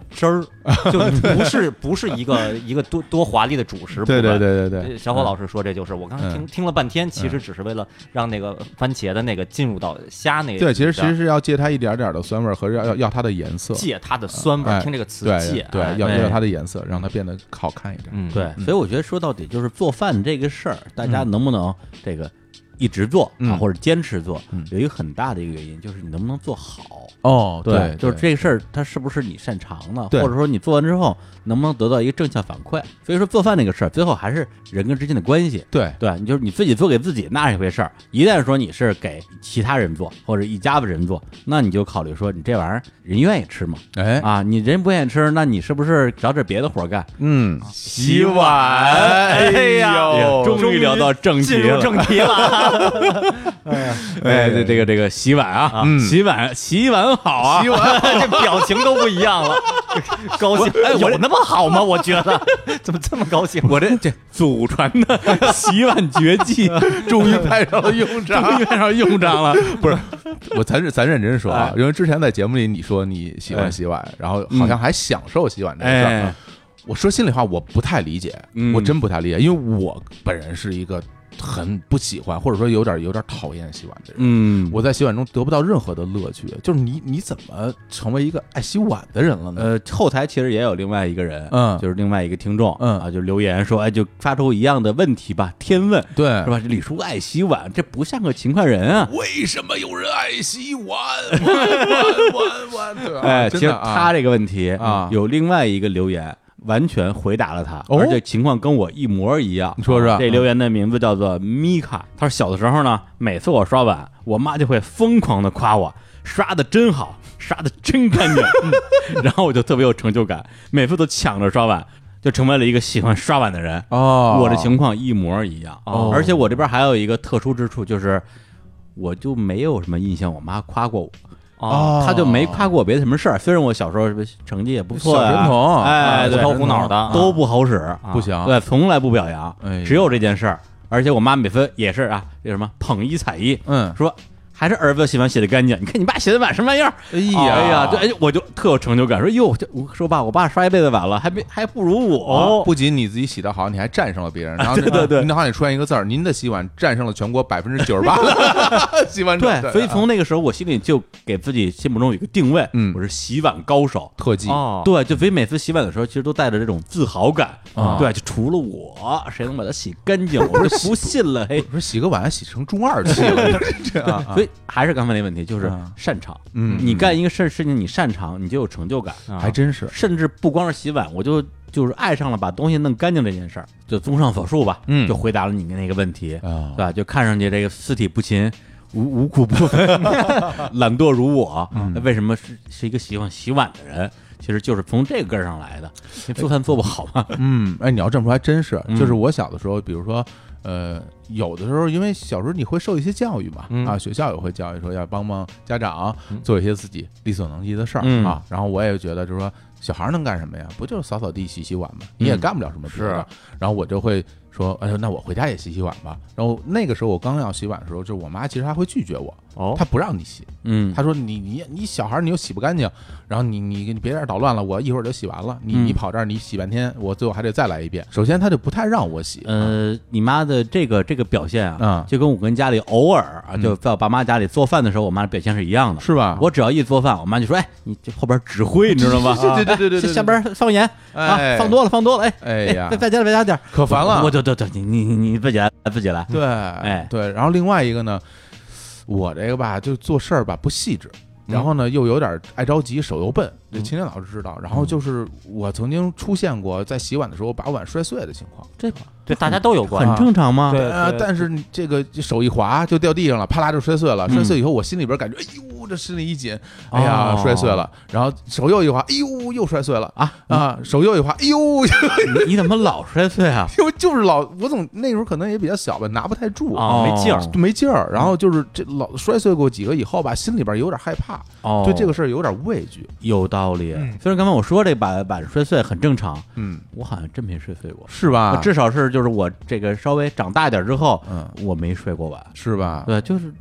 汁儿，就不是不是一个一个多多华丽的主食部对分。 对对对对， 小伙老师说这就是我刚才听、 嗯、 听了半天，其实只是为了让那个番茄的那个进入到虾那个。 对，其实其实是要借它一点点的酸味和要要要它的颜色， 借它的酸味， 哎、 听这个词对借， 对， 哎、 要要它的颜色，让它变得好看一点。 嗯， 对，所以我觉得说到底就是做饭这个事儿，大家能不能这个一直做啊， 嗯、 或者坚持做， 嗯、 有一个很大的一个原因就是你能不能做好。 哦， 对， 对就是这个事儿，它是不是你擅长的， 对或者说你做完之后能不能得到一个正向反馈？所以说做饭这个事儿，最后还是人跟之间的关系。 对对，你就是你自己做给自己那是一回事儿，一旦说你是给其他人做或者一家子人做，那你就考虑说你这玩意儿人愿意吃吗？ 哎啊，你人不愿意吃，那你是不是找点别的活干？ 嗯， 洗碗。 哎呀， 终于聊到正题了， 进入正题了。 哎，这这个这个洗碗啊， 嗯、 洗碗洗碗好啊， 洗碗这表情都不一样了，高兴。 哎， 有那么好吗？我觉得怎么这么高兴？ 我这这祖传的洗碗绝技终于派上了用场， 终于派上用场了。 不是，我咱咱认真说啊， 哎、 因为之前在节目里你说你喜欢洗碗，哎、然后好像还享受洗碗这事儿。 哎、 我说心里话，我不太理解， 嗯、 我真不太理解，因为我本人是一个很不喜欢，或者说有点有点讨厌洗碗的人。 嗯， 我在洗碗中得不到任何的乐趣。就是你你怎么成为一个爱洗碗的人了呢？ 呃，后台其实也有另外一个人， 嗯， 就是另外一个听众， 嗯啊，就留言说，哎，就发出一样的问题吧，天问， 对， 是吧？李叔爱洗碗，这不像个勤快人啊。 为什么有人爱洗碗？碗碗碗，对吧？ 哎，其实啊他这个问题啊， 有另外一个留言。完全回答了他， 哦、 而且情况跟我一模一样。 你说说， 这留言的名字叫做米卡。他说小的时候呢，每次我刷碗，我妈就会疯狂的夸我刷的真好，刷的真干净，嗯、然后我就特别有成就感，每次都抢着刷碗，就成为了一个喜欢刷碗的人。 哦， 我的情况一模一样。 哦， 而且我这边还有一个特殊之处，就是我就没有什么印象，我妈夸过我。 哦， 他就没夸过我别的什么事儿。虽然我小时候成绩也不错、啊， 小神童， 哎， 虎头虎脑的都不好使， 不行， 对，从来不表扬， 哎、 只有这件事儿。而且我妈每次也是啊，这什么捧一踩一， 嗯， 说还是儿子洗碗洗的干净。你看你爸洗的碗什么玩意儿？ 哎呀， 哎呀，对，我就特有成就感。说哟，这我说爸，我爸刷一辈子碗了，还没还不如我。 哦，不仅你自己洗得好，你还战胜了别人。然后对对对， 您好像出现一个字儿，您的洗碗战胜了全国百分之九十八的洗碗者。 对，所以从那个时候，我心里就给自己心目中有一个定位， 嗯， 我是洗碗高手特技。 哦， 对，就所以每次洗碗的时候，其实都带着这种自豪感。 啊， 对，就除了我，谁能把它洗干净？我就不信了。嘿， 我说洗个碗洗成中二气了，这样。 所以还是刚才那问题，就是擅长。 嗯， 你干一个事事情，你擅长，你就有成就感。 还真是。 甚至不光是洗碗，我就就是爱上了把东西弄干净这件事儿。就综上所述吧， 嗯， 就回答了你的那个问题， 啊， 对吧？就看上去这个四体不勤。无无苦不分，懒惰如我， 嗯、 为什么是是一个喜欢洗碗的人？其实就是从这个根儿上来的。你做饭做不好吗？ 嗯，哎，你要这么说还真是。 嗯、 就是我小的时候，比如说，呃，有的时候因为小时候你会受一些教育嘛， 嗯、 啊，学校也会教育说要帮帮家长做一些自己力所能及的事儿、 嗯、 啊。然后我也觉得就是说，小孩能干什么呀？不就是扫扫地、洗洗碗吗？你也干不了什么别的。然后我就会说，哎呦，那我回家也洗洗碗吧。然后那个时候我刚要洗碗的时候，就我妈其实还会拒绝我， 哦， 她不让你洗， 嗯， 她说你你你小孩你又洗不干净，然后你你你别在这捣乱了，我一会儿就洗完了，你嗯你跑这儿你洗半天，我最后还得再来一遍。首先她就不太让我洗， 呃，你妈的这个这个表现啊， 嗯， 就跟我跟家里偶尔啊，就在我爸妈家里做饭的时候，我妈的表现是一样的， 是吧？ 我只要一做饭，我妈就说，哎，你这后边指挥，你知道吗？ 对对对对对， 下边放盐啊，放多了放多了，哎哎呀， 再再加点再加点， 可烦了。 我就对对，你你你你自己来自己来， 对， 哎对。然后另外一个呢，我这个吧就做事儿吧不细致。然后呢，又有点爱着急，手又笨，这青年老师知道。然后就是我曾经出现过在洗碗的时候把碗摔碎的情况， 这对大家都有过， 很正常吗？ 对啊，但是你这个手一滑就掉地上了，啪啦就摔碎了。摔碎以后，我心里边感觉，哎呦，这心里一紧，哎呀，摔碎了。然后手又一滑，哎呦，又摔碎了啊啊！手又一滑，哎呦， 你怎么老摔碎啊？ 因为就是老，我总那时候可能也比较小吧，拿不太住啊，没劲儿， 没劲儿。然后就是这老摔碎过几个以后吧，心里边有点害怕， 哦， 对这个事儿有点畏惧。 有道理。虽然刚才我说这把碗摔碎很正常， 嗯， 我好像真没摔碎过， 是吧？ 至少是就是我这个稍微长大一点之后， 嗯， 我没摔过碗， 是吧？ 对，就是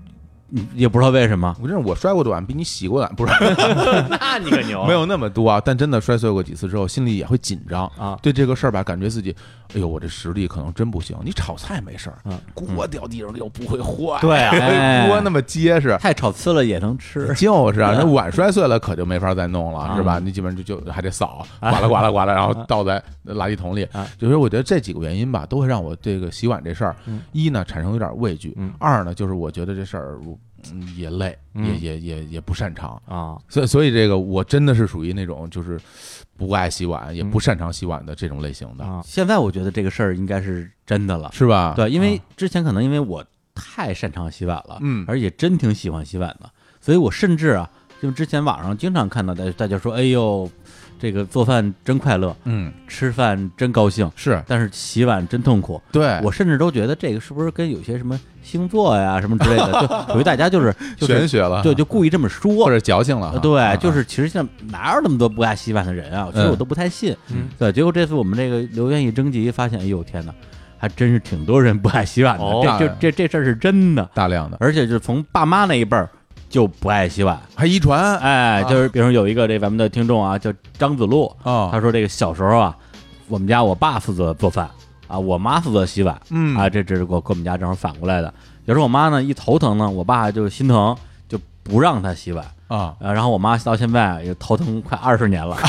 嗯也不知道为什么。 我真是我摔过的碗比你洗过的碗不是那你可牛没有那么多啊，但真的摔碎过几次之后，心里也会紧张啊。 对这个事儿吧，感觉自己，哎呦，我这实力可能真不行。你炒菜没事儿， 嗯锅掉地上又不会坏， 对啊哎锅那么结实。 太炒呲了也能吃。 就是啊，那碗摔碎了可就没法再弄了， 啊是吧？你基本上就就还得扫，刮啦刮啦刮啦，然后倒在垃圾桶里啊。 就是我觉得这几个原因吧，都会让我这个洗碗这事儿嗯， 一呢产生有点畏惧嗯， 二呢就是我觉得这事儿嗯也累， 嗯也也也也不擅长。 啊， 所以所以这个我真的是属于那种就是不爱洗碗也不擅长洗碗的这种类型的， 啊现在我觉得这个事儿应该是真的了， 是吧？ 对，因为啊之前可能因为我太擅长洗碗了， 嗯而且真挺喜欢洗碗的，所以我甚至啊，就之前网上经常看到大大家说，哎呦，这个做饭真快乐， 嗯吃饭真高兴， 是但是洗碗真痛苦。 对， 我甚至都觉得这个是不是跟有些什么星座呀什么之类的，就属于大家就是就是玄学了， 对，就故意这么说， 或者矫情了哈， 呃对， 啊就是其实像哪有那么多不爱洗碗的人啊？其实我都不太信。 嗯对，结果这次我们这个留言一征集，发现，哎呦天哪，还真是挺多人不爱洗碗的。 哦这这这这事儿是真的， 大量的而且就是从爸妈那一辈儿就不爱洗碗。 还遗传哎，就是比如说有一个这咱们的听众啊，叫张子路， 哦， 他说这个小时候啊，我们家我爸负责做饭啊，我妈负责洗碗。 嗯啊，这这是给我跟我们家正好反过来的。有时候我妈呢一头疼呢，我爸就心疼，就不让她洗碗。 啊， 呃，然后我妈到现在也头疼快二十年了，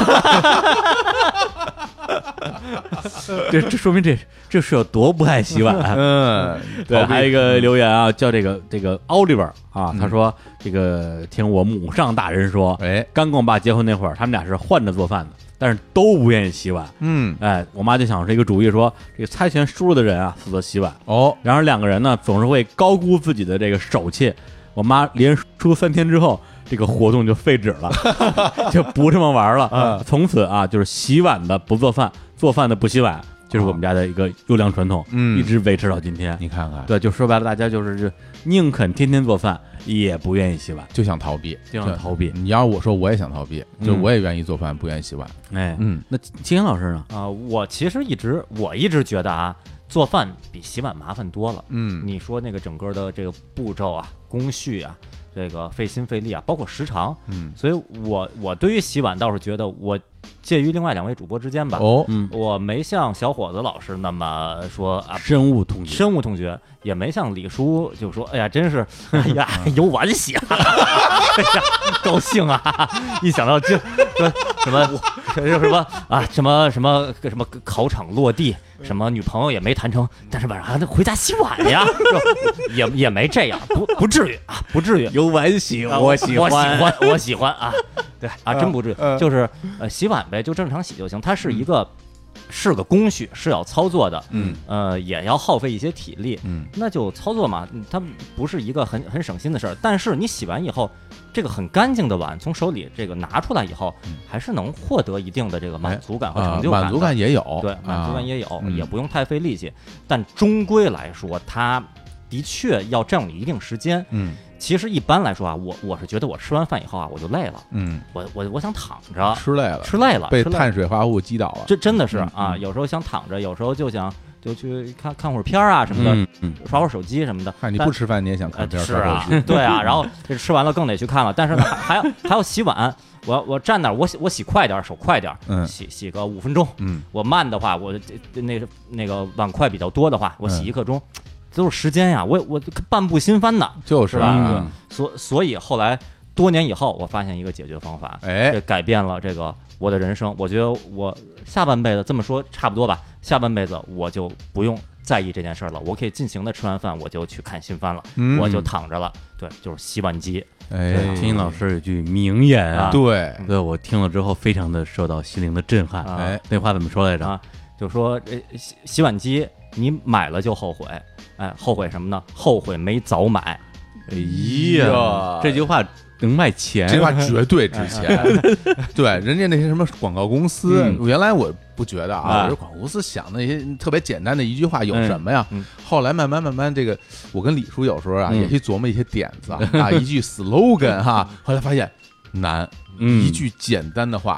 这这说明这这是有多不爱洗碗。 嗯， 对， 逃避还有一个留言啊，叫这个这个 Oliver 啊， 嗯他说这个听我母上大人说， 哎， 刚跟我爸结婚那会儿，他们俩是换着做饭的，但是都不愿意洗碗。 嗯， 哎，我妈就想出一个主意说，这个猜拳输了的人啊负责洗碗， 哦， 然后两个人呢总是会高估自己的这个手气。我妈连输三天之后，这个活动就废止了，就不这么玩了。 嗯从此啊，就是洗碗的不做饭，做饭的不洗碗，就是我们家的一个优良传统， 嗯一直维持到今天。 你看看， 对，就说白了，大家就是就宁肯天天做饭，也不愿意洗碗， 就想逃避， 就想逃避。 你要是我说我也想逃避， 嗯就我也愿意做饭，不愿意洗碗。 哎， 嗯， 那秦岩老师呢？ 啊，我其实一直我一直觉得啊，做饭比洗碗麻烦多了。 嗯， 你说那个整个的这个步骤啊、工序啊，这个费心费力啊，包括时长， 嗯， 所以我我对于洗碗倒是觉得我介于另外两位主播之间吧。 哦， 嗯， 我没像小伙子老师那么说啊， 深恶痛绝。 深恶痛绝，也没像李叔就说，哎呀，真是，哎呀，有碗洗啊，哎呀，高兴啊！一想到这说什么什么啊，什么什么什么考场落地，什么女朋友也没谈成，但是晚上还得回家洗碗呀，也也没这样，不不至于啊，不至于。 有碗洗， 啊我喜我喜欢， 欢，我喜欢啊，对啊，真不至于， 嗯就是呃洗碗呗，就正常洗就行。它是一个是个工序，是要操作的， 嗯呃，也要耗费一些体力， 嗯， 那就操作嘛，嗯它不是一个很很省心的事儿。但是你洗完以后，这个很干净的碗从手里这个拿出来以后，还是能获得一定的这个满足感和啊成就感的， 满足感也有， 对，满足感也也有， 嗯也不用太费力气。但终归来说，它的确要占用你一定时间。 嗯其实一般来说啊，我我是觉得我吃完饭以后啊，我就累了， 嗯， 我我我想躺着， 吃累了， 吃累了， 被吃累了碳水化合物击倒了， 这真的是嗯啊， 嗯有时候想躺着，有时候就想就去看看会儿片儿啊什么的， 嗯嗯， 刷会儿手机什么的。 看你但不吃饭你也想呃看片儿是啊刷手机， 对啊，然后这吃完了更得去看了，但是呢还还要还要洗碗，我我站那儿，我洗我洗快点儿，手快点儿， 嗯洗洗个五分钟， 嗯我慢的话，我这那个那个碗筷比较多的话，我洗嗯一刻钟，都是时间呀，我我半步新翻的， 就是是吧啊， 所所以后来多年以后，我发现一个解决方法， 哎这，改变了这个我的人生。我觉得我下半辈子这么说差不多吧，下半辈子我就不用在意这件事儿了，我可以尽情的吃完饭我就去看新番了， 嗯我就躺着了。对，就是洗碗机。 哎， 听老师有句名言啊， 对， 对我听了之后非常的受到心灵的震撼。 啊哎， 那话怎么说来着？ 啊，就说这洗洗碗机你买了就后悔，哎，后悔什么呢？后悔没早买。 哎呀，这句话能卖钱， 这句话绝对值钱。对，人家那些什么广告公司， 嗯原来我不觉得啊， 啊我说广告公司想那些特别简单的一句话有什么呀？ 嗯嗯后来慢慢慢慢，这个我跟李叔有时候啊， 嗯也去琢磨一些点子啊，一句 slogan 哈，后来发现难， 嗯一句简单的话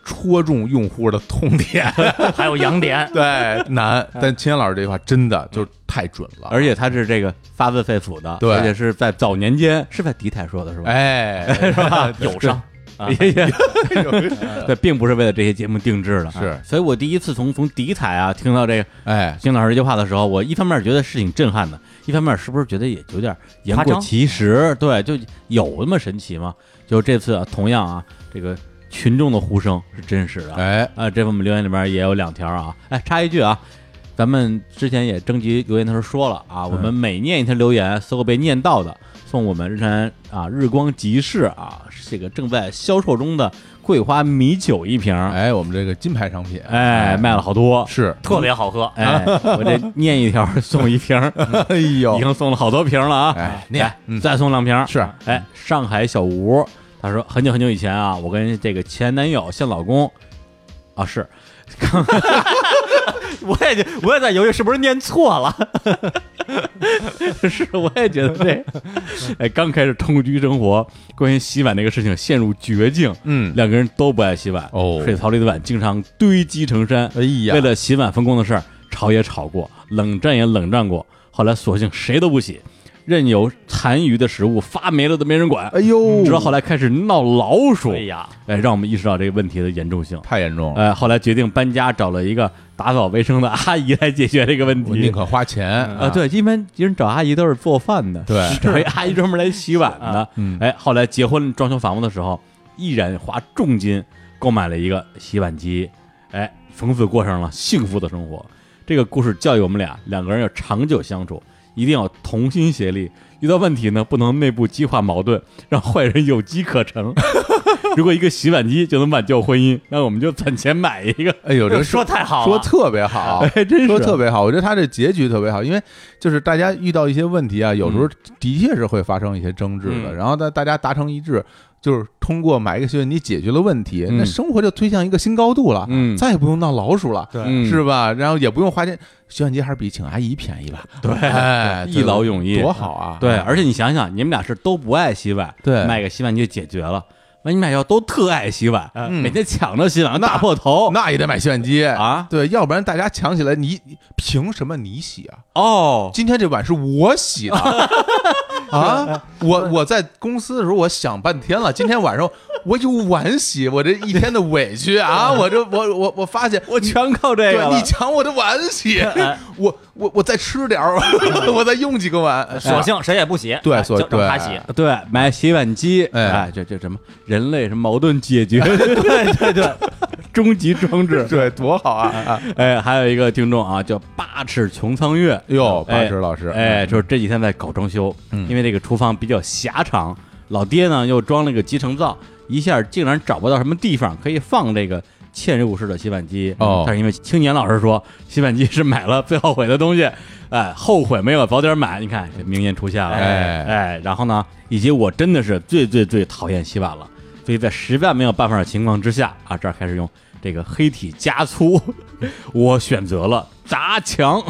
戳中用户的痛点， 还有痒点， 对，难。但秦岩老师这句话真的就是太准了， 而且他是这个发自肺腑的， 对而且是在早年间是在敌台说的是吧？ 哎， 是吧？ 友商。啊也也对，并不是为了这些节目定制的， 是所以我第一次从从敌台啊听到这个哎， 金老师这句话的时候，我一方面觉得是挺震撼的，一方面是不是觉得也有点言过其实？对，就有那么神奇吗？就这次、啊、同样啊，这个群众的呼声是真实的， 哎， 啊，这份我们留言里边也有两条啊，哎，插一句啊。咱们之前也征集留言的时候说了啊，我们每念一条留言，所有被念到的，送我们日产啊日光集市啊这个正在销售中的桂花米酒一瓶， 哎，我们这个金牌商品， 哎，卖了好多， 是特别好喝。 哎，我这念一条送一瓶， 哎呦， 已经送了好多瓶了啊， 哎，念来，再送两瓶， 是， 哎，上海小吴他说很久很久以前啊，我跟这个前男友现老公啊是。 我也我也在犹豫是不是念错了， 是我也觉得这，哎，刚开始同居生活，关于洗碗这个事情陷入绝境， 嗯， 两个人都不爱洗碗， 哦， 水槽里的碗经常堆积成山， 哎呀， 为了洗碗分工的事儿，吵也吵过，冷战也冷战过，后来索性谁都不洗。任由残余的食物发霉了都没人管， 哎呦， 直到后来开始闹老鼠， 哎呀， 哎，让我们意识到这个问题的严重性， 太严重了。 哎，后来决定搬家，找了一个打扫卫生的阿姨来解决这个问题。 我宁可花钱啊，对，一般人找阿姨都是做饭的， 对， 找一阿姨专门来洗碗的。 嗯， 哎，后来结婚装修房子的时候，毅然花重金购买了一个洗碗机，哎，从此过上了幸福的生活。这个故事教育我们俩，两个人要长久相处，一定要同心协力。遇到问题呢，不能内部激化矛盾，让坏人有机可乘。如果一个洗碗机就能挽救婚姻，那我们就攒钱买一个。 哎呦，这说太好了， 说特别好， 哎，真是说特别好。我觉得他这结局特别好，因为就是大家遇到一些问题啊，有时候的确是会发生一些争执的， 嗯、 然后大大家达成一致。就是通过买一个洗碗机解决了问题， 嗯、 那生活就推向一个新高度了， 嗯， 再也不用闹老鼠了， 对， 嗯、 是吧？然后也不用花钱，洗碗机还是比请阿姨便宜吧？ 对， 哎， 一劳永逸， 多好啊！ 对，而且你想想，你们俩是都不爱洗碗， 对， 买个洗碗机就解决了。那你们俩要都特爱洗碗， 嗯、 每天抢着洗碗，打破头， 那也得买洗碗机啊！ 对，要不然大家抢起来，你凭什么你洗啊？ 哦， 今天这碗是我洗的啊！我我在公司的时候，我想半天了，今天晚上我有碗洗，我这一天的委屈啊！我这我我我发现我全靠这个了， 你抢我的碗洗，我我我再吃点儿，我再用几个碗， 索性谁也不洗， 对，所以让他洗， 对，买洗碗机，哎，这这什么人类什么矛盾解决，对对对，终极装置， 对，多好啊！ 哎，还有一个听众啊，叫八尺穹苍月， 哟，八尺老师， 哎，就是这几天在搞装修，因为这个厨房比较狭长，老爹呢又装了个集成灶。一下竟然找不到什么地方可以放这个嵌入式的洗碗机哦， 但是因为青年老师说洗碗机是买了最后悔的东西，哎，后悔没有早点买。你看这名言出现了， 哎哎，然后呢，以及我真的是最最最讨厌洗碗了，所以在实在没有办法的情况之下啊，这儿开始用这个黑体加粗，我选择了砸墙，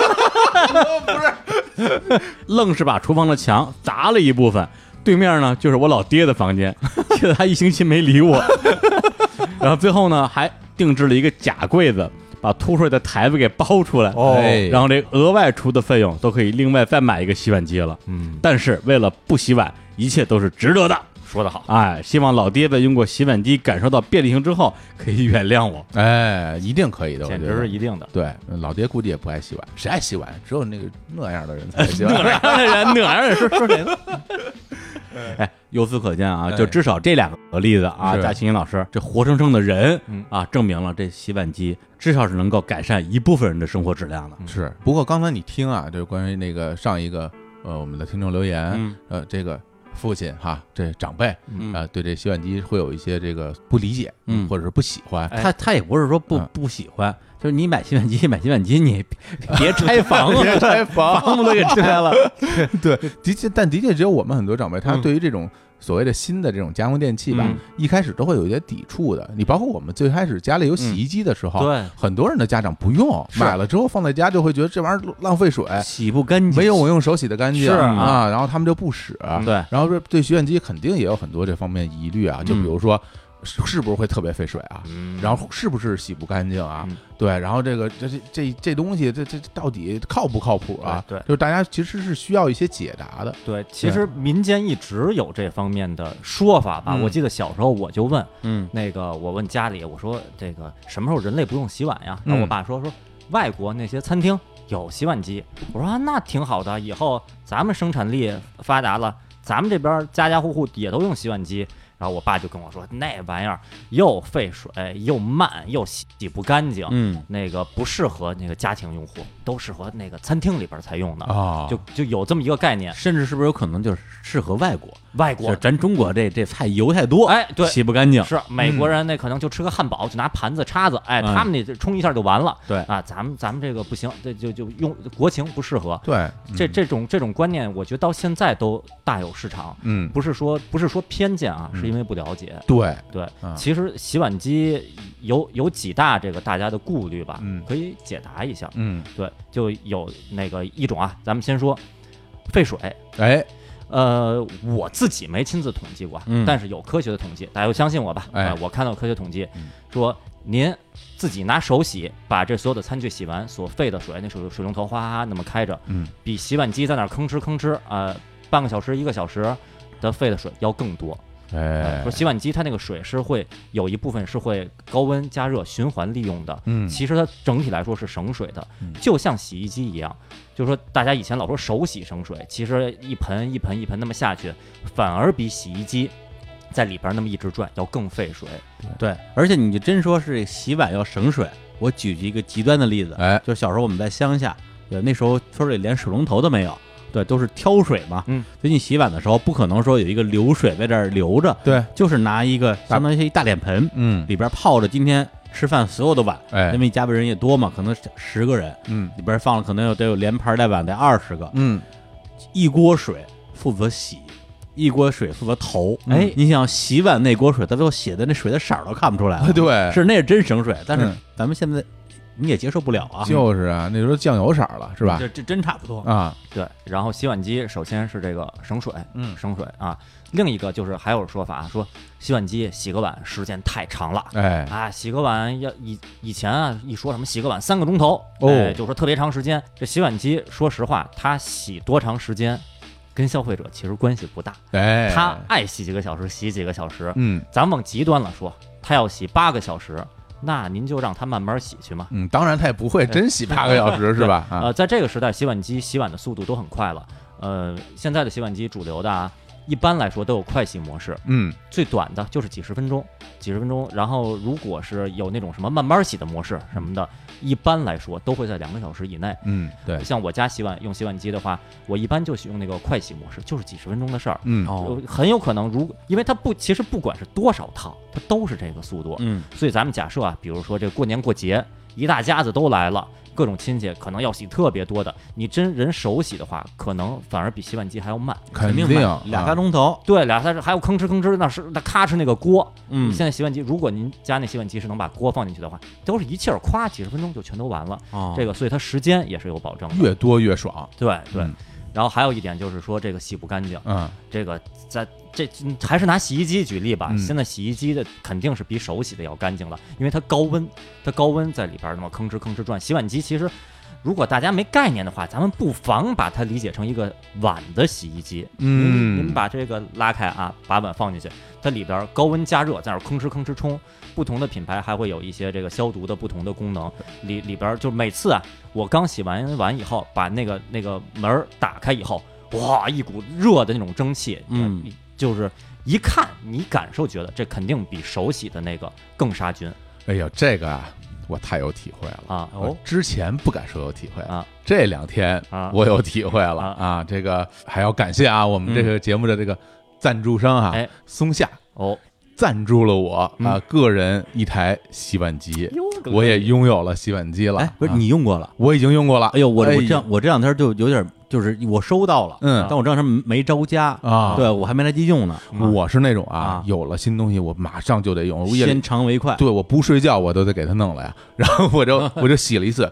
不是， 愣是把厨房的墙砸了一部分。对面呢就是我老爹的房间，记得他一星期没理我，然后最后呢还定制了一个假柜子，把凸出来的台子给包出来， 哦， 然后这额外出的费用都可以另外再买一个洗碗机了。 嗯， 但是为了不洗碗，一切都是值得的。 说得好， 哎，希望老爹在用过洗碗机感受到便利性之后，可以原谅我。 哎，一定可以的， 简直是一定的。 对，老爹估计也不爱洗碗，谁爱洗碗？只有那个那样的人才爱洗碗。 那样的人，那样的人说说谁呢？哎，由此可见啊，就至少这两个例子啊，加青年老师这活生生的人啊，证明了这洗碗机至少是能够改善一部分人的生活质量的。 是，不过刚才你听啊，就是关于那个上一个呃我们的听众留言， 嗯、 呃这个。父亲哈，这长辈啊、 嗯呃，对这洗碗机会有一些这个不理解， 嗯， 或者是不喜欢。 他他也不是说不、嗯、不喜欢，就是你买洗碗机买洗碗机，你别拆房子， 别拆房， 房子都给拆了。 对，的确，但的确只有我们很多长辈，他对于这种所谓的新的这种家用电器吧， 嗯、 一开始都会有一些抵触的。你包括我们最开始家里有洗衣机的时候， 对、 嗯，很多人的家长不用，买了之后放在家就会觉得这玩意儿浪费水， 洗不干净， 没有我用手洗的干净， 是啊，然后他们就不使。 对， 然后对洗碗机肯定也有很多这方面疑虑啊，就比如说。 是是不是会特别费水啊？ 嗯然后是不是洗不干净啊？ 嗯对，然后这个这这这这东西，这这这到底靠不靠谱啊？ 对对就是大家其实是需要一些解答的。 对，其实民间一直有这方面的说法吧。 嗯我记得小时候我就问， 嗯那个我问家里，我说这个什么时候人类不用洗碗呀？ 嗯然后我爸说说外国那些餐厅有洗碗机。我说啊，那挺好的，以后咱们生产力发达了，咱们这边家家户户也都用洗碗机。然后我爸就跟我说，那玩意儿又费水又慢又洗不干净， 嗯那个不适合那个家庭用户，都适合那个餐厅里边才用的。 啊， 就就有这么一个概念， 甚至是不是有可能就是适合外国？ 外国就是咱中国这这菜油太多， 哎对洗不干净。 是美国人那可能就吃个汉堡就拿盘子叉子，哎， 嗯他们那冲一下就完了。 对啊，咱们咱们这个不行，这就就用国情不适合。 对， 这嗯这种这种观念，我觉得到现在都大有市场， 嗯， 不是说不是说偏见啊， 嗯是因为不了解。 对， 对啊， 其实洗碗机有有几大这个大家的顾虑吧， 嗯可以解答一下。 嗯， 对，就有那个一种啊，咱们先说费水。 哎， 呃，我自己没亲自统计过， 嗯但是有科学的统计，大家就相信我吧。 哎呃我看到科学统计嗯说，您自己拿手洗，把这所有的餐具洗完，所费的水，那水水龙头哗哗哗那么开着， 嗯， 比洗碗机在那儿吭哧吭哧，呃，半个小时一个小时的费的水要更多。呃哎说，洗碗机它那个水是会有一部分是会高温加热循环利用的， 嗯， 其实它整体来说是省水的嗯， 就像洗衣机一样。就是说，大家以前老说手洗省水，其实一盆一盆一盆那么下去，反而比洗衣机在里边那么一直转要更费水。 对，而且你就真说是洗碗要省水，我举一个极端的例子， 哎， 就是小时候我们在乡下，对，那时候村里连水龙头都没有，对，都是挑水嘛， 嗯， 所以你洗碗的时候不可能说有一个流水在这儿流着， 对， 就是拿一个相当于一大脸盆， 嗯， 里边泡着今天吃饭所有的碗， 哎因为家里人也多嘛，可能十个人， 嗯里边放了可能有得有连盘带碗得二十个， 嗯， 一锅水负责洗，一锅水负责投， 哎你想洗碗那锅水，到最后写的那水的色儿都看不出来了， 对， 是那是真省水，但是嗯咱们现在你也接受不了啊， 就是啊，那时候酱油色儿了，是吧？ 这这真差不多， 啊， 对，然后洗碗机首先是这个省水， 嗯省水啊。另一个就是还有说法说，洗碗机洗个碗时间太长了。 哎， 啊，洗个碗要以以前啊，一说什么洗个碗三个钟头， 哦哎就说特别长时间。这洗碗机，说实话，它洗多长时间，跟消费者其实关系不大。 哎， 他爱洗几个小时，洗几个小时。 嗯咱往极端了说，他要洗八个小时，那您就让他慢慢洗去嘛。 嗯，当然他也不会真洗八个小时，是吧？啊， 呃，在这个时代，洗碗机洗碗的速度都很快了。呃，现在的洗碗机主流的啊，一般来说都有快洗模式， 嗯最短的就是几十分钟，几十分钟。然后如果是有那种什么慢慢洗的模式什么的，一般来说都会在两个小时以内。 嗯，对， 像我家洗碗用洗碗机的话，我一般就使用那个快洗模式，就是几十分钟的事儿。 嗯哦， 呃很有可能如，因为它不，其实不管是多少套，它都是这个速度。 嗯所以咱们假设啊，比如说这过年过节，一大家子都来了，各种亲戚可能要洗特别多的，你真人手洗的话，可能反而比洗碗机还要慢。 肯定慢啊俩仨钟头， 对，俩三十还有吭哧吭哧，那是那咔哧那个锅。 嗯现在洗碗机，如果您家那洗碗机是能把锅放进去的话，都是一气儿咵几十分钟就全都完了。 哦， 这个，所以它时间也是有保证的。 越多越爽， 对对。 嗯然后还有一点就是说，这个洗不干净。 嗯这个在这嗯还是拿洗衣机举例吧， 嗯现在洗衣机的肯定是比手洗的要干净了，因为它高温，它高温在里边儿那么吭哧吭哧转。洗碗机其实，如果大家没概念的话，咱们不妨把它理解成一个碗的洗衣机。 嗯您您把这个拉开啊，把碗放进去，它里边儿高温加热，在那儿吭哧吭哧冲。不同的品牌还会有一些这个消毒的不同的功能，里里边儿就每次啊，我刚洗完碗以后，把那个那个门儿打开以后，哇，一股热的那种蒸汽， 嗯， 就是一看你感受觉得这肯定比手洗的那个更杀菌哎呦，这个啊，我太有体会了。 啊。 我之前不敢说有体会啊， 这两天啊我有体会了啊啊！这个还要感谢啊，我们这个节目的这个赞助商啊哎， 松下哦， 赞助了我啊嗯个人一台洗碗机，我也拥有了洗碗机了。 哎，不是啊你用过了？ 我已经用过了。 哎呦，我我哎这样我这两天就有点就是我收到了， 嗯但我这两天没着家啊对我还没来及用呢， 我是那种啊啊， 有了新东西我马上就得用，我夜里先尝为快， 对我不睡觉我都得给它弄了呀。然后我就我就洗了一次，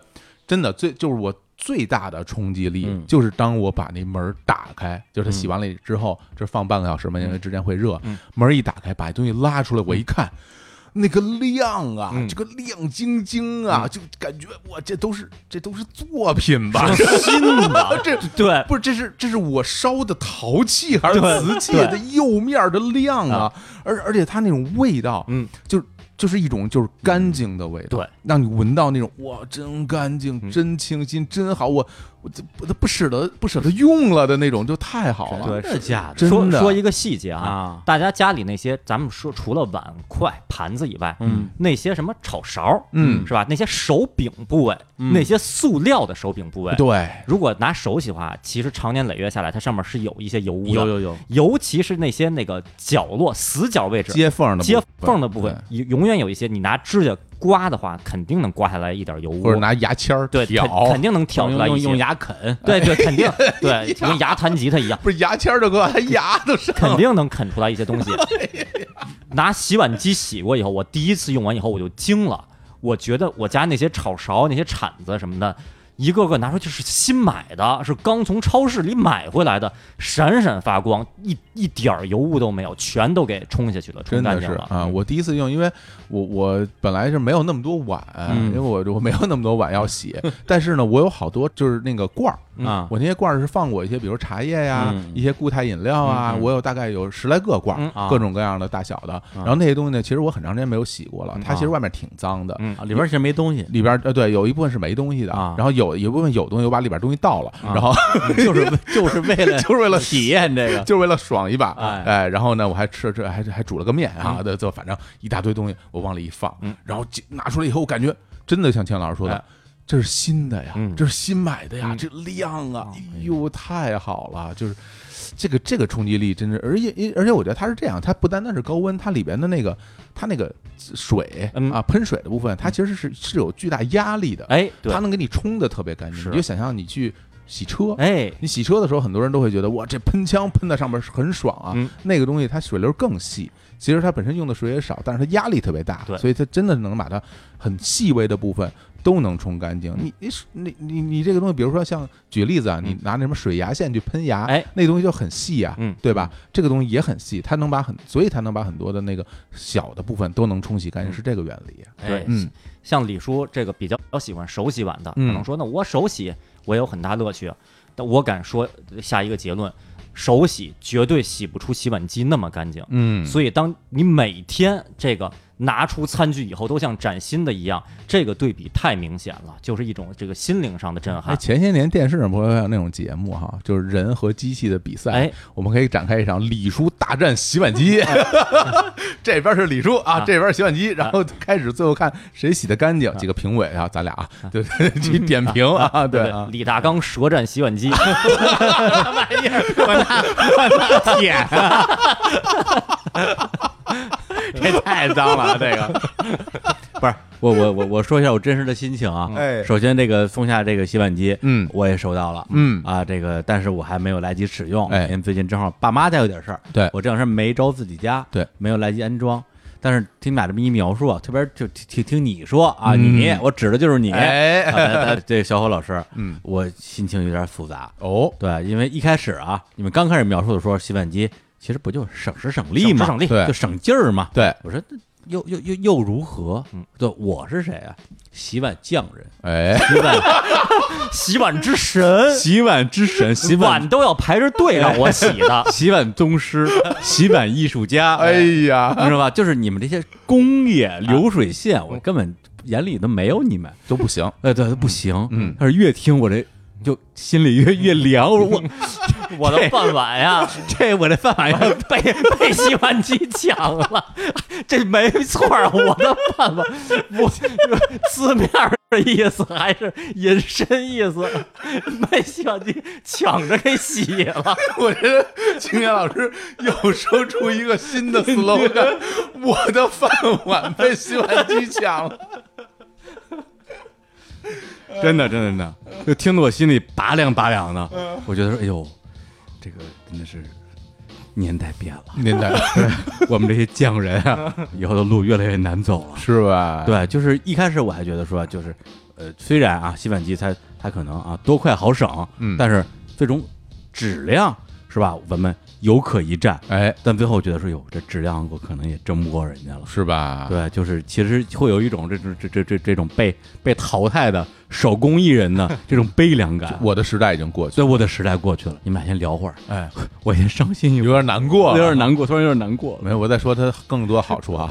真的最就是我最大的冲击力， 嗯就是当我把那门打开，就是它洗完了之后，这放半个小时嘛，因为之前会热， 嗯门一打开，把东西拉出来，我一看。那个亮啊， 嗯这个亮晶晶啊，就感觉哇，这都是这都是作品吧？ 新的， 这对， 不是这是这是我烧的陶器还是对瓷器的釉面的亮啊？而而且它那种味道， 嗯， 就就是一种就是干净的味道， 对， 让你闻到那种哇，真干净， 嗯真清新，真好，我我这不不舍得不舍得用了的那种，就太好了。 对真的假的？ 真的说说一个细节啊， 啊大家家里那些咱们说除了碗筷盘子以外， 嗯， 那些什么炒勺， 嗯是吧？那些手柄部位， 嗯那些塑料的手柄部位， 对， 如果拿手洗的话，其实长年累月下来，它上面是有一些油污的， 有有有， 尤其是那些那个角落死角位置。 接缝的接部分缝的部分，永永远有一些，你拿指甲刮的话，肯定能刮下来一点油污， 或者拿牙签儿对，肯挑， 肯定能挑出来一些。 用用牙啃， 对对，肯定对，跟牙弹吉他一样， 不是牙签儿的哥，他牙都上肯定能啃出来一些东西。拿洗碗机洗过以后，我第一次用完以后我就惊了，我觉得我家那些炒勺、那些铲子什么的，一个个拿出就是新买的，是刚从超市里买回来的，闪闪发光，一一点儿油污都没有，全都给冲下去了，冲真干净了的是啊！我第一次用，因为我我本来是没有那么多碗， 嗯因为我我没有那么多碗要洗，但是呢，我有好多就是那个罐儿。 啊， 我那些罐儿是放过一些，比如茶叶呀、 嗯一些固态饮料啊， 嗯嗯我有大概有十来个罐儿， 嗯啊各种各样的大小的。然后那些东西呢，其实我很长时间没有洗过了，它其实外面挺脏的。 嗯啊里边其实没东西， 里边呃对，有一部分是没东西的， 啊然后有有一部分有东西，我把里边东西倒了，然后就是就是为了就是为了体验这个， 就是为了爽一把， 哎哎，然后呢，我还吃这还还煮了个面啊，对，就反正一大堆东西我往里一放， 嗯然后拿出来以后，我感觉真的像钱老师说的哎， 这是新的呀， 嗯这是新买的呀， 嗯这亮啊，哎呦，太好了，就是。这个这个冲击力真是，而且而且我觉得它是这样，它不单单是高温，它里边的那个它那个水嗯啊喷水的部分，它其实是是有巨大压力的， 哎，对它，能给你冲的特别干净。 是你就想象你去洗车， 哎， 你洗车的时候，很多人都会觉得哇，这喷枪喷在上面很爽啊。 嗯那个东西它水流更细，其实它本身用的水也少，但是它压力特别大， 对所以它真的能把它很细微的部分都能冲干净。 嗯你你你你你这个东西，比如说像举个例子啊，你拿那什么水牙线去喷牙， 哎那东西就很细啊， 嗯对吧？这个东西也很细，它能把很，所以它能把很多的那个小的部分都能冲洗干净， 嗯是这个原理。 对， 嗯， 像李叔这个比较喜欢手洗碗的，可嗯能说那我手洗我也有很大乐趣，但我敢说下一个结论，手洗绝对洗不出洗碗机那么干净。 嗯， 所以当你每天这个拿出餐具以后都像崭新的一样，这个对比太明显了，就是一种这个心灵上的震哎， 撼。 前些年电视上不会有那种节目哈，就是人和机器的比赛， 哎， 我们可以展开一场李叔大战洗碗机，这边是李叔啊， 啊这边是洗碗机，然后开始最后看谁洗的干净，几个评委啊，咱俩啊，对对，去点评啊，对啊， 李大刚舌战洗碗机， 玩意儿，我拿我拿舔啊，这太脏了，这个不是我我我我说一下我真实的心情啊。 哎首先这个松下这个洗碗机， 嗯我也收到了， 嗯啊，这个但是我还没有来及使用， 哎因为最近正好爸妈家有点事儿， 对我这两天没招自己家， 对， 没有来及安装。但是听你俩这么一描述啊，特别就听听听你说啊， 嗯你我指的就是你， 哎啊咱咱这个小伙老师， 嗯， 我心情有点复杂， 哦， 对，因为一开始啊，你们刚开始描述的时候，洗碗机其实不就省时省力嘛， 省时省力对就省劲儿嘛。 对， 我说这又又又又如何？ 嗯， 对，我是谁啊？洗碗匠人， 哎， 洗碗洗碗之神， 洗碗之神，洗碗碗都要排着队让我洗的。 洗碗宗师，洗碗艺术家， 哎呀， 你知道吧？就是你们这些工业流水线，我根本眼里都没有你们。 都不行， 哎，对，不行。 嗯但是越听我这就心里越越凉。我说我我的饭碗呀， 这我这饭碗要被被洗碗机抢了，这没错儿，我的饭碗，我字面儿的意思还是引申意思，被洗碗机抢着给洗了。 我觉得青年老师又说出一个新的 slogan，我的饭碗被洗碗机抢了。 真的，真的，真的，就听得我心里拔凉拔凉的。我觉得说，哎呦，这个真的是年代变了， 年代我们这些匠人啊，以后的路越来越难走了。 是吧？ 对，就是一开始我还觉得说，就是呃，虽然啊，洗碗机它它可能啊多快好省， 嗯但是最终质量是吧，我们有可一战。 哎， 但最后觉得说，哟，这质量我可能也争不过人家了。 是吧？ 对，就是其实会有一种这种这这这这种被被淘汰的手工艺人的这种悲凉感。 我的时代已经过去对，我的时代过去了，你们俩先聊会儿， 了，哎， 我先伤心一会儿， 有点难过有了， 点难过，突然有点难过了。 没有，我在说它更多好处哈。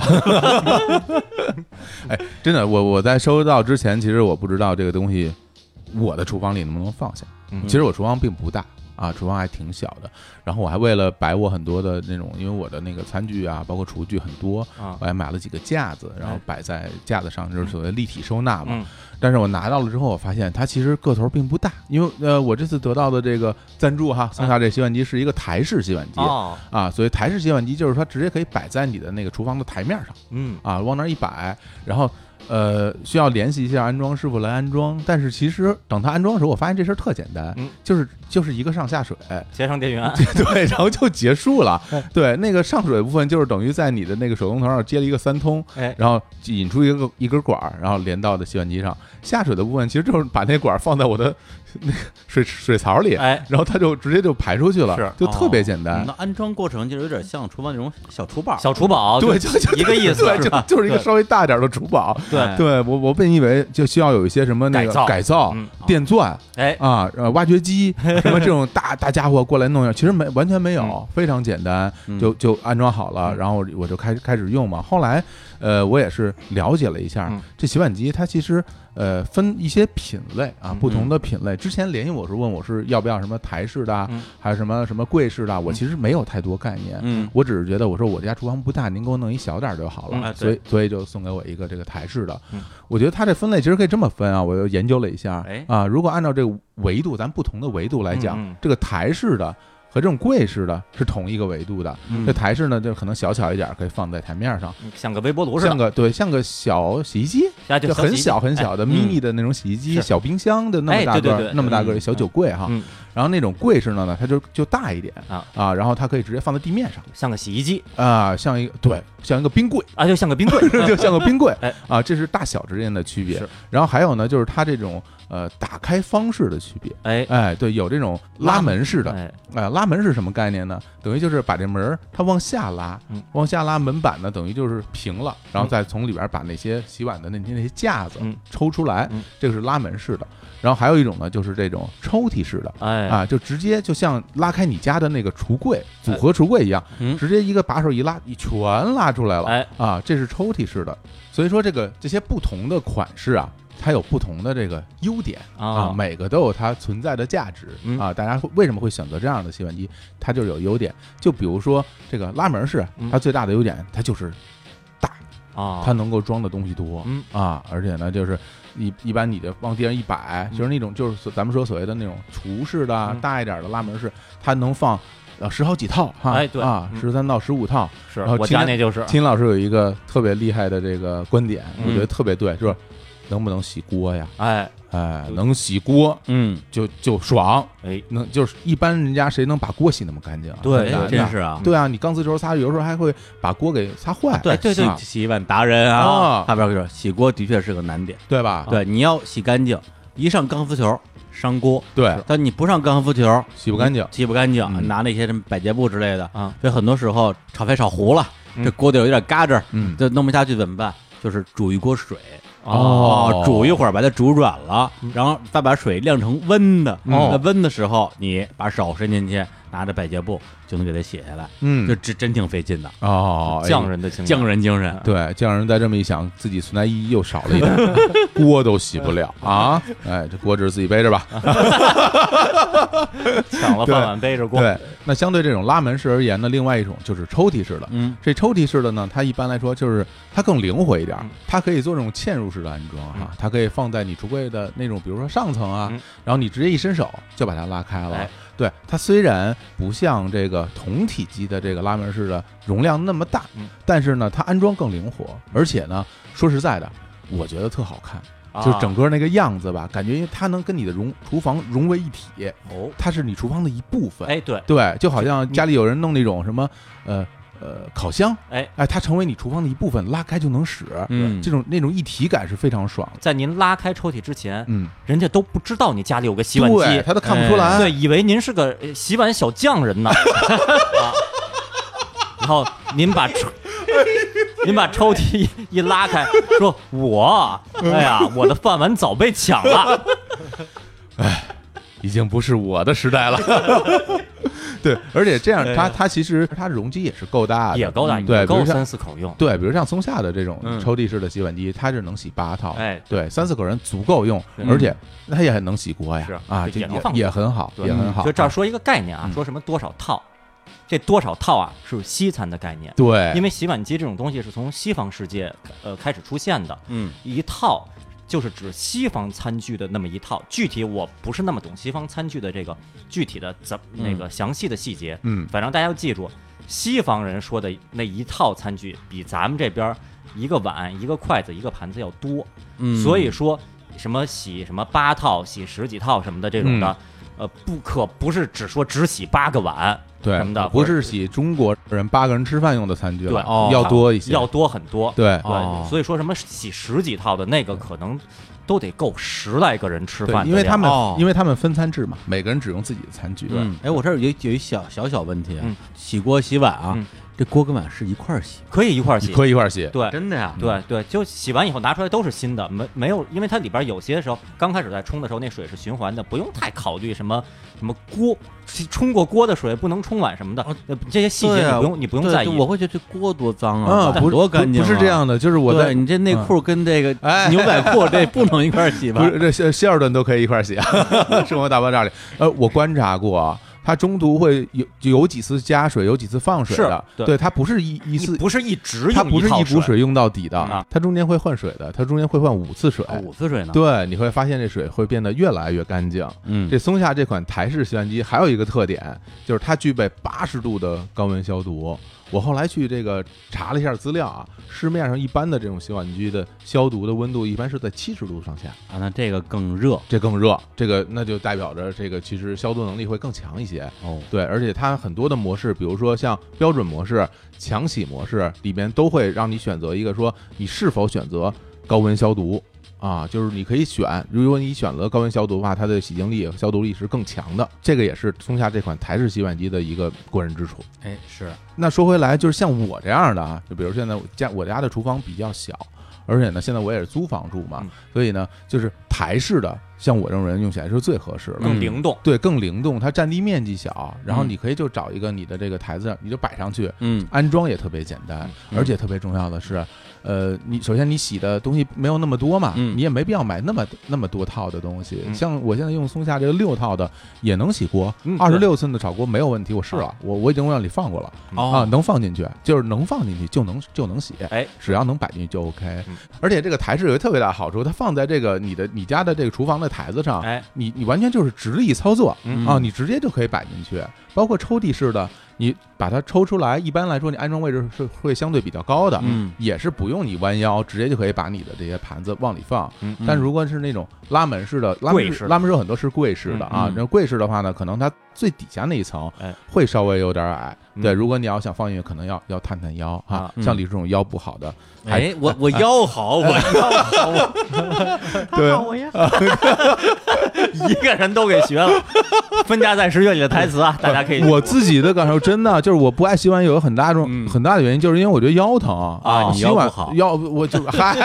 哎，真的，我我在收到之前，其实我不知道这个东西，我的厨房里能不能放下。 嗯其实我厨房并不大啊，厨房还挺小的。然后我还为了摆我很多的那种，因为我的那个餐具啊，包括厨具很多， 啊我还买了几个架子，然后摆在架子上，就是所谓立体收纳嘛。 嗯但是我拿到了之后，我发现它其实个头并不大，因为呃，我这次得到的这个赞助哈，松下这洗碗机是一个台式洗碗机。 哦啊，所以台式洗碗机就是它直接可以摆在你的那个厨房的台面上嗯啊，往那儿一摆，然后呃需要联系一下安装师傅来安装，但是其实等他安装的时候，我发现这事儿特简单， 嗯就是就是一个上下水， 接上电源， 对，然后就结束了。对，那个上水部分就是等于在你的那个手动头上接了一个三通， 哎然后引出一个一根管儿，然后连到的洗碗机上。下水的部分其实就是把那管儿放在我的那个水水槽里， 哎然后它就直接就排出去了， 是就特别简单。 那安装过程就有点像厨房那种小厨宝， 小厨宝， 对， 就就就一个意思对， 是吧？ 就就是一个对稍微大点的厨宝。 对对我我本以为就需要有一些什么那个改造改造嗯电钻哎啊，呃，挖掘机什么这种大大家伙过来弄一下，其实没完全没有，非常简单， 嗯就就安装好了， 嗯然后我就开始开始用嘛。后来，呃，我也是了解了一下嗯这洗碗机，它其实呃分一些品类啊， 嗯不同的品类。之前联系我是问我是要不要什么台式的啊嗯， 还是什么什么柜式的啊，我其实没有太多概念。 嗯我只是觉得，我说我家厨房不大，您给我弄一小点儿就好了， 嗯哎所以所以就送给我一个这个台式的。 嗯我觉得它这分类其实可以这么分啊，我又研究了一下， 哎啊，如果按照这个维度，咱不同的维度来讲， 嗯嗯这个台式的和这种柜式的是同一个维度的。 嗯这台式呢，就可能小巧一点，可以放在台面上， 像个微波炉似像的， 个对，像个小洗衣机， 啊就就很小小很小的哎 mini 的那种洗衣机， 是小冰箱的那么哎大个儿， 对对对那么大个儿嗯小酒柜哈。 嗯然后那种柜式的呢，它就就大一点啊啊，然后它可以直接放在地面上像个洗衣机啊，像一个对，像一个冰柜。 啊，就像个冰柜， 就像个冰柜哎啊，这是大小之间的区别是。 然后还有呢，就是它这种呃打开方式的区别。 哎哎，对，有这种拉门式的， 哎哎，拉门是什么概念呢？等于就是把这门儿它往下拉嗯， 往下拉，门板呢等于就是平了，然后再从里边把那些洗碗的那些那些架子嗯抽出来嗯， 这个是拉门式的。然后还有一种呢，就是这种抽屉式的。 哎啊，就直接就像拉开你家的那个橱柜组合橱柜一样， 嗯直接一个把手一拉，你全拉出来了。 哎啊，这是抽屉式的。所以说这个这些不同的款式啊，它有不同的这个优点啊， 啊每个都有它存在的价值嗯啊。大家会为什么会选择这样的洗碗机？它就有优点。就比如说这个拉门式嗯， 它最大的优点，它就是大， 啊， 它能够装的东西多嗯啊，而且呢，就是一一般你的往地上一摆， 嗯就是那种就是所咱们说所谓的那种厨式的啊嗯大一点的拉门式，它能放呃十好几套哈， 哎对啊， 嗯十三到十五套。 是我然后今天家那就是秦老师有一个特别厉害的这个观点， 嗯我觉得特别对，就是能不能洗锅呀？ 哎哎，能洗锅嗯， 就就爽， 哎能就是一般人家谁能把锅洗那么干净啊？ 对很难的真是啊， 对啊，你钢丝球擦，有时候还会把锅给擦坏， 对对对啊洗洗碗达人啊啊， 他边说洗锅的确是个难点， 对吧？ 对，你要洗干净，一上钢丝球伤锅， 对， 但你不上钢丝球洗不干净。 洗不干净， 嗯拿那些什么百洁布之类的啊， 所以很多时候炒菜炒糊了， 嗯这锅底有点嘎吱， 嗯， 这弄不下去怎么办？就是煮一锅水。 哦煮一会儿把它煮软了，然后再把水晾成温的。 哦那温的时候，你把手伸进去，拿着百洁布就能给它洗下来。 嗯这这真挺费劲的， 哦，哎匠人的情匠人精神。 对，匠人再这么一想，自己存在意义又少了一点，锅都洗不了啊！哎，这锅只是自己背着吧。 抢了饭碗背着锅， 对，那相对这种拉门式而言呢，另外一种就是抽屉式的。 嗯这抽屉式的呢，它一般来说就是它更灵活一点嗯， 它可以做这种嵌入式的安装哈，它可以放在你橱柜的那种，比如说上层啊嗯， 然后你直接一伸手就把它拉开了哎。 对，它虽然不像这个同体积的这个拉门式的容量那么大嗯， 但是呢，它安装更灵活，而且呢，说实在的，我觉得特好看。 就整个那个样子吧，感觉因为它能跟你的融厨房融为一体， 哦， 它是你厨房的一部分。 哎，对对，就好像家里有人弄那种什么呃呃烤箱， 哎哎，它成为你厨房的一部分，拉开就能使。 嗯这种那种一体感是非常爽的。 在您拉开抽屉之前， 嗯， 人家都不知道你家里有个洗碗对， 机， 他都看不出来。 对，以为您是个呃洗碗小匠人呢。啊，然后您把抽，您把抽屉一一拉开，说：“我，哎呀，我的饭碗早被抢了。 已经不是我的时代了。对，而且这样，它它其实它容积也是够大”的， 也够大， 嗯对， 也够比如像三四口用。 对，比如像松下的这种嗯抽屉式的洗碗机，它是能洗八套， 哎， 对，三四口人足够用， 对而且它也很能洗锅呀是， 啊，这也能放也也很好， 对也很好。 就这儿说一个概念啊， 嗯说什么多少套，这多少套啊是西餐的概念， 对， 因为洗碗机这种东西是从西方世界呃开始出现的， 嗯一套就是指西方餐具的那么一套，具体我不是那么懂西方餐具的这个具体的怎那个详细的细节， 嗯， 反正大家要记住，西方人说的那一套餐具比咱们这边一个碗、一个筷子、一个盘子要多， 嗯， 所以说什么洗什么八套、洗十几套什么的这种的， 嗯呃，不可不是只说只洗八个碗对什么的， 不或者是洗中国人八个人吃饭用的餐具了， 对哦要多一些， 要多很多， 对对， 哦所以说什么洗十几套的那个可能都得够十来个人吃对饭的量， 因为他们哦因为他们分餐制嘛，每个人只用自己的餐具， 嗯，哎，我这儿有一有一小小小问题啊嗯， 洗锅洗碗啊嗯， 这锅跟碗是一块儿洗吗？ 可以一块儿洗， 可以一块儿洗， 对。 真的呀？ 对对，就洗完以后拿出来都是新的，没没有，因为它里边有些时候刚开始在冲的时候，那水是循环的，不用太考虑什么什么锅冲过锅的水不能冲碗什么的，呃这些细节对啊你不用你不用对在意。 就我会觉得这锅多脏啊， 啊， 不多干净啊， 不是这样的，就是我在对你这内裤跟这个哎牛仔裤这不能一块儿洗吧不？是这希希尔顿都可以一块儿洗，生活大爆炸里，呃，我观察过啊。它中途会有有几次加水，有几次放水的， 是对它不是一一次， 你不是一直用它不是套一股水用到底的啊， 它中间会换水的，它中间会换五次水， 哦五次水呢？ 对，你会发现这水会变得越来越干净。 嗯， 这松下这款台式洗碗机还有一个特点，就是它具备八十度的高温消毒。我后来去这个查了一下资料啊，市面上一般的这种洗碗机的消毒的温度一般是在七十度上下， 啊，那这个更热这更热，这个那就代表着这个其实消毒能力会更强一些。 哦。 对，而且它很多的模式，比如说像标准模式、强洗模式里边都会让你选择一个说你是否选择高温消毒。啊，就是你可以选，如果你选择高温消毒的话，它的洗净力、消毒力是更强的。这个也是松下这款台式洗碗机的一个过人之处。 哎，是， 那说回来，就是像我这样的啊，就比如现在我家我家的厨房比较小，而且呢，现在我也是租房住嘛， 嗯所以呢，就是台式的，像我这种人用起来是最合适的。 更灵动。 对，更灵动，它占地面积小，然后嗯你可以就找一个你的这个台子，你就摆上去， 嗯安装也特别简单， 嗯而且特别重要的是，呃，你首先你洗的东西没有那么多嘛， 嗯你也没必要买那么那么多套的东西。 嗯像我现在用松下这个六套的也能洗锅嗯， 二十六寸的炒锅没有问题，我试了啊， 我我已经往里放过了哦啊，能放进去，就是能放进去就能就能洗。 哎， 只要能摆进去就 OK， 嗯而且这个台式有一个特别大的好处，它放在这个你的你家的这个厨房的台子上， 哎， 你你完全就是直立操作嗯啊，你直接就可以摆进去，包括抽屉式的，你把它抽出来，一般来说你安装位置是会相对比较高的， 嗯也是不用你弯腰，直接就可以把你的这些盘子往里放。 嗯但如果是那种拉门式的，拉门柜式的拉门式有很多是柜式的啊嗯嗯， 那柜式的话呢，可能它最底下那一层哎会稍微有点矮。 嗯对，如果你要想放进去，可能要要探探腰啊啊。 嗯像你这种腰不好的，还哎，我我腰好，我腰好， 对我腰一个人都给学了，《分家在十月》里的台词啊，大家可以我自己的感受真的就是我不爱洗碗有很大种、 嗯很大的原因，就是因为我觉得腰疼啊你洗碗腰不好腰我就嗨，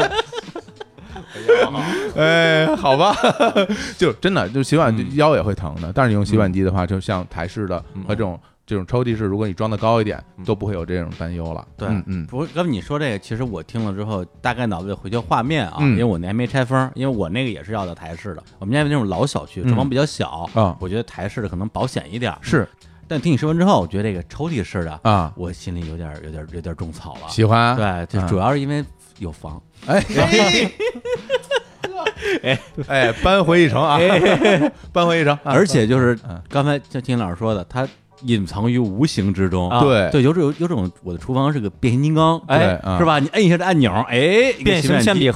哎，好吧，就真的就洗碗就嗯腰也会疼的。但是你用洗碗机的话，就像台式的嗯和这种这种抽屉式，如果你装的高一点， 嗯都不会有这种担忧了。 对嗯嗯不是，刚才你说这个，其实我听了之后，大概脑子里回去画面啊， 嗯因为我那还没拆封，因为我那个也是要的台式的。我们家那种老小区， 嗯厨房比较小啊我觉得台式的可能保险一点儿。 是但听你说完之后，我觉得这个抽屉式的， 啊， 我心里有点有点有点种草了。 喜欢对，就嗯主要是因为有房。 哎哎哎，扳回一城啊，扳回一城。啊而且就是嗯刚才像金老师说的，它隐藏于无形之中。 啊对对，有种有种我的厨房是个变形金刚， 哎对啊是吧？你摁一下这按钮，哎，一个变形洗碗机铅笔盒，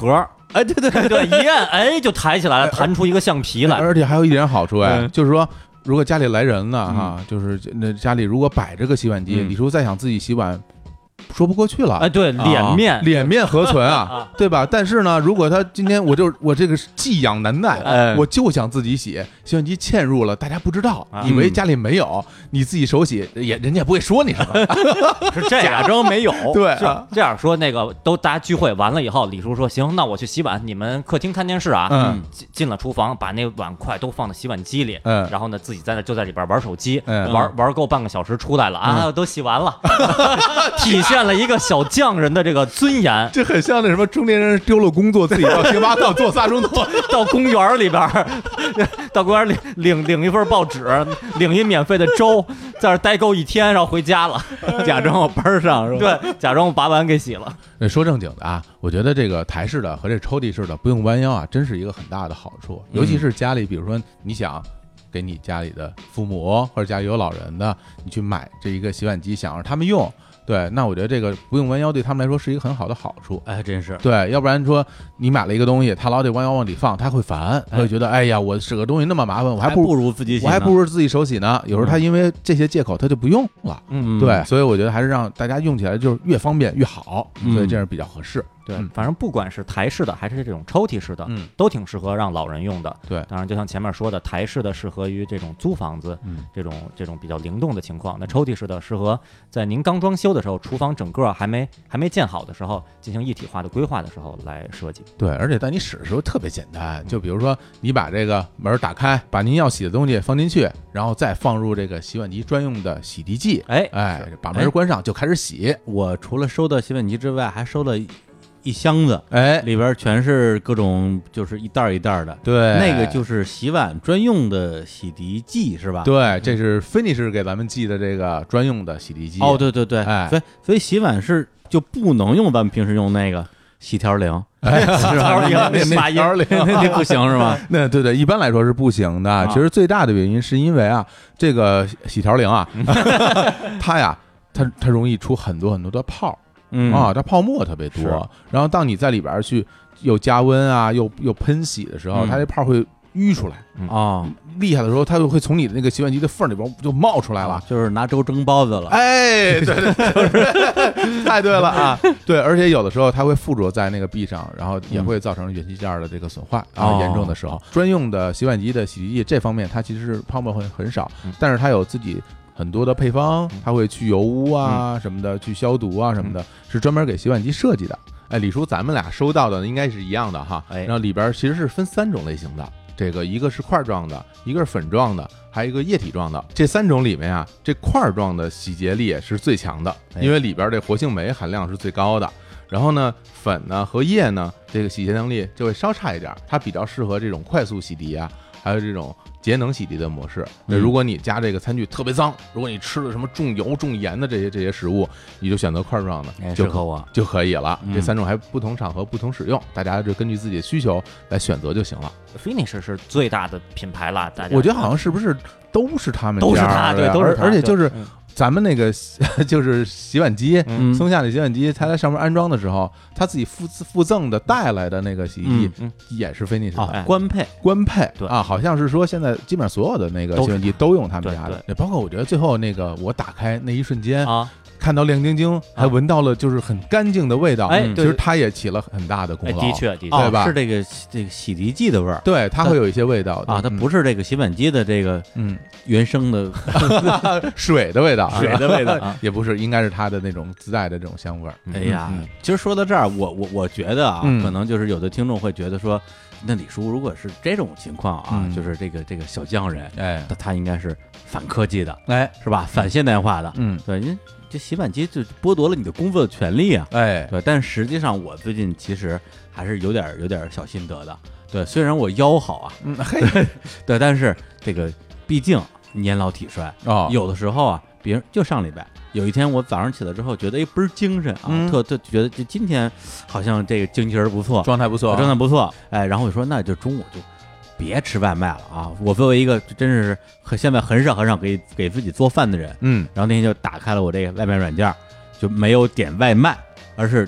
哎，对对对对，一按哎就抬起来了，弹出一个橡皮来。 而且还有一点好处哎， 嗯就是说。如果家里来人了哈，就是那家里如果摆着个洗碗机， 嗯李叔再想自己洗碗，说不过去了。 哎，对，脸面脸面何存啊，对吧？但是呢，如果他今天我就我这个寄养难耐， 哎我就想自己洗，洗碗机嵌入了，大家不知道，以为家里没有，你自己手洗也人家也不会说你什么， 是这样假装没有。 对是这样说，那个都大家聚会完了以后，李叔说行，那我去洗碗，你们客厅看电视啊。 嗯， 进进了厨房，把那碗筷都放到洗碗机里， 嗯然后呢自己在那就在里边玩手机， 嗯玩玩够半个小时出来了啊，都洗完了，体现了一个小匠人的这个尊严。 这很像那什么中年人丢了工作，自己到星巴克坐仨钟头。 到公园里边儿，到公园里领领一份报纸，领一免费的粥，在这儿待够一天，然后回家了， 假装我班上是吧？ 对，假装我把碗给洗了。 说正经的啊，我觉得这个台式的和这抽屉式的不用弯腰啊，真是一个很大的好处。尤其是家里，比如说你想给你家里的父母或者家里有老人的，你去买这一个洗碗机，想让他们用。对，那我觉得这个不用弯腰对他们来说是一个很好的好处。 哎，真是。 对，要不然说你买了一个东西，他老得弯腰往里放，他会烦，他会觉得哎呀，我使个东西那么麻烦，我还不不如自己洗， 我还不如自己手洗呢。有时候他因为这些借口，他就不用了。 嗯， 对，所以我觉得还是让大家用起来就是越方便越好， 嗯所以这样比较合适。 对， 嗯反正不管是台式的还是这种抽屉式的， 嗯， 都挺适合让老人用的。 对， 当然就像前面说的，台式的适合于这种租房子， 嗯， 这种这种比较灵动的情况。那抽屉式的适合在您刚装修的时候，厨房整个还没还没建好的时候，进行一体化的规划的时候来设计。 对，而且在你使的时候特别简单，就比如说你把这个门打开，把您要洗的东西放进去，然后再放入这个洗碗机专用的洗涤剂， 哎哎，把门关上就开始洗。 我除了收的洗碗机之外，还收了一箱子， 哎， 里边全是各种就是一袋一袋的。 对， 那个就是洗碗专用的洗涤剂是吧？ 对，这是 Finish 给咱们寄的这个专用的洗涤剂。 哦，对对对， 哎所以所以洗碗是就不能用咱们平时用那个洗条灵， 哎， 是吧？ 那那发音条灵那那不行是吧？ 那对对，一般来说是不行的。其实最大的原因是因为啊，这个洗条灵啊，它呀，它它容易出很多很多的泡。 嗯啊，它泡沫特别是多，然后当你在里边去又加温啊，又又喷洗的时候， 嗯它这泡会淤出来。 哦， 厉害的时候，它就会从你的那个洗碗机的缝里边就冒出来了。 就是拿粥蒸包子了。 哎，对对对，太对了啊！对，而且有的时候它会附着在那个壁上，然后也会造成元器件的这个损坏啊。 哦严重的时候，专用的洗碗机的洗涤剂这方面，它其实是泡沫会很少，但是它有自己很多的配方，它会去油污啊什么的，去消毒啊什么的，是专门给洗碗机设计的。哎，李叔，咱们俩收到的应该是一样的哈。 哎然后里边其实是分三种类型的，这个一个是块状的，一个是粉状的，还有一个液体状的。这三种里面啊，这块状的洗洁力是最强的， 哎因为里边这活性酶含量是最高的。然后呢，粉呢和液呢，这个洗洁能力就会稍差一点，它比较适合这种快速洗涤啊，还有这种节能洗涤的模式。那嗯如果你家这个餐具特别脏，如果你吃了什么重油重盐的这些这些食物，你就选择块状的， 哎就适合我就可以了。 嗯这三种还不同场合不同使用，大家就根据自己的需求来选择就行了。 Finish 是最大的品牌了，大家我觉得好像是不是都是他们都是家它对的呀而都是它对而且就是嗯咱们那个就是洗碗机， 嗯松下的洗碗机，它在上面安装的时候，他自己附附赠的带来的那个洗涤剂嗯也是 Finish 啊的。 官配官配对啊，好像是说现在基本上所有的那个都是洗碗机都用他们家对的，也包括我觉得最后那个我打开那一瞬间， 啊， 看到亮晶晶，还闻到了就是很干净的味道， 哎对其实它也起了很大的功哎， 劳。 的确的确， 对吧哦是这个这个洗涤剂的味儿对，它会有一些味道的啊，它嗯不是这个洗碗机的这个嗯原生的水的味道， 水的味道啊。 也不是，应该是它的那种自带的这种香味儿。嗯哎呀嗯， 其实说到这儿，我我我觉得啊， 嗯可能就是有的听众会觉得说，那李叔如果是这种情况啊， 嗯就是这个这个小匠人， 哎那他应该是反科技的， 哎是吧？反现代化的， 嗯对，因为这洗碗机就剥夺了你的工作的权利啊。 哎对，但实际上我最近其实还是有点有点小心得的。对，虽然我腰好啊， 嗯嘿对，但是这个毕竟年老体衰， 哦有的时候啊，别人就上礼拜有一天我早上起来之后觉得哎倍儿精神啊， 嗯特特觉得这今天好像这个精气神儿不错， 状态不错， 状态不错，哎，然后我说那就中午就别吃外卖了啊！我作为一个真是很现在很少很少给给自己做饭的人， 嗯然后那天就打开了我这个外卖软件，就没有点外卖，而是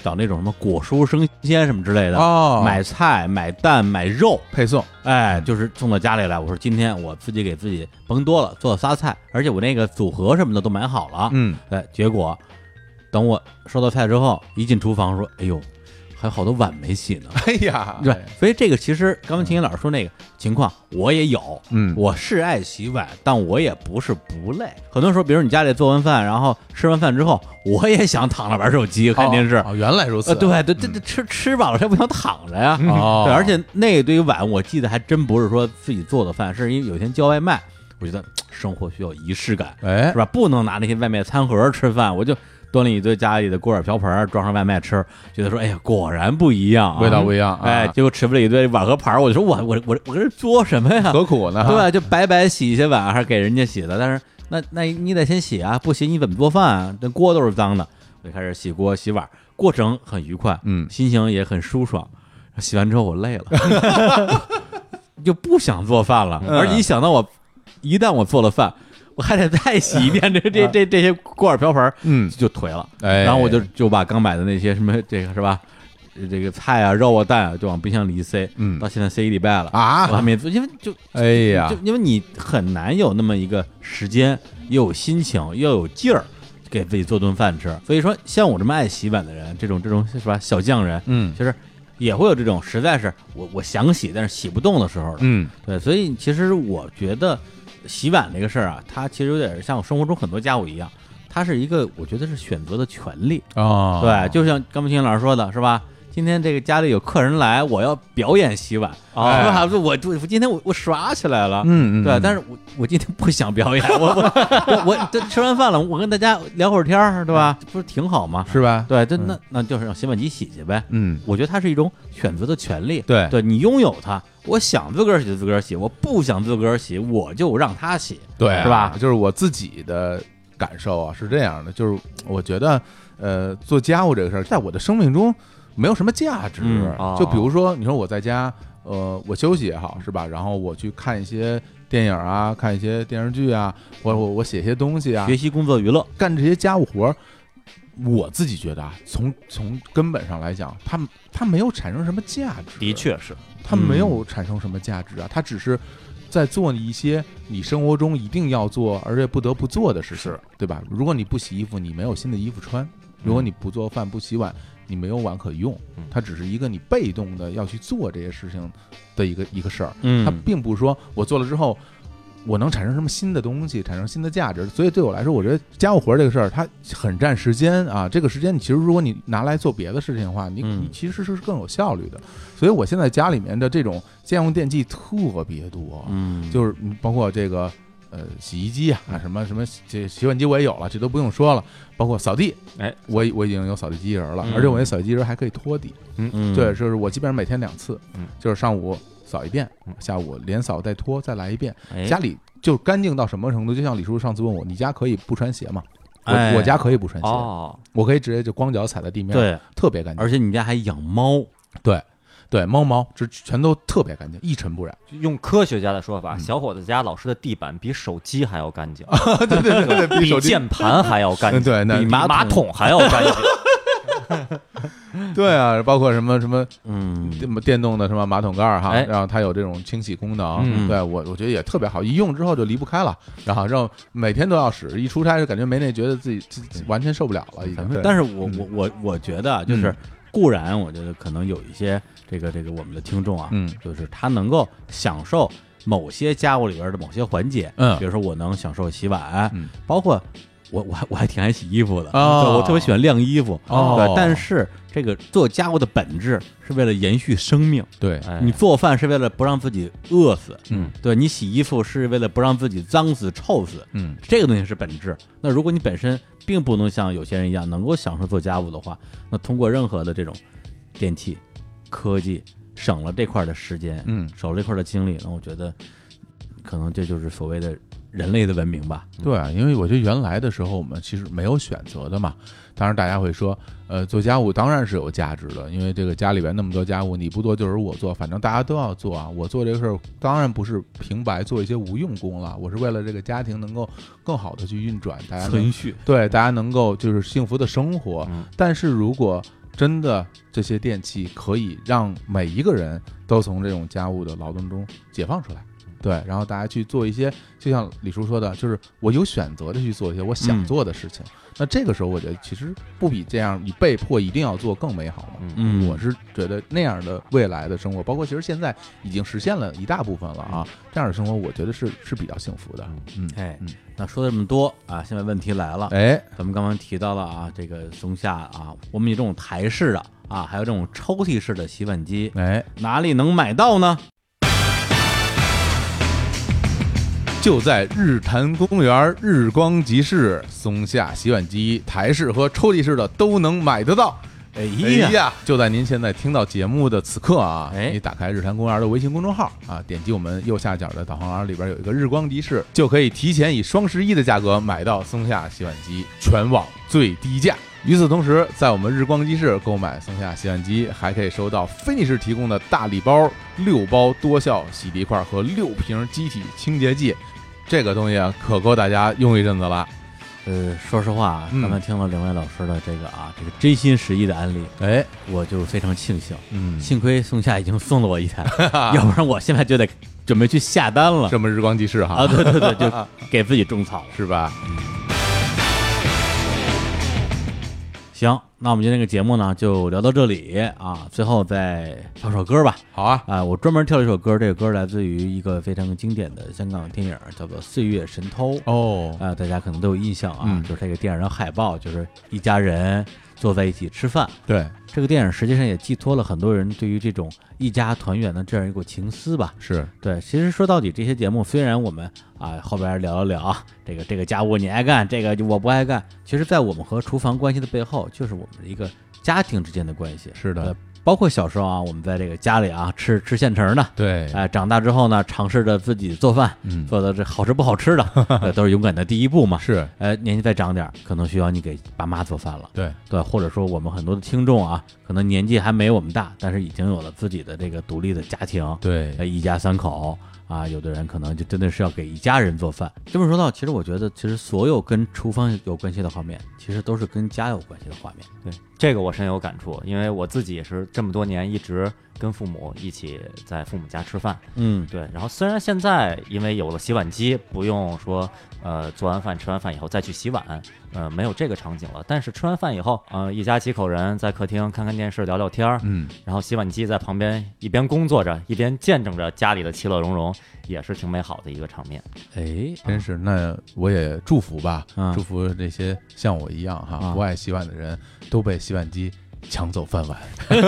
找那种什么果蔬生鲜什么之类的， 哦， 买菜、买蛋、买肉， 配送， 哎，就是送到家里来。我说今天我自己给自己甭多了，做了仨菜，而且我那个组合什么的都买好了。 嗯， 哎，结果等我收到菜之后，一进厨房说：“哎呦，还有好多碗没洗呢。” 哎呀， 对，所以这个其实刚才秦岩老师说那个情况我也有， 嗯， 我是爱洗碗，但我也不是不累。很多时候，比如你家里做完饭，然后吃完饭之后，我也想躺着玩手机、看电视。 哦，原来如此。 呃，对对对对，吃吃饱了谁不想躺着呀？ 哦， 对，而且那堆碗，我记得还真不是说自己做的饭，是因为有一天叫外卖，我觉得生活需要仪式感， 哎是，吧？不能拿那些外卖餐盒吃饭，我就端了一堆家里的锅碗瓢盆，装上外卖吃，觉得说，哎呀，果然不一样、啊， 味道不一样。 哎，结果吃不了一堆碗和盘，我就说我我我我这做什么呀？ 何苦呢？ 对，就白白洗一些碗，还是给人家洗的。但是那那你得先洗啊，不洗你怎么做饭啊？那锅都是脏的。我就开始洗锅洗碗，过程很愉快， 嗯， 心情也很舒爽。洗完之后我累了，就不想做饭了。 嗯而且一想到我一旦我做了饭，我还得再洗一遍这这这这些锅碗瓢盆， 嗯， 就颓了。 哎， 然后我就就把刚买的那些什么这个是吧，这个菜啊、肉啊、蛋啊，就往冰箱里一塞。 嗯到现在塞一礼拜了啊我还没做，因为就哎呀就，因为你很难有那么一个时间，又有心情，又有劲儿，给自己做顿饭吃。所以说，像我这么爱洗碗的人，这种这种是吧小匠人， 嗯其实也会有这种实在是我我想洗，但是洗不动的时候的。 嗯， 对，所以其实我觉得洗碗这个事儿啊，它其实有点像我生活中很多家务一样，它是一个我觉得是选择的权利。 哦， 对，就像刚才秦老师说的是吧？今天这个家里有客人来，我要表演洗碗， 哦是吧？我我我今天我我耍起来了， 嗯嗯， 对，但是我我今天不想表演，我我我我这吃完饭了，我跟大家聊会儿天儿，对吧？这不是挺好吗？ 是吧？ 对，这那那就是让洗碗机洗去呗。 嗯， 我觉得它是一种选择的权利， 对对你拥有它，我想自个儿洗就自个儿洗，我不想自个儿洗，我就让他洗， 对啊， 是吧？ 就是我自己的感受啊，是这样的，就是我觉得，呃，做家务这个事儿，在我的生命中没有什么价值。 嗯哦就比如说，你说我在家，呃，我休息也好，是吧？然后我去看一些电影啊，看一些电视剧啊，我我我写些东西啊， 学习、工作、娱乐， 干这些家务活儿，我自己觉得啊，从从根本上来讲，它它没有产生什么价值。 的确是， 它没有产生什么价值啊，它只是在做一些你生活中一定要做而且不得不做的事情，对吧？如果你不洗衣服，你没有新的衣服穿；如果你不做饭、不洗碗，你没有碗可用。它只是一个你被动的要去做这些事情的一个一个事儿。 嗯它并不是说我做了之后，我能产生什么新的东西，产生新的价值。所以对我来说，我觉得家务活这个事儿，它很占时间啊。这个时间，你其实如果你拿来做别的事情的话，你嗯你其实是更有效率的。所以我现在家里面的这种家用电器特别多， 嗯， 就是包括这个呃洗衣机啊，什么什么这洗碗机我也有了，这都不用说了。包括扫地， 哎， 我我已经有扫地机器人了， 嗯而且我那扫地机器人还可以拖地。 嗯对，就是我基本上每天两次， 嗯就是上午扫一遍嗯， 下午连扫带拖再来一遍。 哎家里就干净到什么程度？就像李叔上次问我，你家可以不穿鞋吗？ 哎我我家可以不穿鞋， 哦， 我可以直接就光脚踩在地面，， 对， 特别干净。 而且你家还养猫， 对对，猫毛这全都特别干净，一尘不染。 用科学家的说法， 嗯小伙子家老师的地板比手机还要干净， 对对对对， 比手机键盘还要干净， 对那比马桶马桶还要干净。 对啊，包括什么什么嗯， 电电动的什么马桶盖儿哈， 哎然后它有这种清洗功能， 嗯对我我觉得也特别好，一用之后就离不开了，然后让每天都要使，一出差就感觉没那觉得自己自己完全受不了了，已经。对但是我嗯我我我觉得啊，就是固然我觉得可能有一些这个这个我们的听众啊， 嗯就是他能够享受某些家务里边的某些环节， 嗯比如说我能享受洗碗， 嗯包括我我还我还挺爱洗衣服的， 哦对我特别喜欢晾衣服， 哦对，但是这个做家务的本质是为了延续生命， 对， 哎你做饭是为了不让自己饿死， 嗯对你洗衣服是为了不让自己脏死臭死， 嗯这个东西是本质。那如果你本身并不能像有些人一样能够享受做家务的话，那通过任何的这种电器、科技，省了这块的时间， 嗯， 省了这块的精力，那我觉得可能这就是所谓的人类的文明吧。 对啊，因为我觉得原来的时候我们其实没有选择的嘛。当然大家会说，呃，做家务当然是有价值的，因为这个家里边那么多家务，你不做就是我做，反正大家都要做啊。我做这个事儿当然不是平白做一些无用功了，我是为了这个家庭能够更好的去运转，大家能存续， 对大家能够就是幸福的生活。 嗯但是如果真的这些电器可以让每一个人都从这种家务的劳动中解放出来。对，然后大家去做一些，就像李叔说的，就是我有选择的去做一些我想做的事情。嗯、那这个时候，我觉得其实不比这样你被迫一定要做更美好嘛。 嗯， 我是觉得那样的未来的生活，包括其实现在已经实现了一大部分了啊，这样的生活，我觉得是是比较幸福的。嗯， 哎，嗯，那说了这么多啊，现在问题来了， 哎， 咱们刚刚提到了啊，这个松下啊，我们有这种台式的啊，还有这种抽屉式的洗碗机， 哎， 哪里能买到呢？ 就在日坛公园日光集市，松下洗碗机台式和抽屉式的都能买得到。 哎呀，哎呀就在您现在听到节目的此刻啊， 哎， 你打开日坛公园的微信公众号啊，点击我们右下角的导航栏，里边有一个日光集市，就可以提前以双十一的价格买到松下洗碗机全网最低价。与此同时，在我们日光集市购买松下洗碗机，还可以收到飞利士提供的大礼包六包多效洗涤块和六瓶机体清洁剂。这个东西啊，可够大家用一阵子了。 呃，说实话， 嗯、 刚才听了两位老师的这个啊，这个真心实意的案例， 哎， 我就非常庆幸。 嗯， 幸亏松下已经送了我一台，要不然我现在就得准备去下单了。 这么日光集市哈啊，对对对，就给自己种草了， 是吧？ 嗯。行，那我们今天这个节目呢就聊到这里啊，最后再放首歌吧。 好啊， 啊，我专门挑了一首歌，这个歌来自于一个非常经典的香港电影，叫做《岁月神偷》。 哦， 啊，大家可能都有印象啊， 嗯、 就是这个电影的海报，就是一家人坐在一起吃饭。 对， 这个电影实际上也寄托了很多人对于这种一家团圆的这样一股情思吧。 是对，其实说到底，这些节目虽然我们啊后边聊了聊啊，这个这个家务你爱干，这个我不爱干，其实在我们和厨房关系的背后，就是我们的一个家庭之间的关系。 是的。 呃包括小时候啊，我们在这个家里啊吃吃现成的， 对， 哎、呃，长大之后呢，尝试着自己做饭， 嗯， 做的这好吃不好吃的，呃，都是勇敢的第一步嘛。 是， 呃，年纪再长点，可能需要你给爸妈做饭了， 对对，或者说我们很多的听众啊，可能年纪还没我们大，但是已经有了自己的这个独立的家庭， 对， 呃，一家三口。啊，有的人可能就真的是要给一家人做饭。这么说到，其实我觉得，其实所有跟厨房有关系的画面，其实都是跟家有关系的画面。 对，这个我深有感触，因为我自己也是这么多年一直跟父母一起在父母家吃饭。 嗯， 对。然后虽然现在因为有了洗碗机，不用说呃做完饭吃完饭以后再去洗碗，呃没有这个场景了。但是吃完饭以后，呃一家几口人在客厅看看电视聊聊天， 嗯， 然后洗碗机在旁边一边工作着，一边见证着家里的其乐融融。也是挺美好的一个场面。 哎， 真是，那我也祝福吧， 嗯、 祝福这些像我一样哈、嗯、不爱洗碗的人都被洗碗机抢走饭碗。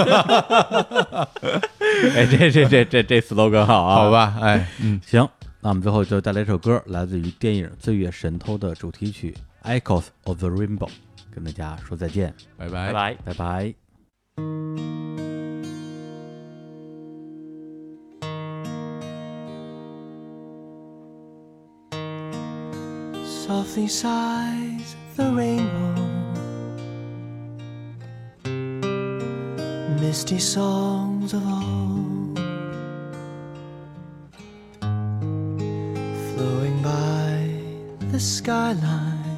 哎，这这这这这 slogan 好啊， 好吧，哎，嗯， 行，那我们最后就带来一首歌，来自于电影《罪月神偷》的主题曲《Echoes of the Rainbow》，跟大家说再见， 拜拜， 拜拜， 拜拜。 Softly sighs the rainbow, misty songs of old, flowing by the skyline,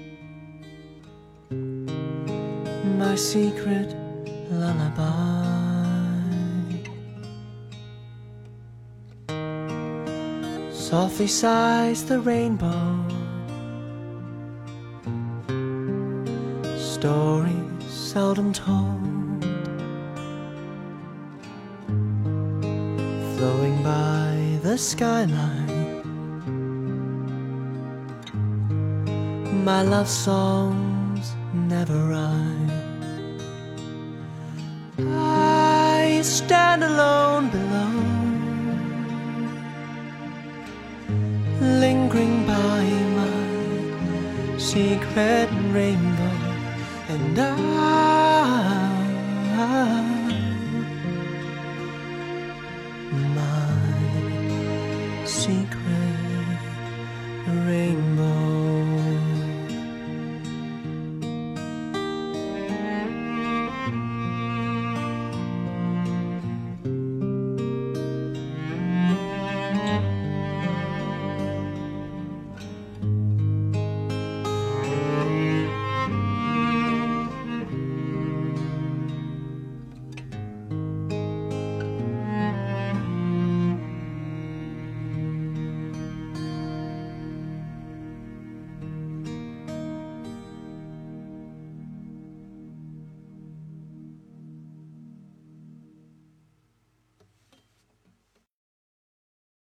my secret lullaby. Softly sighs the rainbow, stories seldom told, flowing by the skyline, my love songs never rhyme. I stand alone below, lingering by my secret rainbow. And I, my secret